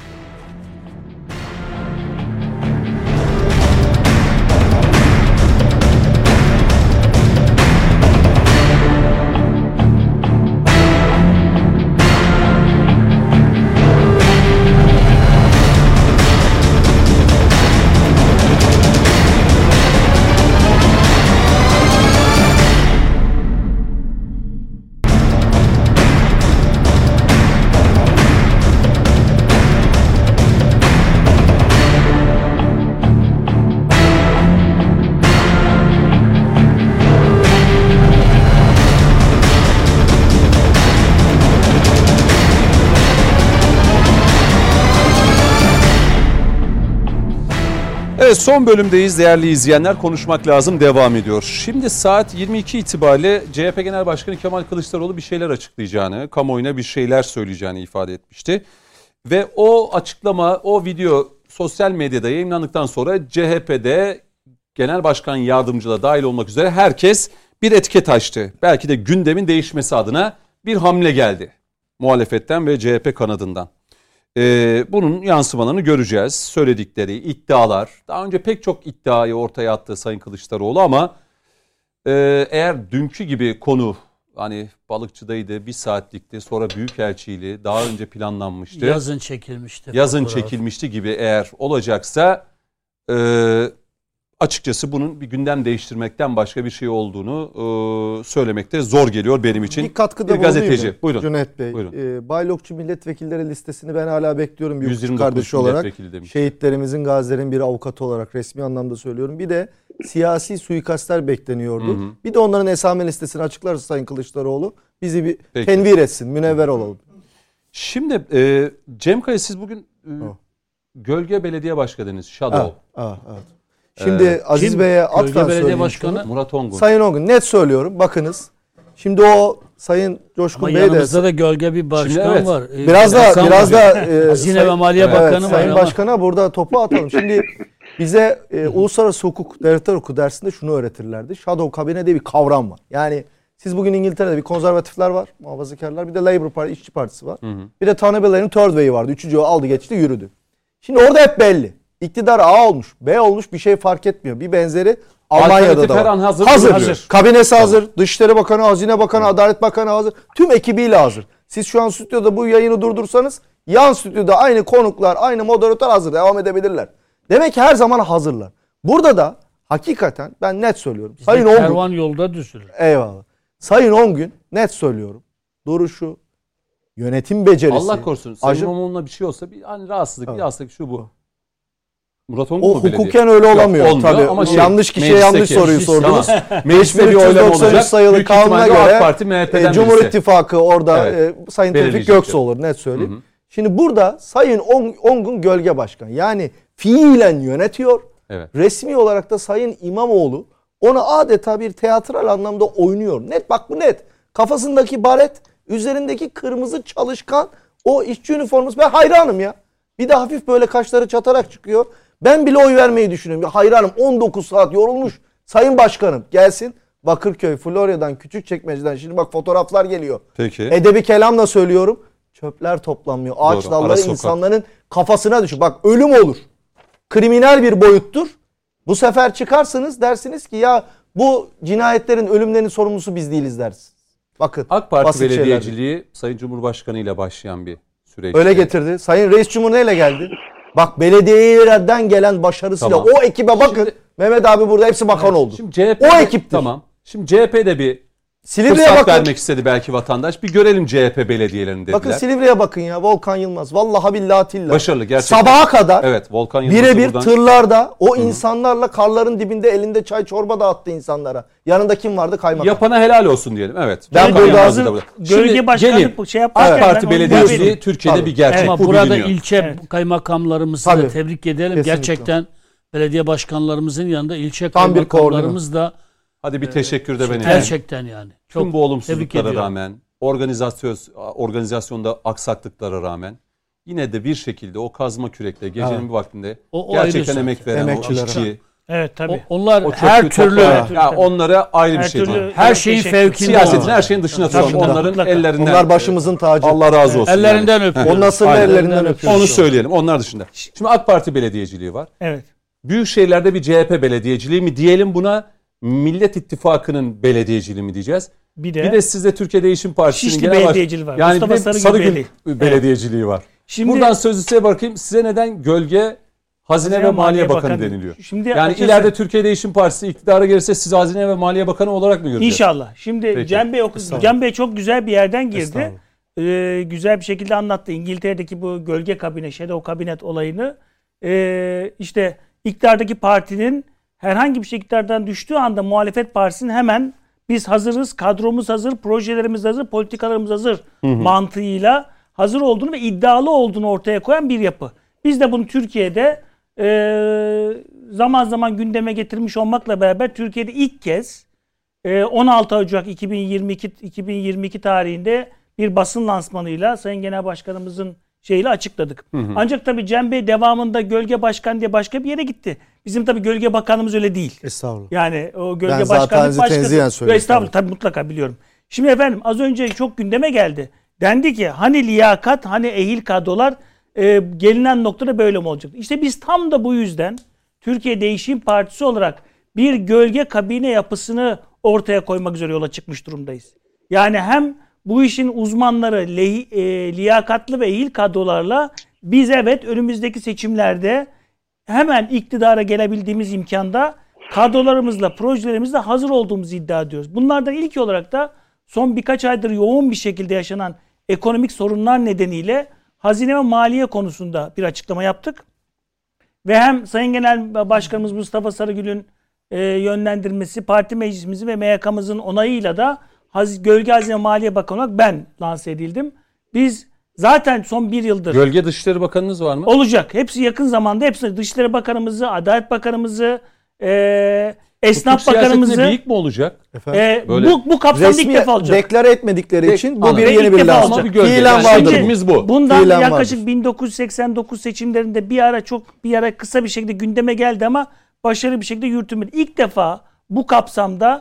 Evet, son bölümdeyiz değerli izleyenler. Konuşmak lazım devam ediyor. Şimdi saat 22 itibariyle CHP Genel Başkanı Kemal Kılıçdaroğlu bir şeyler açıklayacağını, kamuoyuna bir şeyler söyleyeceğini ifade etmişti. Ve o açıklama, o video sosyal medyada yayınlandıktan sonra CHP'de Genel Başkan Yardımcılığı dahil olmak üzere herkes bir etiket açtı. Belki de gündemin değişmesi adına bir hamle geldi muhalefetten ve CHP kanadından. Bunun yansımalarını göreceğiz. Söyledikleri iddialar. Daha önce pek çok iddiayı ortaya attı Sayın Kılıçdaroğlu ama eğer dünkü gibi konu hani balıkçıdaydı, bir saatlikti, sonra büyükelçiydi, daha önce planlanmıştı. Yazın çekilmişti. Yazın fotoğraf. çekilmişti gibi eğer olacaksa açıkçası bunun bir gündem değiştirmekten başka bir şey olduğunu söylemekte zor geliyor benim için. Bir katkıda bir gazeteci. bulunayım mı? Buyurun. Cüneyt Bey. Buyurun. Baylokçu milletvekilleri listesini ben hala bekliyorum. Bir hukuk 129 kardeşi olarak. milletvekili demiş. Şehitlerimizin, gazilerin bir avukatı olarak resmi anlamda söylüyorum. Bir de siyasi suikastler bekleniyordu. Bir de onların esame listesini açıklarsa Sayın Kılıçdaroğlu bizi bir tenvir etsin, münevver olalım. Şimdi Cem Kaya, siz bugün Gölge Belediye Başkanınız, Shadow. Evet. Şimdi Aziz Bey'e Gölge atfen Belediye söyleyeyim. Başkanı Murat Ongun. Sayın Ongun, net söylüyorum. Bakınız. Şimdi o Sayın Coşkun ama Bey de yanımızda da gölge bir başkan Şimdi evet. var. biraz da Hazine ve Maliye Bakanı var Sayın ama Başkan'a burada topu atalım. Şimdi bize uluslararası hukuk, devletler hukuku dersinde şunu öğretirlerdi. Shadow kabine diye bir kavram var. Yani siz bugün İngiltere'de bir konservatifler var, muhafazakarlar, bir de Labour Parti, İşçi Partisi var. Bir de Tony Blair'in Third Way'i vardı. Üçüncü aldı geçti yürüdü. Şimdi orada hep belli. İktidar A olmuş, B olmuş, bir şey fark etmiyor. Bir benzeri Almanya'da da her an var. hazır. Kabinesi hazır. Dışişleri Bakanı, Hazine Bakanı, Adalet Bakanı hazır. Tüm ekibiyle hazır. Siz şu an stüdyoda bu yayını durdursanız yan stüdyoda aynı konuklar, aynı moderatör hazır. Devam edebilirler. Demek ki her zaman hazırlar. Burada da hakikaten ben net söylüyorum. Sayın Ongun. kervan yolda düzülür. Eyvallah. Sayın Ongun net söylüyorum. Duruşu, yönetim becerisi. Allah korusun. Sayın İmamoğlu'na bir şey olsa bir hani rahatsızlık, bir hastalık şu bu. Murat Ongun O mu belediye? hukuken öyle olamıyor. Yok, olmuyor tabii. ama yanlış kişiye yanlış soruyu sordunuz. Mecliste bir oylama 393 olacak. sayılı Büyük kanuna ihtimalle AK göre Parti MHP'den Cumhur birisi. İttifakı orada Sayın Tevfik Belirleyecek. Göksu olur net söyleyeyim. Şimdi burada Sayın Ongun gölge başkan. Yani fiilen yönetiyor. Evet. Resmi olarak da Sayın İmamoğlu onu adeta bir teatral anlamda oynuyor. Net bak bu net. Kafasındaki baret, üzerindeki kırmızı çalışkan o işçi üniforması. Ben hayranım ya. Bir de hafif böyle kaşları çatarak çıkıyor. Ben bile oy vermeyi düşünüyorum. Ya hayranım, 19 saat yorulmuş. Sayın Başkanım gelsin. Bakırköy, Florya'dan, Küçükçekmece'den. Şimdi bak fotoğraflar geliyor. Peki. Edebi kelamla söylüyorum. Çöpler toplanmıyor. Ağaç Doğru, dalları ara sokak. insanların kafasına düşüyor. Bak ölüm olur. Kriminal bir boyuttur. Bu sefer çıkarsınız dersiniz ki ya bu cinayetlerin, ölümlerin sorumlusu biz değiliz dersiniz. Bakın. AK Parti basit şeyler belediyeciliği Sayın Cumhurbaşkanı ile başlayan bir süreç. öyle getirdi. Sayın Reis Cumhur neyle geldi? Bak belediyeden gelen başarısıyla Tamam. o ekibe bakın. Mehmet abi burada hepsi bakan oldu. Şimdi CHP o ekiptir. Tamam. Şimdi CHP'de bir Silivri'ye fırsat bakın. vermek istedi belki vatandaş. Bir görelim CHP belediyelerini dediler. Bakın Silivri'ye bakın ya. Volkan Yılmaz. Vallahi billahi tillah. Başarılı gerçekten. Sabaha kadar Evet, Volkan Yılmaz'ı birebir buradan... tırlarda o insanlarla karların dibinde elinde çay çorba dağıttı insanlara. Yanında kim vardı? Kaymakam. Yapana helal olsun diyelim. Evet. Ben Volkan burada Yılmaz'ı hazır da burada. gölge Şimdi başkanlık gelin. şey yaparken AK Parti ben onu belediyeciliği vereyim. Türkiye'de Tabii. bir gerçek. Ama Bu burada biliniyor. ilçe kaymakamlarımızı Tabii. da tebrik edelim. Kesinlikle. Gerçekten belediye başkanlarımızın yanında ilçe Tam bir kaymakamlarımız da Hadi bir teşekkür de ben edeyim. gerçekten yani. Tüm bu tebrik olumsuzluklara ediyorum. rağmen, organizasyonda aksaklıklara rağmen yine de bir şekilde o kazma kürekle gecenin Evet. bir vaktinde O gerçekten ayrı emek veren o Emekçilere. işçi, Evet tabii. Onlar o her çöpü türlü toplayan, Tabii. ya onlara ayrı bir Her şey türlü- değil. her şeyin Teşekkür. fevkinde Siyasetin olan. her şeyin dışına Tabii. tutalım. Onların Mutlaka. ellerinden Onlar başımızın tacı. Allah razı olsun. Ellerinden yani. öpüyoruz. O nasırlı Aynen. ellerinden öpüyoruz. Onu söyleyelim. Onlar dışında. Şimdi AK Parti belediyeciliği var. Evet. Büyük şehirlerde bir CHP belediyeciliği mi diyelim buna, Millet İttifakı'nın belediyeciliği mi diyeceğiz? Bir Bir de sizde Türkiye Değişim Partisi'nin Şişli genel baş- belediyeciliği var. Yani Mustafa bir de Sarıgül Sarıgül Beyliği. belediyeciliği var. Şimdi Buradan sözü size bırakayım. Size neden gölge Hazine ve Maliye Bakanı deniliyor? Şimdi Yani açıkçası- ileride Türkiye Değişim Partisi iktidara gelirse siz Hazine ve Maliye Bakanı olarak mı göreceğiz? İnşallah. Şimdi Peki. Cem Bey çok güzel bir yerden girdi. Estağfurullah. Güzel bir şekilde anlattı. İngiltere'deki bu gölge kabine, shadow kabinet olayını. İşte iktidardaki partinin herhangi bir şey iktidardan düştüğü anda muhalefet partisinin hemen biz hazırız, kadromuz hazır, projelerimiz hazır, politikalarımız hazır mantığıyla hazır olduğunu ve iddialı olduğunu ortaya koyan bir yapı. Biz de bunu Türkiye'de zaman zaman gündeme getirmiş olmakla beraber Türkiye'de ilk kez 16 Ocak 2022 tarihinde bir basın lansmanıyla Sayın Genel Başkanımızın şeyle açıkladık. Ancak tabii Cem Bey devamında gölge başkan diye başka bir yere gitti. Bizim tabii gölge bakanımız öyle değil. Estağfurullah. Yani o gölge Ben zaten başkanlık başkası. tenzihen söylüyorum. Estağfurullah tabii mutlaka biliyorum. Şimdi efendim az önce çok gündeme geldi. Dendi ki hani liyakat hani ehil kadrolar gelinen noktada böyle mi olacak? İşte biz tam da bu yüzden Türkiye Değişim Partisi olarak bir gölge kabine yapısını ortaya koymak üzere yola çıkmış durumdayız. Yani hem bu işin uzmanları liyakatlı ve ehil kadrolarla biz evet önümüzdeki seçimlerde hemen iktidara gelebildiğimiz imkanda kadrolarımızla, projelerimizle hazır olduğumuzu iddia ediyoruz. Bunlardan ilk olarak da son birkaç aydır yoğun bir şekilde yaşanan ekonomik sorunlar nedeniyle hazine ve maliye konusunda bir açıklama yaptık. Ve hem Sayın Genel Başkanımız Mustafa Sarıgül'ün yönlendirmesi, parti meclisimizin ve MYK'mızın onayıyla da Gölge Hazine Maliye Bakanı olarak ben lanse edildim. Biz zaten son bir yıldır... Gölge Dışişleri Bakanınız var mı? Olacak. Hepsi yakın zamanda. Hepsi Dışişleri Bakanımızı, Adalet Bakanımızı, Esnaf Hukuk Bakanımızı... siyasetinde büyük mü olacak? Böyle bu kapsamda ilk defa olacak. deklare etmedikleri için bu Anladım. bir yeni İlk bir defa lazım. olacak. Bir gölge. Fiilen Yani vardır. fiilimiz bu. Bundan Fiilen yaklaşık vardır. 1989 seçimlerinde bir ara kısa bir şekilde gündeme geldi ama başarılı bir şekilde yürütülmedi. İlk defa bu kapsamda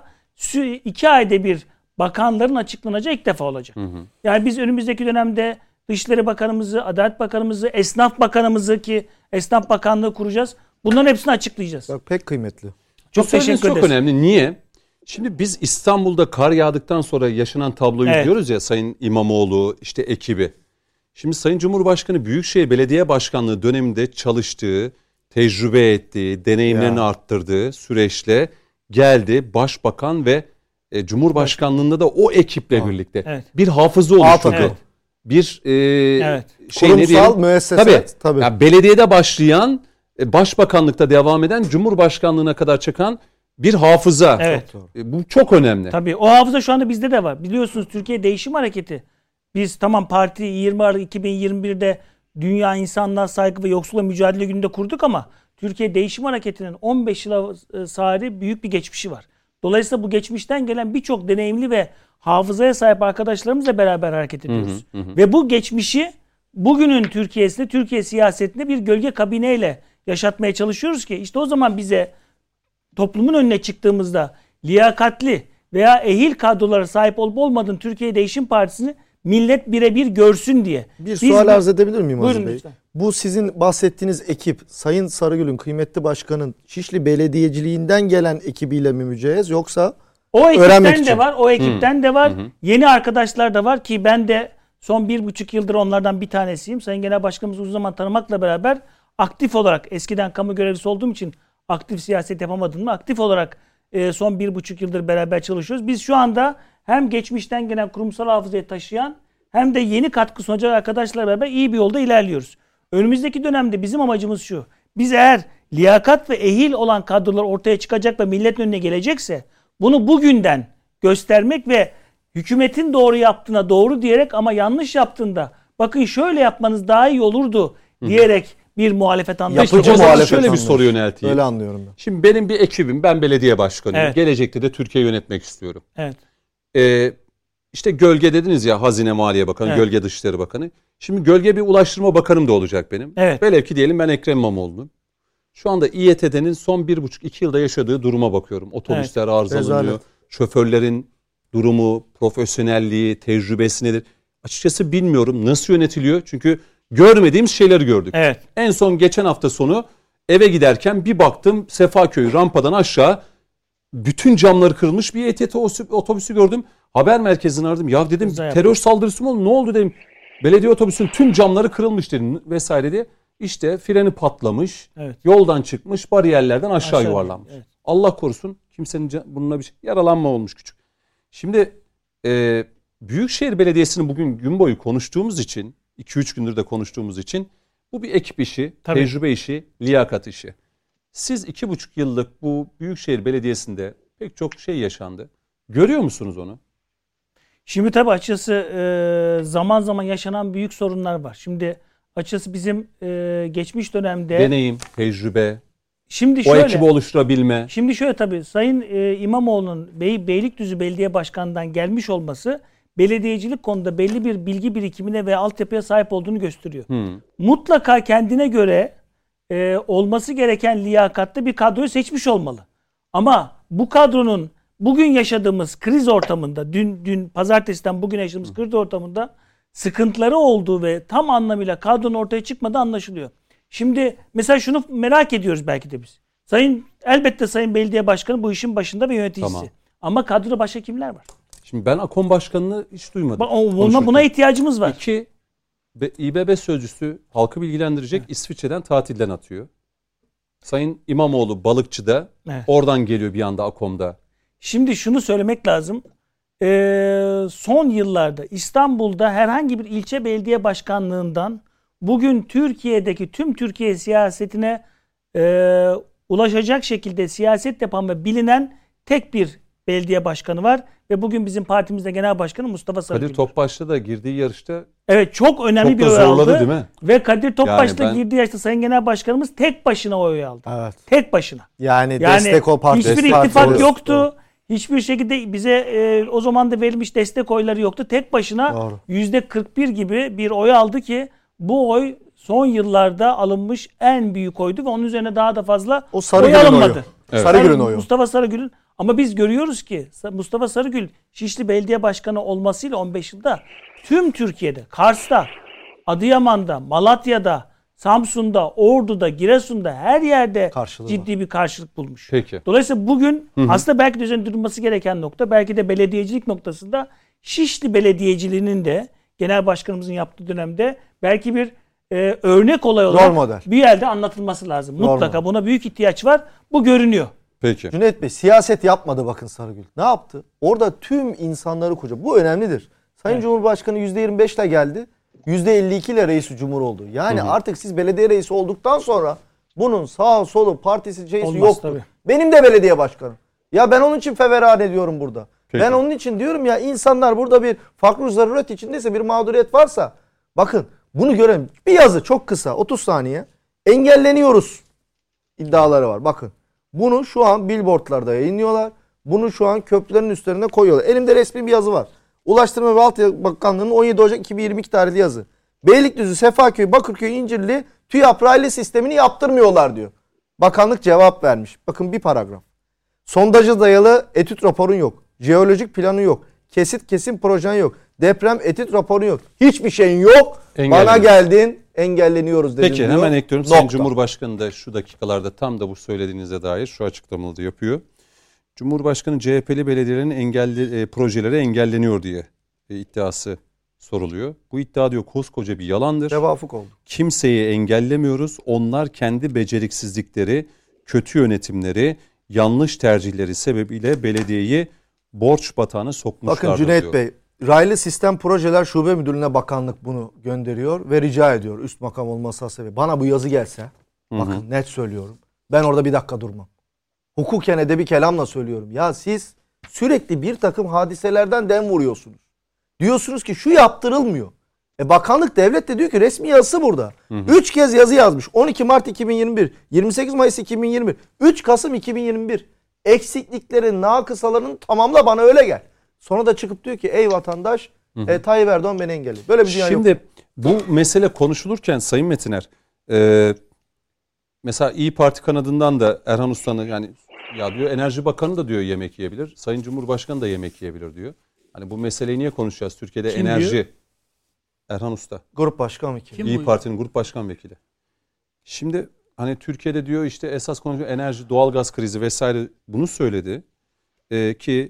2 ayda bir bakanların açıklanacağı ilk defa olacak. Yani biz önümüzdeki dönemde Dışişleri Bakanımızı, Adalet Bakanımızı, Esnaf Bakanımızı ki Esnaf Bakanlığı kuracağız. Bunların hepsini açıklayacağız. Bak, pek kıymetli. Çok teşekkür Çok ederiz. önemli. Niye? Şimdi biz İstanbul'da kar yağdıktan sonra yaşanan tabloyu Evet. diyoruz ya, Sayın İmamoğlu işte ekibi. Şimdi Sayın Cumhurbaşkanı Büyükşehir Belediye Başkanlığı döneminde çalıştığı, tecrübe ettiği, deneyimlerini arttırdığı süreçle geldi Başbakan ve Cumhurbaşkanlığında da o ekiple birlikte Evet. bir hafıza oluşturdu. Evet. Bir Evet. şey ne diyelim? Kurumsal müesseset. Tabii. Yani belediyede başlayan, başbakanlıkta devam eden, Cumhurbaşkanlığına kadar çıkan bir hafıza. Evet. Bu çok önemli. Tabii o hafıza şu anda bizde de var. Biliyorsunuz Türkiye Değişim Hareketi. Biz tamam parti 20 Aralık 2021'de Dünya İnsanlığa Saygı ve Yoksulla Mücadele Günü'nde kurduk ama Türkiye Değişim Hareketi'nin 15 yıla sari büyük bir geçmişi var. Dolayısıyla bu geçmişten gelen birçok deneyimli ve hafızaya sahip arkadaşlarımızla beraber hareket ediyoruz. Ve bu geçmişi bugünün Türkiye'sinde, Türkiye siyasetinde bir gölge kabineyle yaşatmaya çalışıyoruz ki işte o zaman bize toplumun önüne çıktığımızda liyakatli veya ehil kadrolara sahip olup olmadığını Türkiye Değişim Partisi'ni millet birebir görsün diye. Bir sual arz edebilir miyim Aziz Buyurun Bey? lütfen. Bu sizin bahsettiğiniz ekip Sayın Sarıgül'ün, kıymetli başkanın Şişli Belediyeciliğinden gelen ekibiyle mi mücehhez, yoksa O öğrenmek ekipten için? de var, o ekipten de var. Yeni arkadaşlar da var ki ben de son 1,5 yıldır onlardan bir tanesiyim. Sayın Genel Başkanımızı uzun zaman tanımakla beraber aktif olarak, eskiden kamu görevlisi olduğum için aktif siyaset yapamadım mı? Aktif olarak son 1,5 yıldır beraber çalışıyoruz. Biz şu anda hem geçmişten gelen kurumsal hafızayı taşıyan hem de yeni katkı sunacak arkadaşlarla beraber iyi bir yolda ilerliyoruz. Önümüzdeki dönemde bizim amacımız şu. Biz eğer liyakat ve ehil olan kadrolar ortaya çıkacak ve milletin önüne gelecekse bunu bugünden göstermek ve hükümetin doğru yaptığına doğru diyerek ama yanlış yaptığında bakın şöyle yapmanız daha iyi olurdu diyerek bir muhalefet anlayışı. Yapıcı O zaman muhalefet şöyle bir anlayışı. soru yönelteyim. Öyle anlıyorum ben. Şimdi benim bir ekibim, ben belediye başkanıyım. Evet. Gelecekte de Türkiye yönetmek istiyorum. Evet. İşte gölge dediniz ya, Hazine Maliye Bakanı, Evet. Gölge Dışişleri Bakanı. Şimdi gölge bir Ulaştırma Bakanım da olacak benim. Evet. Velev ki diyelim ben Ekrem İmamoğlu'nun. Şu anda İETT'nin son 1,5-2 yılda yaşadığı duruma bakıyorum. Otobüsler arızalanıyor. Rezalet. Şoförlerin durumu, profesyonelliği, tecrübesi nedir? Açıkçası bilmiyorum nasıl yönetiliyor. Çünkü görmediğimiz şeyleri gördük. Evet. En son geçen hafta sonu eve giderken bir baktım, Sefaköy rampadan aşağı bütün camları kırılmış bir İETT otobüsü gördüm. Haber merkezini aradım. Ya dedim, Güzel terör saldırısı mı oldu? Ne oldu dedim. Belediye otobüsünün tüm camları kırılmış dedim vesaire diye. İşte freni patlamış. Evet. Yoldan çıkmış, bariyerlerden aşağı Aşağı, yuvarlanmış. evet. Allah korusun, kimsenin burnuna bir şey, yaralanma olmuş küçük. Şimdi Büyükşehir Belediyesi'ni bugün gün boyu konuştuğumuz için, 2-3 gündür de konuştuğumuz için bu bir ekip işi, Tabii. tecrübe işi, liyakat işi. Siz 2,5 yıllık bu Büyükşehir Belediyesi'nde pek çok şey yaşandı. Görüyor musunuz onu? Şimdi tabii açıkçası zaman zaman yaşanan büyük sorunlar var. Şimdi açıkçası bizim geçmiş dönemde Deneyim, tecrübe, şimdi o şöyle ekibi oluşturabilme. Şimdi şöyle tabii Sayın İmamoğlu'nun Beylikdüzü Belediye Başkanı'ndan gelmiş olması belediyecilik konuda belli bir bilgi birikimine ve altyapıya sahip olduğunu gösteriyor. Mutlaka kendine göre olması gereken liyakatlı bir kadroyu seçmiş olmalı. Ama bu kadronun bugün yaşadığımız kriz ortamında, dün pazartesiden bugün yaşadığımız kriz ortamında sıkıntıları olduğu ve tam anlamıyla kadronun ortaya çıkmadığı anlaşılıyor. Şimdi mesela şunu merak ediyoruz belki de biz. Elbette Sayın Belediye Başkanı bu işin başında ve yöneticisi. Tamam. Ama kadroda başka kimler var? Şimdi ben AKOM Başkanı'nı hiç duymadım. Buna ihtiyacımız var. 2, İBB Sözcüsü halkı bilgilendirecek, İsviçre'den tatilden atıyor. Sayın İmamoğlu Balıkçı'da, Evet. oradan geliyor bir anda AKOM'da. Şimdi şunu söylemek lazım. Son yıllarda İstanbul'da herhangi bir ilçe belediye başkanlığından bugün Türkiye'deki tüm Türkiye siyasetine ulaşacak şekilde siyaset yapan ve bilinen tek bir belediye başkanı var. Ve bugün bizim partimizde genel başkanı Mustafa Sarıgül. Kadir Topbaş'ta da girdiği yarışta Evet, çok önemli çok bir da oy zorladı aldı. değil mi? Ve Kadir Topbaş'ta Yani ben- girdiği yaşta Sayın Genel Başkanımız tek başına oy aldı. Evet. Tek başına. Yani, Yani destek o parti. hiçbir destek ittifak partisi. yoktu. Hiçbir şekilde bize o zaman da verilmiş destek oyları yoktu. Tek başına Doğru. %41 gibi bir oy aldı ki bu oy son yıllarda alınmış en büyük oydu ve onun üzerine daha da fazla O oy Sarıgül'ün alınmadı. oyu. Evet. Sarıgül'ün oyu. Mustafa Sarıgül'ün, ama biz görüyoruz ki Mustafa Sarıgül Şişli Belediye Başkanı olmasıyla 15 yılda tüm Türkiye'de, Kars'ta, Adıyaman'da, Malatya'da, Samsun'da, Ordu'da, Giresun'da her yerde Karşılığı ciddi bir karşılık bulmuş. Peki. Dolayısıyla bugün aslında belki de üzerinde durulması gereken nokta, belki de belediyecilik noktasında Şişli Belediyeciliğinin de genel başkanımızın yaptığı dönemde belki bir örnek olay olarak Rol model. bir yerde anlatılması lazım. Rol Mutlaka model. buna büyük ihtiyaç var. Bu görünüyor. Peki. Cüneyt Bey siyaset yapmadı bakın Sarıgül. Ne yaptı? Orada tüm insanları kucak. Bu önemlidir. Sayın Cumhurbaşkanı %25 ile geldi. %52 ile reis cumhur oldu. Yani artık siz belediye reisi olduktan sonra bunun sağ solu partisi şeysi Olmaz yoktur. tabii. Benim de belediye başkanım. Ya ben onun için feveran ediyorum burada. Peki. Ben onun için diyorum ya, insanlar burada bir farklı zaruret içindeyse, bir mağduriyet varsa, bakın bunu görelim. Bir yazı çok kısa, 30 saniye. Engelleniyoruz iddiaları var. Bakın. Bunu şu an billboardlarda yayınlıyorlar. Bunu şu an köprülerin üstlerine koyuyorlar. Elimde resmi bir yazı var. Ulaştırma ve Altyapı Bakanlığı'nın 17 Ocak 2022 tarihli yazı. Beylikdüzü, Sefaköy, Bakırköy, İncirli TÜYAP raylı sistemini yaptırmıyorlar diyor. Bakanlık cevap vermiş. Bakın bir paragraf. Sondaja dayalı etüt raporun yok. Jeolojik planı yok. Kesim projen yok. Deprem etüt raporu yok. Hiçbir şeyin yok. Engelleniyor. Bana geldin, engelleniyoruz dedim Peki diyor. hemen ekliyorum. Sayın Nokta. Cumhurbaşkanı da şu dakikalarda tam da bu söylediğinize dair şu açıklamaları da yapıyor. Cumhurbaşkanı CHP'li belediyelerin projeleri engelleniyor diye iddiası soruluyor. Bu iddia diyor koskoca bir yalandır. Tevafuk oldu. Kimseyi engellemiyoruz. Onlar kendi beceriksizlikleri, kötü yönetimleri, yanlış tercihleri sebebiyle belediyeyi borç batağına sokmuşlardır Bakın Cüneyt diyor. Bey, Raylı Sistem Projeler Şube Müdürlüğü'ne bakanlık bunu gönderiyor ve rica ediyor üst makam olması hasebiyle. Bana bu yazı gelse, bakın net söylüyorum, ben orada bir dakika durmam. Hukuken edebi kelamla söylüyorum. Ya siz sürekli bir takım hadiselerden dem vuruyorsunuz. Diyorsunuz ki şu yaptırılmıyor. Bakanlık, devlet de diyor ki resmi yazısı burada. 3 kez yazı yazmış. 12 Mart 2021, 28 Mayıs 2021, 3 Kasım 2021. Eksikliklerin, nakısalarını tamamla, bana öyle gel. Sonra da çıkıp diyor ki ey vatandaş, Tayyip Erdoğan beni engelli. Böyle bir dünya yok. Şimdi bu mesele konuşulurken Sayın Metiner, mesela İyi Parti kanadından da Erhan Usta'nın, yani ya diyor Enerji Bakanı da diyor yemek yiyebilir. Sayın Cumhurbaşkanı da yemek yiyebilir diyor. Hani bu meseleyi niye konuşacağız? Türkiye'de Kim enerji. diyor? Erhan Usta. Grup başkan vekili. Kim İyi bu? Parti'nin grup başkan vekili. Şimdi hani Türkiye'de diyor işte esas konu enerji, doğalgaz krizi vesaire, bunu söyledi. Ki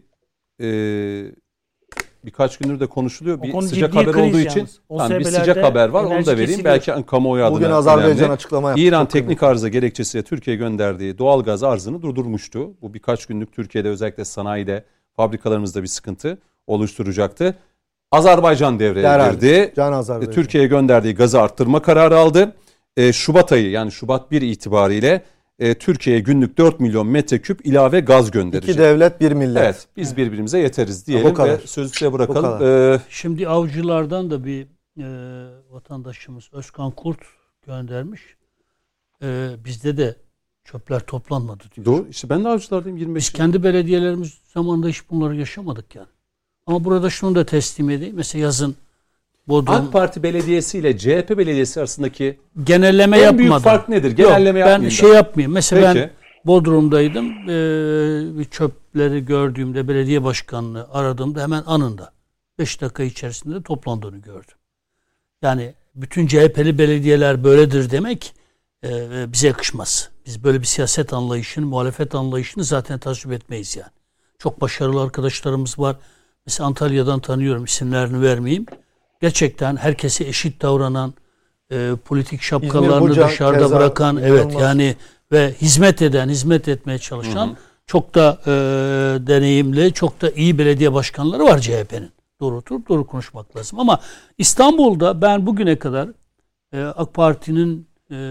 birkaç gündür de konuşuluyor. O Bir konu sıcak ciddi haber kriz olduğu için yalnız. O bir sebelerde sıcak haber var. Onu enerji da vereyim. kesiliyor. Belki kamuoyu adına Bugün Azerbaycan önemli. açıklama yaptı. İran Çok teknik arıza gerekçesiyle Türkiye'ye gönderdiği doğalgaz arzını durdurmuştu. Bu birkaç günlük Türkiye'de özellikle sanayide, fabrikalarımızda bir sıkıntı oluşturacaktı. Azerbaycan devreye Derhal. girdi. Can Azerbaycan. Türkiye'ye gönderdiği gazı arttırma kararı aldı. Şubat ayı, yani Şubat 1 itibariyle Türkiye'ye günlük 4 milyon metreküp ilave gaz gönderecek. İki devlet, bir millet. Evet, biz birbirimize yeteriz diyelim kadar. ve sözü size bırakalım. Bu kadar. Şimdi avcılardan da bir vatandaşımız Özkan Kurt göndermiş. Bizde de çöpler toplanmadı diyor. Doğru. İşte ben de avcılardayım 25 Biz yıl. kendi belediyelerimiz zamanında hiç bunları yaşamadık yani. Ama burada şunu da teslim edeyim. Mesela yazın Bodrum AK Parti Belediyesi ile CHP Belediyesi arasındaki genelleme en yapmadım. büyük fark nedir? Yok, Genelleme ben yapmayayım şey yapmayayım. Mesela Peki. ben Bodrum'daydım. Bir çöpleri gördüğümde belediye başkanını aradığımda hemen anında 5 dakika içerisinde toplandığını gördüm. Yani bütün CHP'li belediyeler böyledir demek bize yakışmaz. Biz böyle bir siyaset anlayışını, muhalefet anlayışını zaten tasvip etmeyiz yani. Çok başarılı arkadaşlarımız var. Mesela Antalya'dan tanıyorum, isimlerini vermeyeyim. Gerçekten herkese eşit davranan, politik şapkalarını İzmir, Buca, dışarıda keza bırakan, inanılmaz. evet yani ve hizmet etmeye çalışan çok da deneyimli, çok da iyi belediye başkanları var CHP'nin. Doğru oturup doğru konuşmak lazım. Ama İstanbul'da ben bugüne kadar AK Parti'nin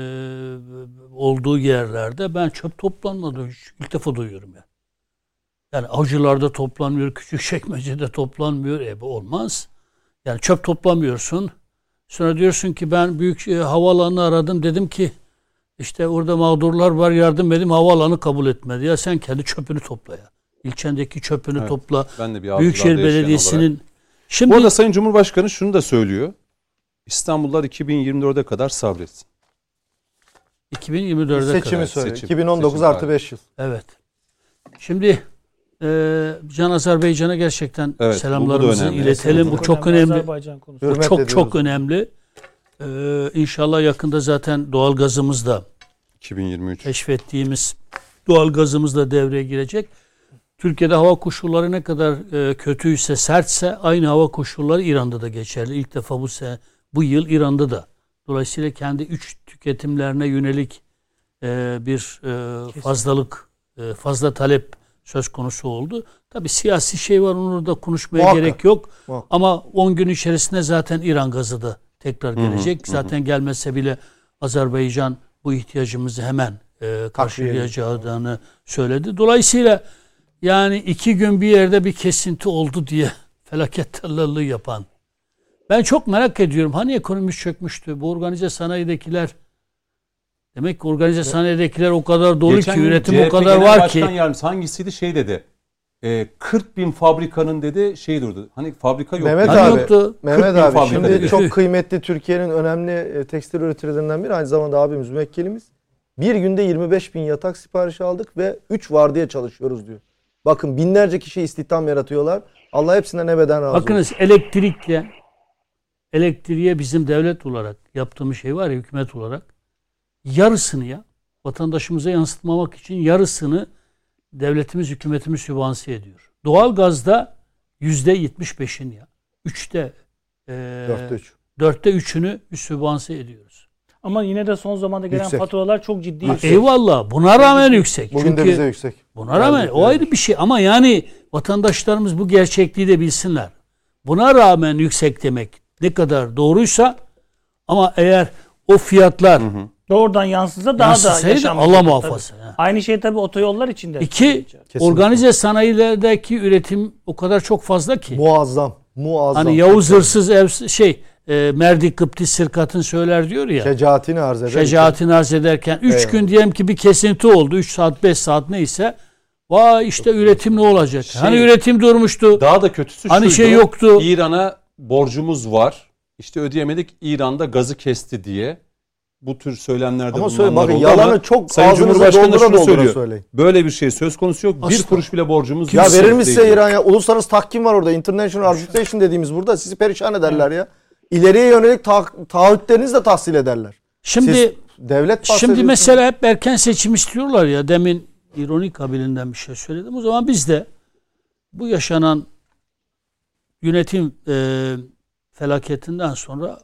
olduğu yerlerde ben çöp toplanmadı. İlk defa duyuyorum ya. Yani Avcılar'da toplanmıyor, Küçükçekmece'de toplanmıyor. Bu olmaz. Yani çöp toplamıyorsun. Sonra diyorsun ki ben büyük havaalanını aradım. Dedim ki işte orada mağdurlar var, yardım edeyim. Havaalanı kabul etmedi. Ya sen kendi çöpünü topla ya. İlçendeki çöpünü topla. Ben de bir Büyükşehir Belediyesi'nin. Şimdi bu arada Sayın Cumhurbaşkanı şunu da söylüyor. İstanbullular 2024'e kadar sabretsin. 2024'e Seçimi kadar. söylüyor. 2019 artı 5 yıl. Evet. Şimdi Can Azerbaycan'a gerçekten Evet, selamlarımızı bu da önemli. iletelim. Bu çok önemli. Azerbaycan konusu. Hürmet Çok ediyoruz. önemli. İnşallah yakında zaten doğalgazımız da 2023. keşfettiğimiz doğalgazımız da devreye girecek. Türkiye'de hava koşulları ne kadar kötüyse, sertse aynı hava koşulları İran'da da geçerli. İlk defa bu yıl İran'da da. Dolayısıyla kendi üç tüketimlerine yönelik bir fazla talep söz konusu oldu. Tabii siyasi şey var, onu da konuşmaya Muhakkak. gerek yok. Muhakkak. Ama 10 gün içerisinde zaten İran gazı da tekrar gelecek. Zaten gelmese bile Azerbaycan bu ihtiyacımızı hemen karşılayacağını söyledi. Dolayısıyla yani 2 gün bir yerde bir kesinti oldu diye felaket tellallığı yapan. Ben çok merak ediyorum. Hani ekonomimiz çökmüştü? Bu organize sanayidekiler, demek ki organize sanayidekiler o kadar dolu ki, üretim o kadar var ki. Başkan Yardımcısı hangisiydi? Şey dedi. 40 bin fabrikanın dedi şey durdu. Hani fabrika yok. Mehmet Hani abi, yoktu. Mehmet 40 bin abi fabrika şimdi dedi. çok kıymetli Türkiye'nin önemli tekstil üreticilerinden biri. Aynı zamanda abimiz, müvekkilimiz. Bir günde 25 bin yatak siparişi aldık ve 3 vardiya çalışıyoruz diyor. Bakın binlerce kişi istihdam yaratıyorlar. Allah hepsinden ebeden razı olsun. Bakınız elektriğe bizim devlet olarak yaptığımız şey var ya, hükümet olarak yarısını ya vatandaşımıza yansıtmamak için yarısını devletimiz, hükümetimiz sübvanse ediyor. Doğalgazda %75'in ya 4'te 3'ünü biz sübvanse ediyoruz. Ama yine de son zamanda gelen Yüksek. faturalar çok ciddi yüksek. Eyvallah, buna rağmen yüksek. Bugün de Çünkü bize yüksek. buna rağmen o ayrı bir şey ama yani vatandaşlarımız bu gerçekliği de bilsinler. Buna rağmen yüksek demek ne kadar doğruysa, ama eğer o fiyatlar Doğrudan yansısa daha da yansısaydı yaşanmayacak. Allah muhafaza. Tabii. Ya. Aynı şey tabii otoyollar için de. 2, Kesinlikle. organize sanayilerdeki üretim o kadar çok fazla ki. Muazzam. Hani Yavuz Hırsız Merdi Kıpti Sirkat'ın söyler diyor ya. Şecaatini arz eder. Şecaatini arz ederken 3 Eyvallah. gün diyelim ki bir kesinti oldu. 3 saat 5 saat neyse. Vay işte üretim ne olacak? Hani üretim durmuştu. Daha da kötüsü Hani şuydu. şey yoktu. İran'a borcumuz var. İşte ödeyemedik. İran'da gazı kesti diye. Bu tür söylemlerde Ama söyle bulunanlar bakın oldu ama yalanı çok Sayın ağzınıza Cumhurbaşkanı da doldura şunu doldura söylüyor. söyleyin. Böyle bir şey söz konusu yok. Bir Asla. kuruş bile borcumuz Ya yok. verir mi size Değil. İran ya? Uluslararası tahkim var orada. International Arbitration dediğimiz burada. Sizi perişan ederler ya. İleriye yönelik taahhütlerinizi de tahsil ederler. Şimdi Siz devlet bahsediyorsunuz. Şimdi mesela hep erken seçim istiyorlar ya. Demin ironik kabilinden bir şey söyledim. O zaman biz de bu yaşanan yönetim felaketinden sonra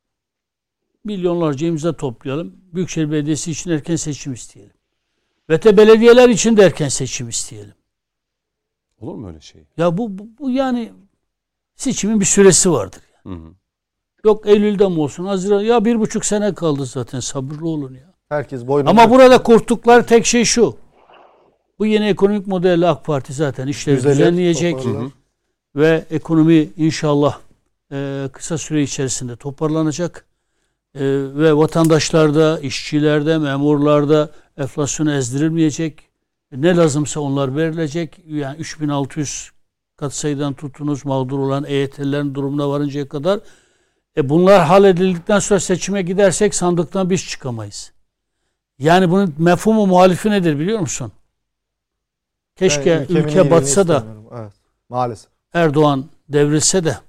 milyonlarca imza toplayalım. Büyükşehir Belediyesi için erken seçim isteyelim. Ve de belediyeler için de erken seçim isteyelim. Olur mu öyle şey? Ya bu yani seçimin bir süresi vardır. Hı hı. Yok Eylül'de mi olsun, Haziran, ya 1,5 sene kaldı zaten, sabırlı olun ya. Herkes boynuna. Ama burada korktukları tek şey şu. Bu yeni ekonomik modelle AK Parti zaten işleri Düzelir, düzenleyecek. toparlar. Ve ekonomi inşallah kısa süre içerisinde toparlanacak. Ve vatandaşlarda, işçilerde, memurlarda enflasyonu ezdirilmeyecek. Ne lazımsa onlar verilecek. Yani 3600 katsayıdan tutunuz mağdur olan EYT'lilerin durumuna varıncaya kadar. Bunlar halledildikten sonra seçime gidersek sandıktan biz çıkamayız. Yani bunun mefhumu muhalifi nedir biliyor musun? Keşke ülke batsa da evet, maalesef. Erdoğan devrilse de.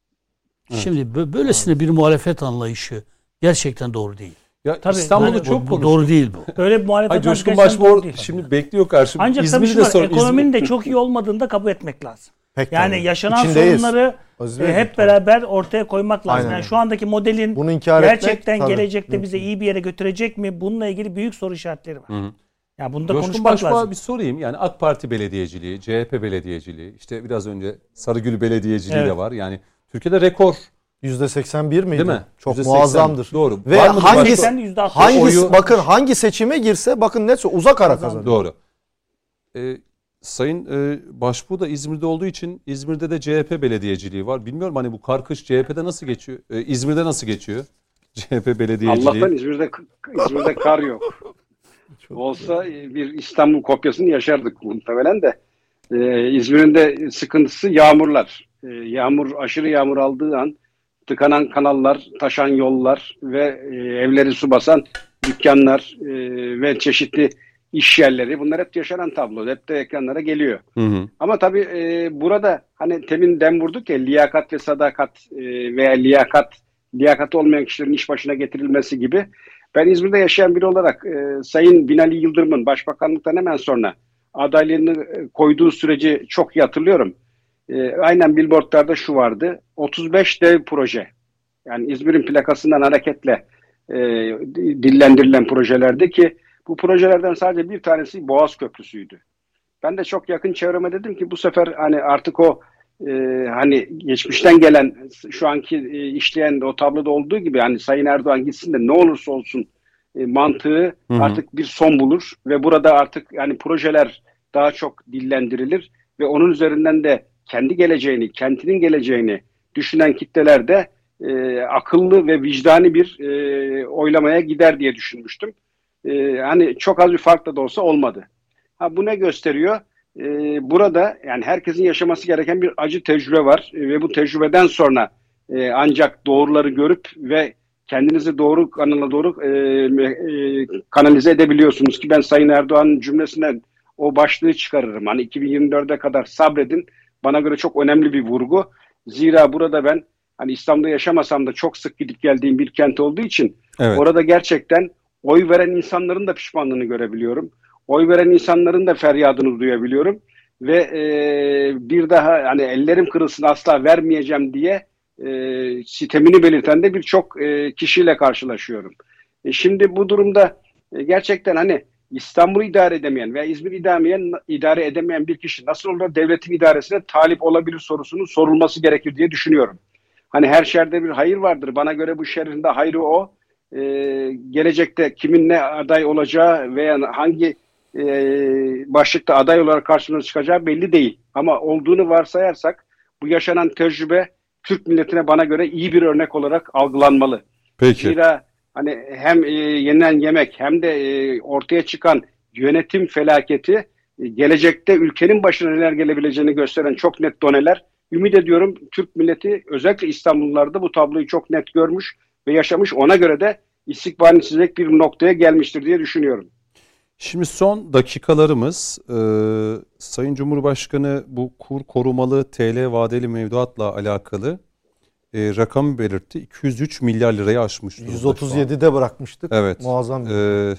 Şimdi böylesine bir muhalefet anlayışı gerçekten doğru değil. Ya Tabii, İstanbul'da yani çok Bu konuştuk. doğru değil bu. Öyle bir muhalefet Hayır, Coşkun gerçekten doğru Başbuğ değil. şimdi bekliyor karşı. Ancak tabii İzmir'i şu de var, sor. ekonominin de çok iyi olmadığını da kabul etmek lazım. Pek Yani tabii. yaşanan İçindeyiz. sorunları Aziz Bey, hep tabii. beraber ortaya koymak lazım. Aynen. Yani şu andaki modelin Bunu inkar gerçekten etmek, tabii, gelecekte bize mümkün. iyi bir yere götürecek mi? Bununla ilgili büyük soru işaretleri var. Hı. Ya bunda Coşkun konuşmak Başbuğ'a lazım. bir sorayım. Yani AK Parti belediyeciliği, CHP belediyeciliği, işte biraz önce Sarıgül belediyeciliği Evet. de var. Yani Türkiye'de rekor %81 miydi? değil mi? Çok %80. muazzamdır. Doğru. Ve Var mı bir hangisi, başka? %60. Oyu- bakın hangi seçime girse bakın net uzak ara kazanıyor. Doğru. Sayın Başbuğ da İzmir'de olduğu için İzmir'de de CHP belediyeciliği var. Bilmiyorum hani bu karkış CHP'de nasıl geçiyor? İzmir'de nasıl geçiyor? CHP belediyeciliği. Allah'tan İzmir'de kar yok. Olsa bir İstanbul kopyasını yaşardık muhtemelen de. İzmir'in de sıkıntısı yağmurlar. Aşırı yağmur aldığı an tıkanan kanallar, taşan yollar ve evleri su basan dükkanlar ve çeşitli iş yerleri, bunlar hep yaşanan tablo. Hep de ekranlara geliyor. Hı. Ama tabii burada hani temin dem vurduk ya, liyakat ve sadakat veya liyakat olmayan kişilerin iş başına getirilmesi gibi. Ben İzmir'de yaşayan biri olarak Sayın Binali Yıldırım'ın başbakanlıktan hemen sonra adaylığını koyduğu süreci çok iyi hatırlıyorum. Aynen billboardlarda şu vardı: 35 dev proje. Yani İzmir'in plakasından hareketle dillendirilen projelerdi ki bu projelerden sadece bir tanesi Boğaz Köprüsü'ydü. Ben de çok yakın çevreme dedim ki bu sefer hani artık o hani geçmişten gelen şu anki işleyen o tabloda olduğu gibi hani Sayın Erdoğan gitsin de ne olursa olsun mantığı artık bir son bulur ve burada artık yani projeler daha çok dillendirilir ve onun üzerinden de kendi geleceğini, kentinin geleceğini düşünen kitleler de akıllı ve vicdani bir oylamaya gider diye düşünmüştüm. Hani çok az bir farkla da olsa olmadı. Bu ne gösteriyor? Burada yani herkesin yaşaması gereken bir acı tecrübe var ve bu tecrübeden sonra ancak doğruları görüp ve kendinizi doğru kanala doğru kanalize edebiliyorsunuz ki ben Sayın Erdoğan'ın cümlesinden o başlığı çıkarırım. Hani 2024'e kadar sabredin, bana göre çok önemli bir vurgu. Zira burada ben hani İstanbul'da yaşamasam da çok sık gidip geldiğim bir kent olduğu için Evet. orada gerçekten oy veren insanların da pişmanlığını görebiliyorum. Oy veren insanların da feryadını duyabiliyorum. Ve bir daha hani ellerim kırılsın asla vermeyeceğim diye sitemini belirten de birçok kişiyle karşılaşıyorum. Şimdi bu durumda gerçekten hani İstanbul'u idare edemeyen veya İzmir'i idare edemeyen bir kişi nasıl olur da devletin idaresine talip olabilir sorusunun sorulması gerekir diye düşünüyorum. Hani her şerde bir hayır vardır. Bana göre bu şerrin de hayrı o. Gelecekte kimin ne aday olacağı veya hangi başlıkta aday olarak karşımıza çıkacağı belli değil. Ama olduğunu varsayarsak bu yaşanan tecrübe Türk milletine bana göre iyi bir örnek olarak algılanmalı. Peki. Zira hani hem yenilen yemek hem de ortaya çıkan yönetim felaketi gelecekte ülkenin başına neler gelebileceğini gösteren çok net doneler. Ümit ediyorum Türk milleti özellikle İstanbullularda bu tabloyu çok net görmüş ve yaşamış. Ona göre de istikbalini çizecek bir noktaya gelmiştir diye düşünüyorum. Şimdi son dakikalarımız Sayın Cumhurbaşkanı bu kur korumalı TL vadeli mevduatla alakalı rakamı belirtti. 203 milyar lirayı aşmış durumda şu an. 137'de bırakmıştık. Evet. Muazzam bir.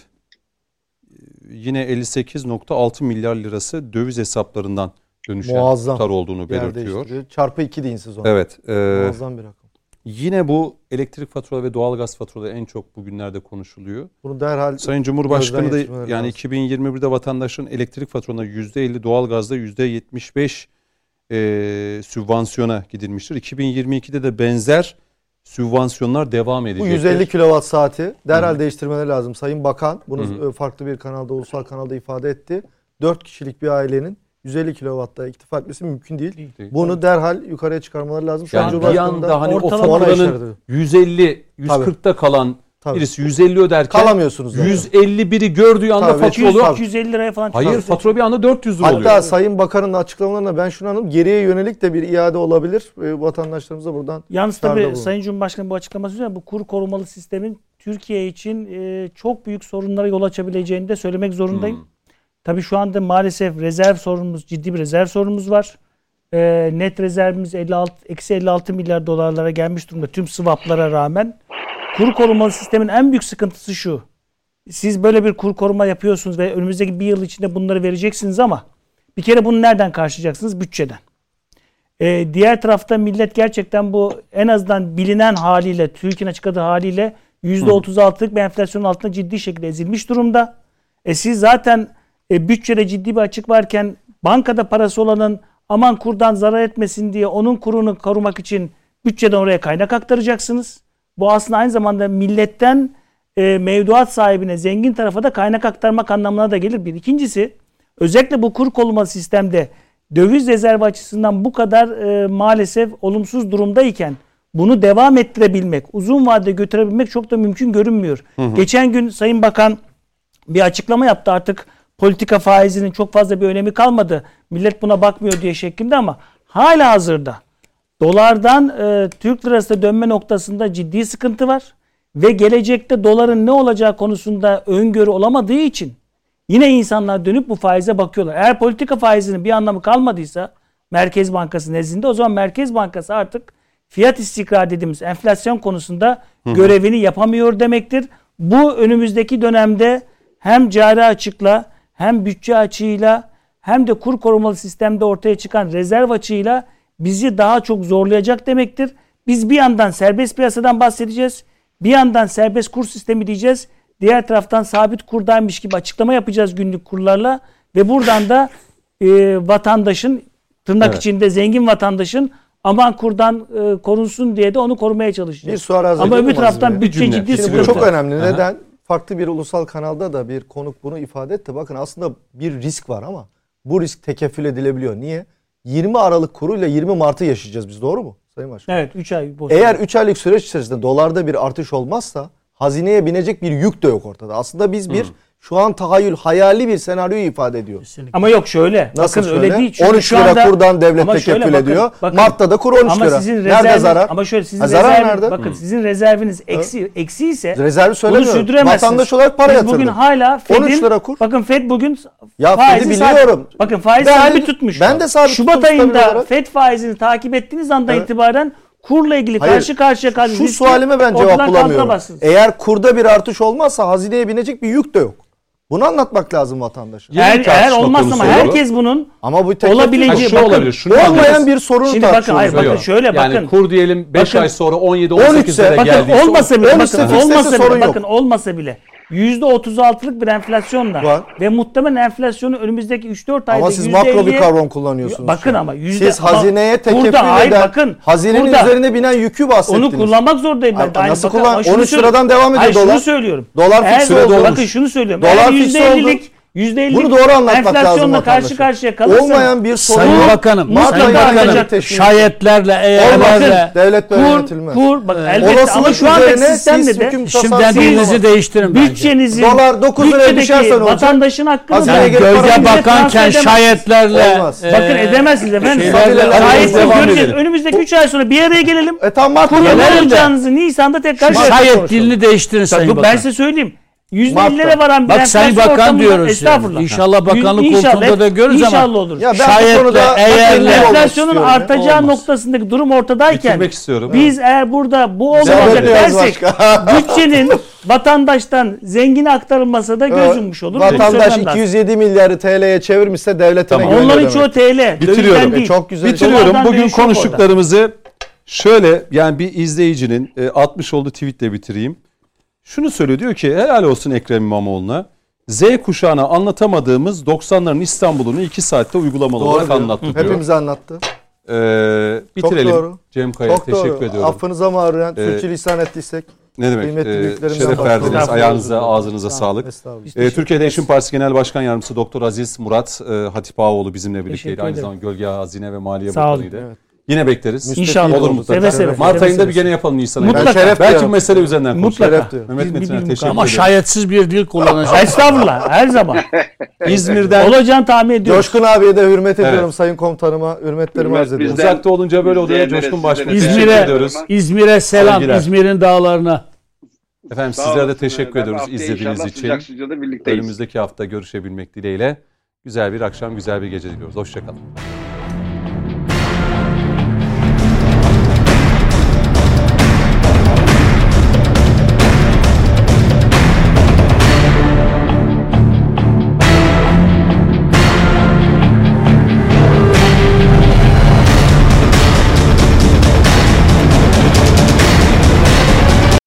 Yine 58.6 milyar lirası döviz hesaplarından dönüşen Muazzam. tutar olduğunu Yer belirtiyor. değiştiriyor. Çarpı 2 deyin siz ona. Evet. Muazzam bir rakam. Yine bu elektrik faturaları ve doğalgaz faturaları en çok bugünlerde konuşuluyor. Bunu derhal Sayın Cumhurbaşkanı da geçirmeleri yani lazım. 2021'de vatandaşların elektrik faturalarına %50, doğalgazda %75 sübvansiyona gidilmiştir. 2022'de de benzer sübvansiyonlar devam edecektir. bu 150 kilowatt saati derhal değiştirmeleri lazım. Sayın Bakan bunu farklı bir kanalda, ulusal kanalda ifade etti. 4 kişilik bir ailenin 150 kilowatta iktifa etmesi mümkün değil. Bunu derhal yukarıya çıkarmaları lazım. Şu an Yani bir Cumhurbaşkanı anda da hani o ortalama faturanın 150, 140'ta kalan Tabii. birisi 150 öderken kalamıyorsunuz zaten. 151'i gördüğü anda Tabii. fatura oluyor. 250 liraya falan Hayır, çıkıyor. fatura bir anda 400 lira oluyor. Hatta Sayın Bakan'ın açıklamalarına ben şunu anladım. Geriye yönelik de bir iade olabilir. Vatandaşlarımıza buradan Yalnız çağrıda tabii bulunun. Sayın Cumhurbaşkanı bu açıklaması üzerine bu kur korumalı sistemin Türkiye için çok büyük sorunlara yol açabileceğini de söylemek zorundayım. Tabii şu anda maalesef rezerv sorunumuz, ciddi bir rezerv sorunumuz var. Net rezervimiz eksi 56 milyar dolarlara gelmiş durumda tüm swaplara rağmen. Kur korumalı sistemin en büyük sıkıntısı şu. Siz böyle bir kur koruma yapıyorsunuz ve önümüzdeki bir yıl içinde bunları vereceksiniz ama bir kere bunu nereden karşılayacaksınız? Bütçeden. Diğer tarafta millet gerçekten bu en azından bilinen haliyle, TÜİK'in açıkladığı haliyle %36'lık bir enflasyonun altında ciddi şekilde ezilmiş durumda. Siz zaten bütçede ciddi bir açık varken bankada parası olanın aman kurdan zarar etmesin diye onun kurunu korumak için bütçeden oraya kaynak aktaracaksınız. Bu aslında aynı zamanda milletten mevduat sahibine, zengin tarafa da kaynak aktarmak anlamına da gelir. Bir. İkincisi, özellikle bu kur korumalı sistemde döviz rezervi açısından bu kadar maalesef olumsuz durumdayken bunu devam ettirebilmek, uzun vadede götürebilmek çok da mümkün görünmüyor. Geçen gün Sayın Bakan bir açıklama yaptı, artık politika faizinin çok fazla bir önemi kalmadı, millet buna bakmıyor diye şeklinde, ama hala hazırda dolardan Türk lirasına dönme noktasında ciddi sıkıntı var ve gelecekte doların ne olacağı konusunda öngörü olamadığı için yine insanlar dönüp bu faize bakıyorlar. Eğer politika faizinin bir anlamı kalmadıysa Merkez Bankası nezdinde, o zaman Merkez Bankası artık fiyat istikrarı dediğimiz enflasyon konusunda görevini yapamıyor demektir. Bu önümüzdeki dönemde hem cari açıkla, hem bütçe açığıyla, hem de kur korumalı sistemde ortaya çıkan rezerv açığıyla bizi daha çok zorlayacak demektir. Biz bir yandan serbest piyasadan bahsedeceğiz, bir yandan serbest kur sistemi diyeceğiz, diğer taraftan sabit kurdaymış gibi açıklama yapacağız günlük kurlarla ve buradan da vatandaşın, tırnak içinde zengin vatandaşın aman kurdan korunsun diye de onu korumaya çalışacağız. Bir sual ama öbür taraftan bütçe ciddi sıkıntı. Bu çok önemli. Neden? Farklı bir ulusal kanalda da bir konuk bunu ifade etti. Bakın aslında bir risk var ama bu risk tekeffül edilebiliyor. Niye? 20 Aralık kuruyla 20 Mart'ı yaşayacağız biz, doğru mu Sayın Başkan? Evet, 3 ay. Eğer 3 aylık süreç içerisinde dolarda bir artış olmazsa hazineye binecek bir yük de yok ortada. Aslında biz şu an tahayyül, hayali bir senaryoyu ifade ediyor. Kesinlikle. Ama yok şöyle. Nasıl bakın şöyle? Öyle değil. Çünkü 13 lira kurdan devlet tekeffül ediyor. Bakın, Mart'ta da kur 13 ama lira. Sizin nerede zarar? Ama şöyle, sizin zarar nerede? Bakın sizin rezerviniz eksi ise rezervi söylemiyorum. Sürdüremezsiniz. Vatandaş olarak para yatırdı. Bugün hala Fed'in, 13 lira kur. Bakın Fed bugün ya faizi biliyorum. Bakın faiz sabit tutmuş. Ben de sabit Şubat ayında Fed faizini takip ettiğiniz andan itibaren kurla ilgili karşı karşıya kalmış. Şu sualime ben cevap bulamıyorum. Eğer kurda bir artış olmazsa hazineye binecek bir yük de yok. Bunu anlatmak lazım vatandaşa. Eğer olmazsa, ama herkes bunun ama bu olabileceği, şu olabilir. Olmayan bir sorunu şimdi tartışıyoruz. bakın şöyle bakın. Yani kur diyelim 5 ay sonra 17-18'lere bakın geldiyse olmasa bile, bakın olmasa bile %36'lık bir enflasyonla var ve muhtemelen enflasyonu önümüzdeki 3-4 ayda ama siz makro bir kavram kullanıyorsunuz. Bakın ama siz hazineye tekeffül eden, hazinenin üzerine binen yükü bahsettiniz. Onu kullanmak zorundayım ben. Nasıl kullan? 13 liradan devam ediyor dolar. Şunu söylüyorum. Dolar fikse oldu. Bakın şunu söylüyorum. Dolar fikse oldu. %50'lik bunu doğru anlatmak lazım enflasyonla karşı karşıya kalırsanız, olmayan bir sorun. Sayın Bakanım, şayetlerle, eğerlerle devlet böyle yönetilmez. Elbette, ama şu andaki sistemde de şimdiden dilinizi değiştirin bence. Bütçenizin, dolar 9 liraya düşerse ne olacak? Vatandaşın hakkını yani gölge bakanken şayetlerle bakın edemezsiniz efendim. Önümüzdeki 3 ay sonra bir araya gelelim. Tamam, kurulu olacağınızı Nisan'da tekrar şayet dilini değiştirin Sayın Bakan. Ben size söyleyeyim. %50'lere varan bir bak Sayın Bakan diyoruz. Estağfurullah. İnşallah bakanlık koltuğunda da görürüz ama. İnşallah olur. Şayetle, eğerle. Enflasyonun artacağı noktasındaki durum ortadayken biz eğer burada bu olmayacak dersek bütçenin vatandaştan zengine aktarılması da göz yummuş olur. Vatandaş 207 milyarı TL'ye çevirmişse devletine güveniyor. Onların çoğu TL. Bitiriyorum. Çok güzel. Bitiriyorum. Bugün konuştuklarımızı şöyle, yani bir izleyicinin atmış olduğu tweetle bitireyim. Şunu söylüyor, diyor ki helal olsun Ekrem İmamoğlu'na. Z kuşağına anlatamadığımız 90'ların İstanbul'unu 2 saatte uygulamalı olarak anlattı diyor. Hepimize anlattı. Bitirelim. Çok doğru. Cem Kaya teşekkür ediyorum. Affınıza mağruren sürçülisan ettiysek. Ne demek? Şeref verdiniz. Ayağınıza, ağzınıza sağlık. Türkiye Değişim Partisi Genel Başkan Yardımcısı Doktor Aziz Murat Hatip Ağaoğlu bizimle birlikteydi. Aynı zamanda Gölge Hazine ve Maliye Bakanı'ydı. Yine bekleriz. İnşallah. Olur mutlaka. Mart ayında bir gene yapalım Nisan ayında. Mutlaka. Belki bu mesele üzerinden konuşalım. Mutlaka. Mehmet Metin'e teşekkür ederim. Ama şayetsiz bir dil kullanacağız. Estağfurullah. Her zaman. İzmir'den. Olacağını tahmin ediyorum. Coşkun abiye de hürmet ediyorum. Sayın komutanıma hürmetlerimi arz ediyorum. Uzakta olunca böyle oluyor. Coşkun Başbuğ. İzmir'e selam. Sevgiler. İzmir'in dağlarına. Efendim sizlere de teşekkür ediyoruz izlediğiniz için. Önümüzdeki Önümüzdeki hafta görüşebilmek dileğiyle. Güzel bir akşam, güzel bir gece diliyoruz. Hoşçakalın.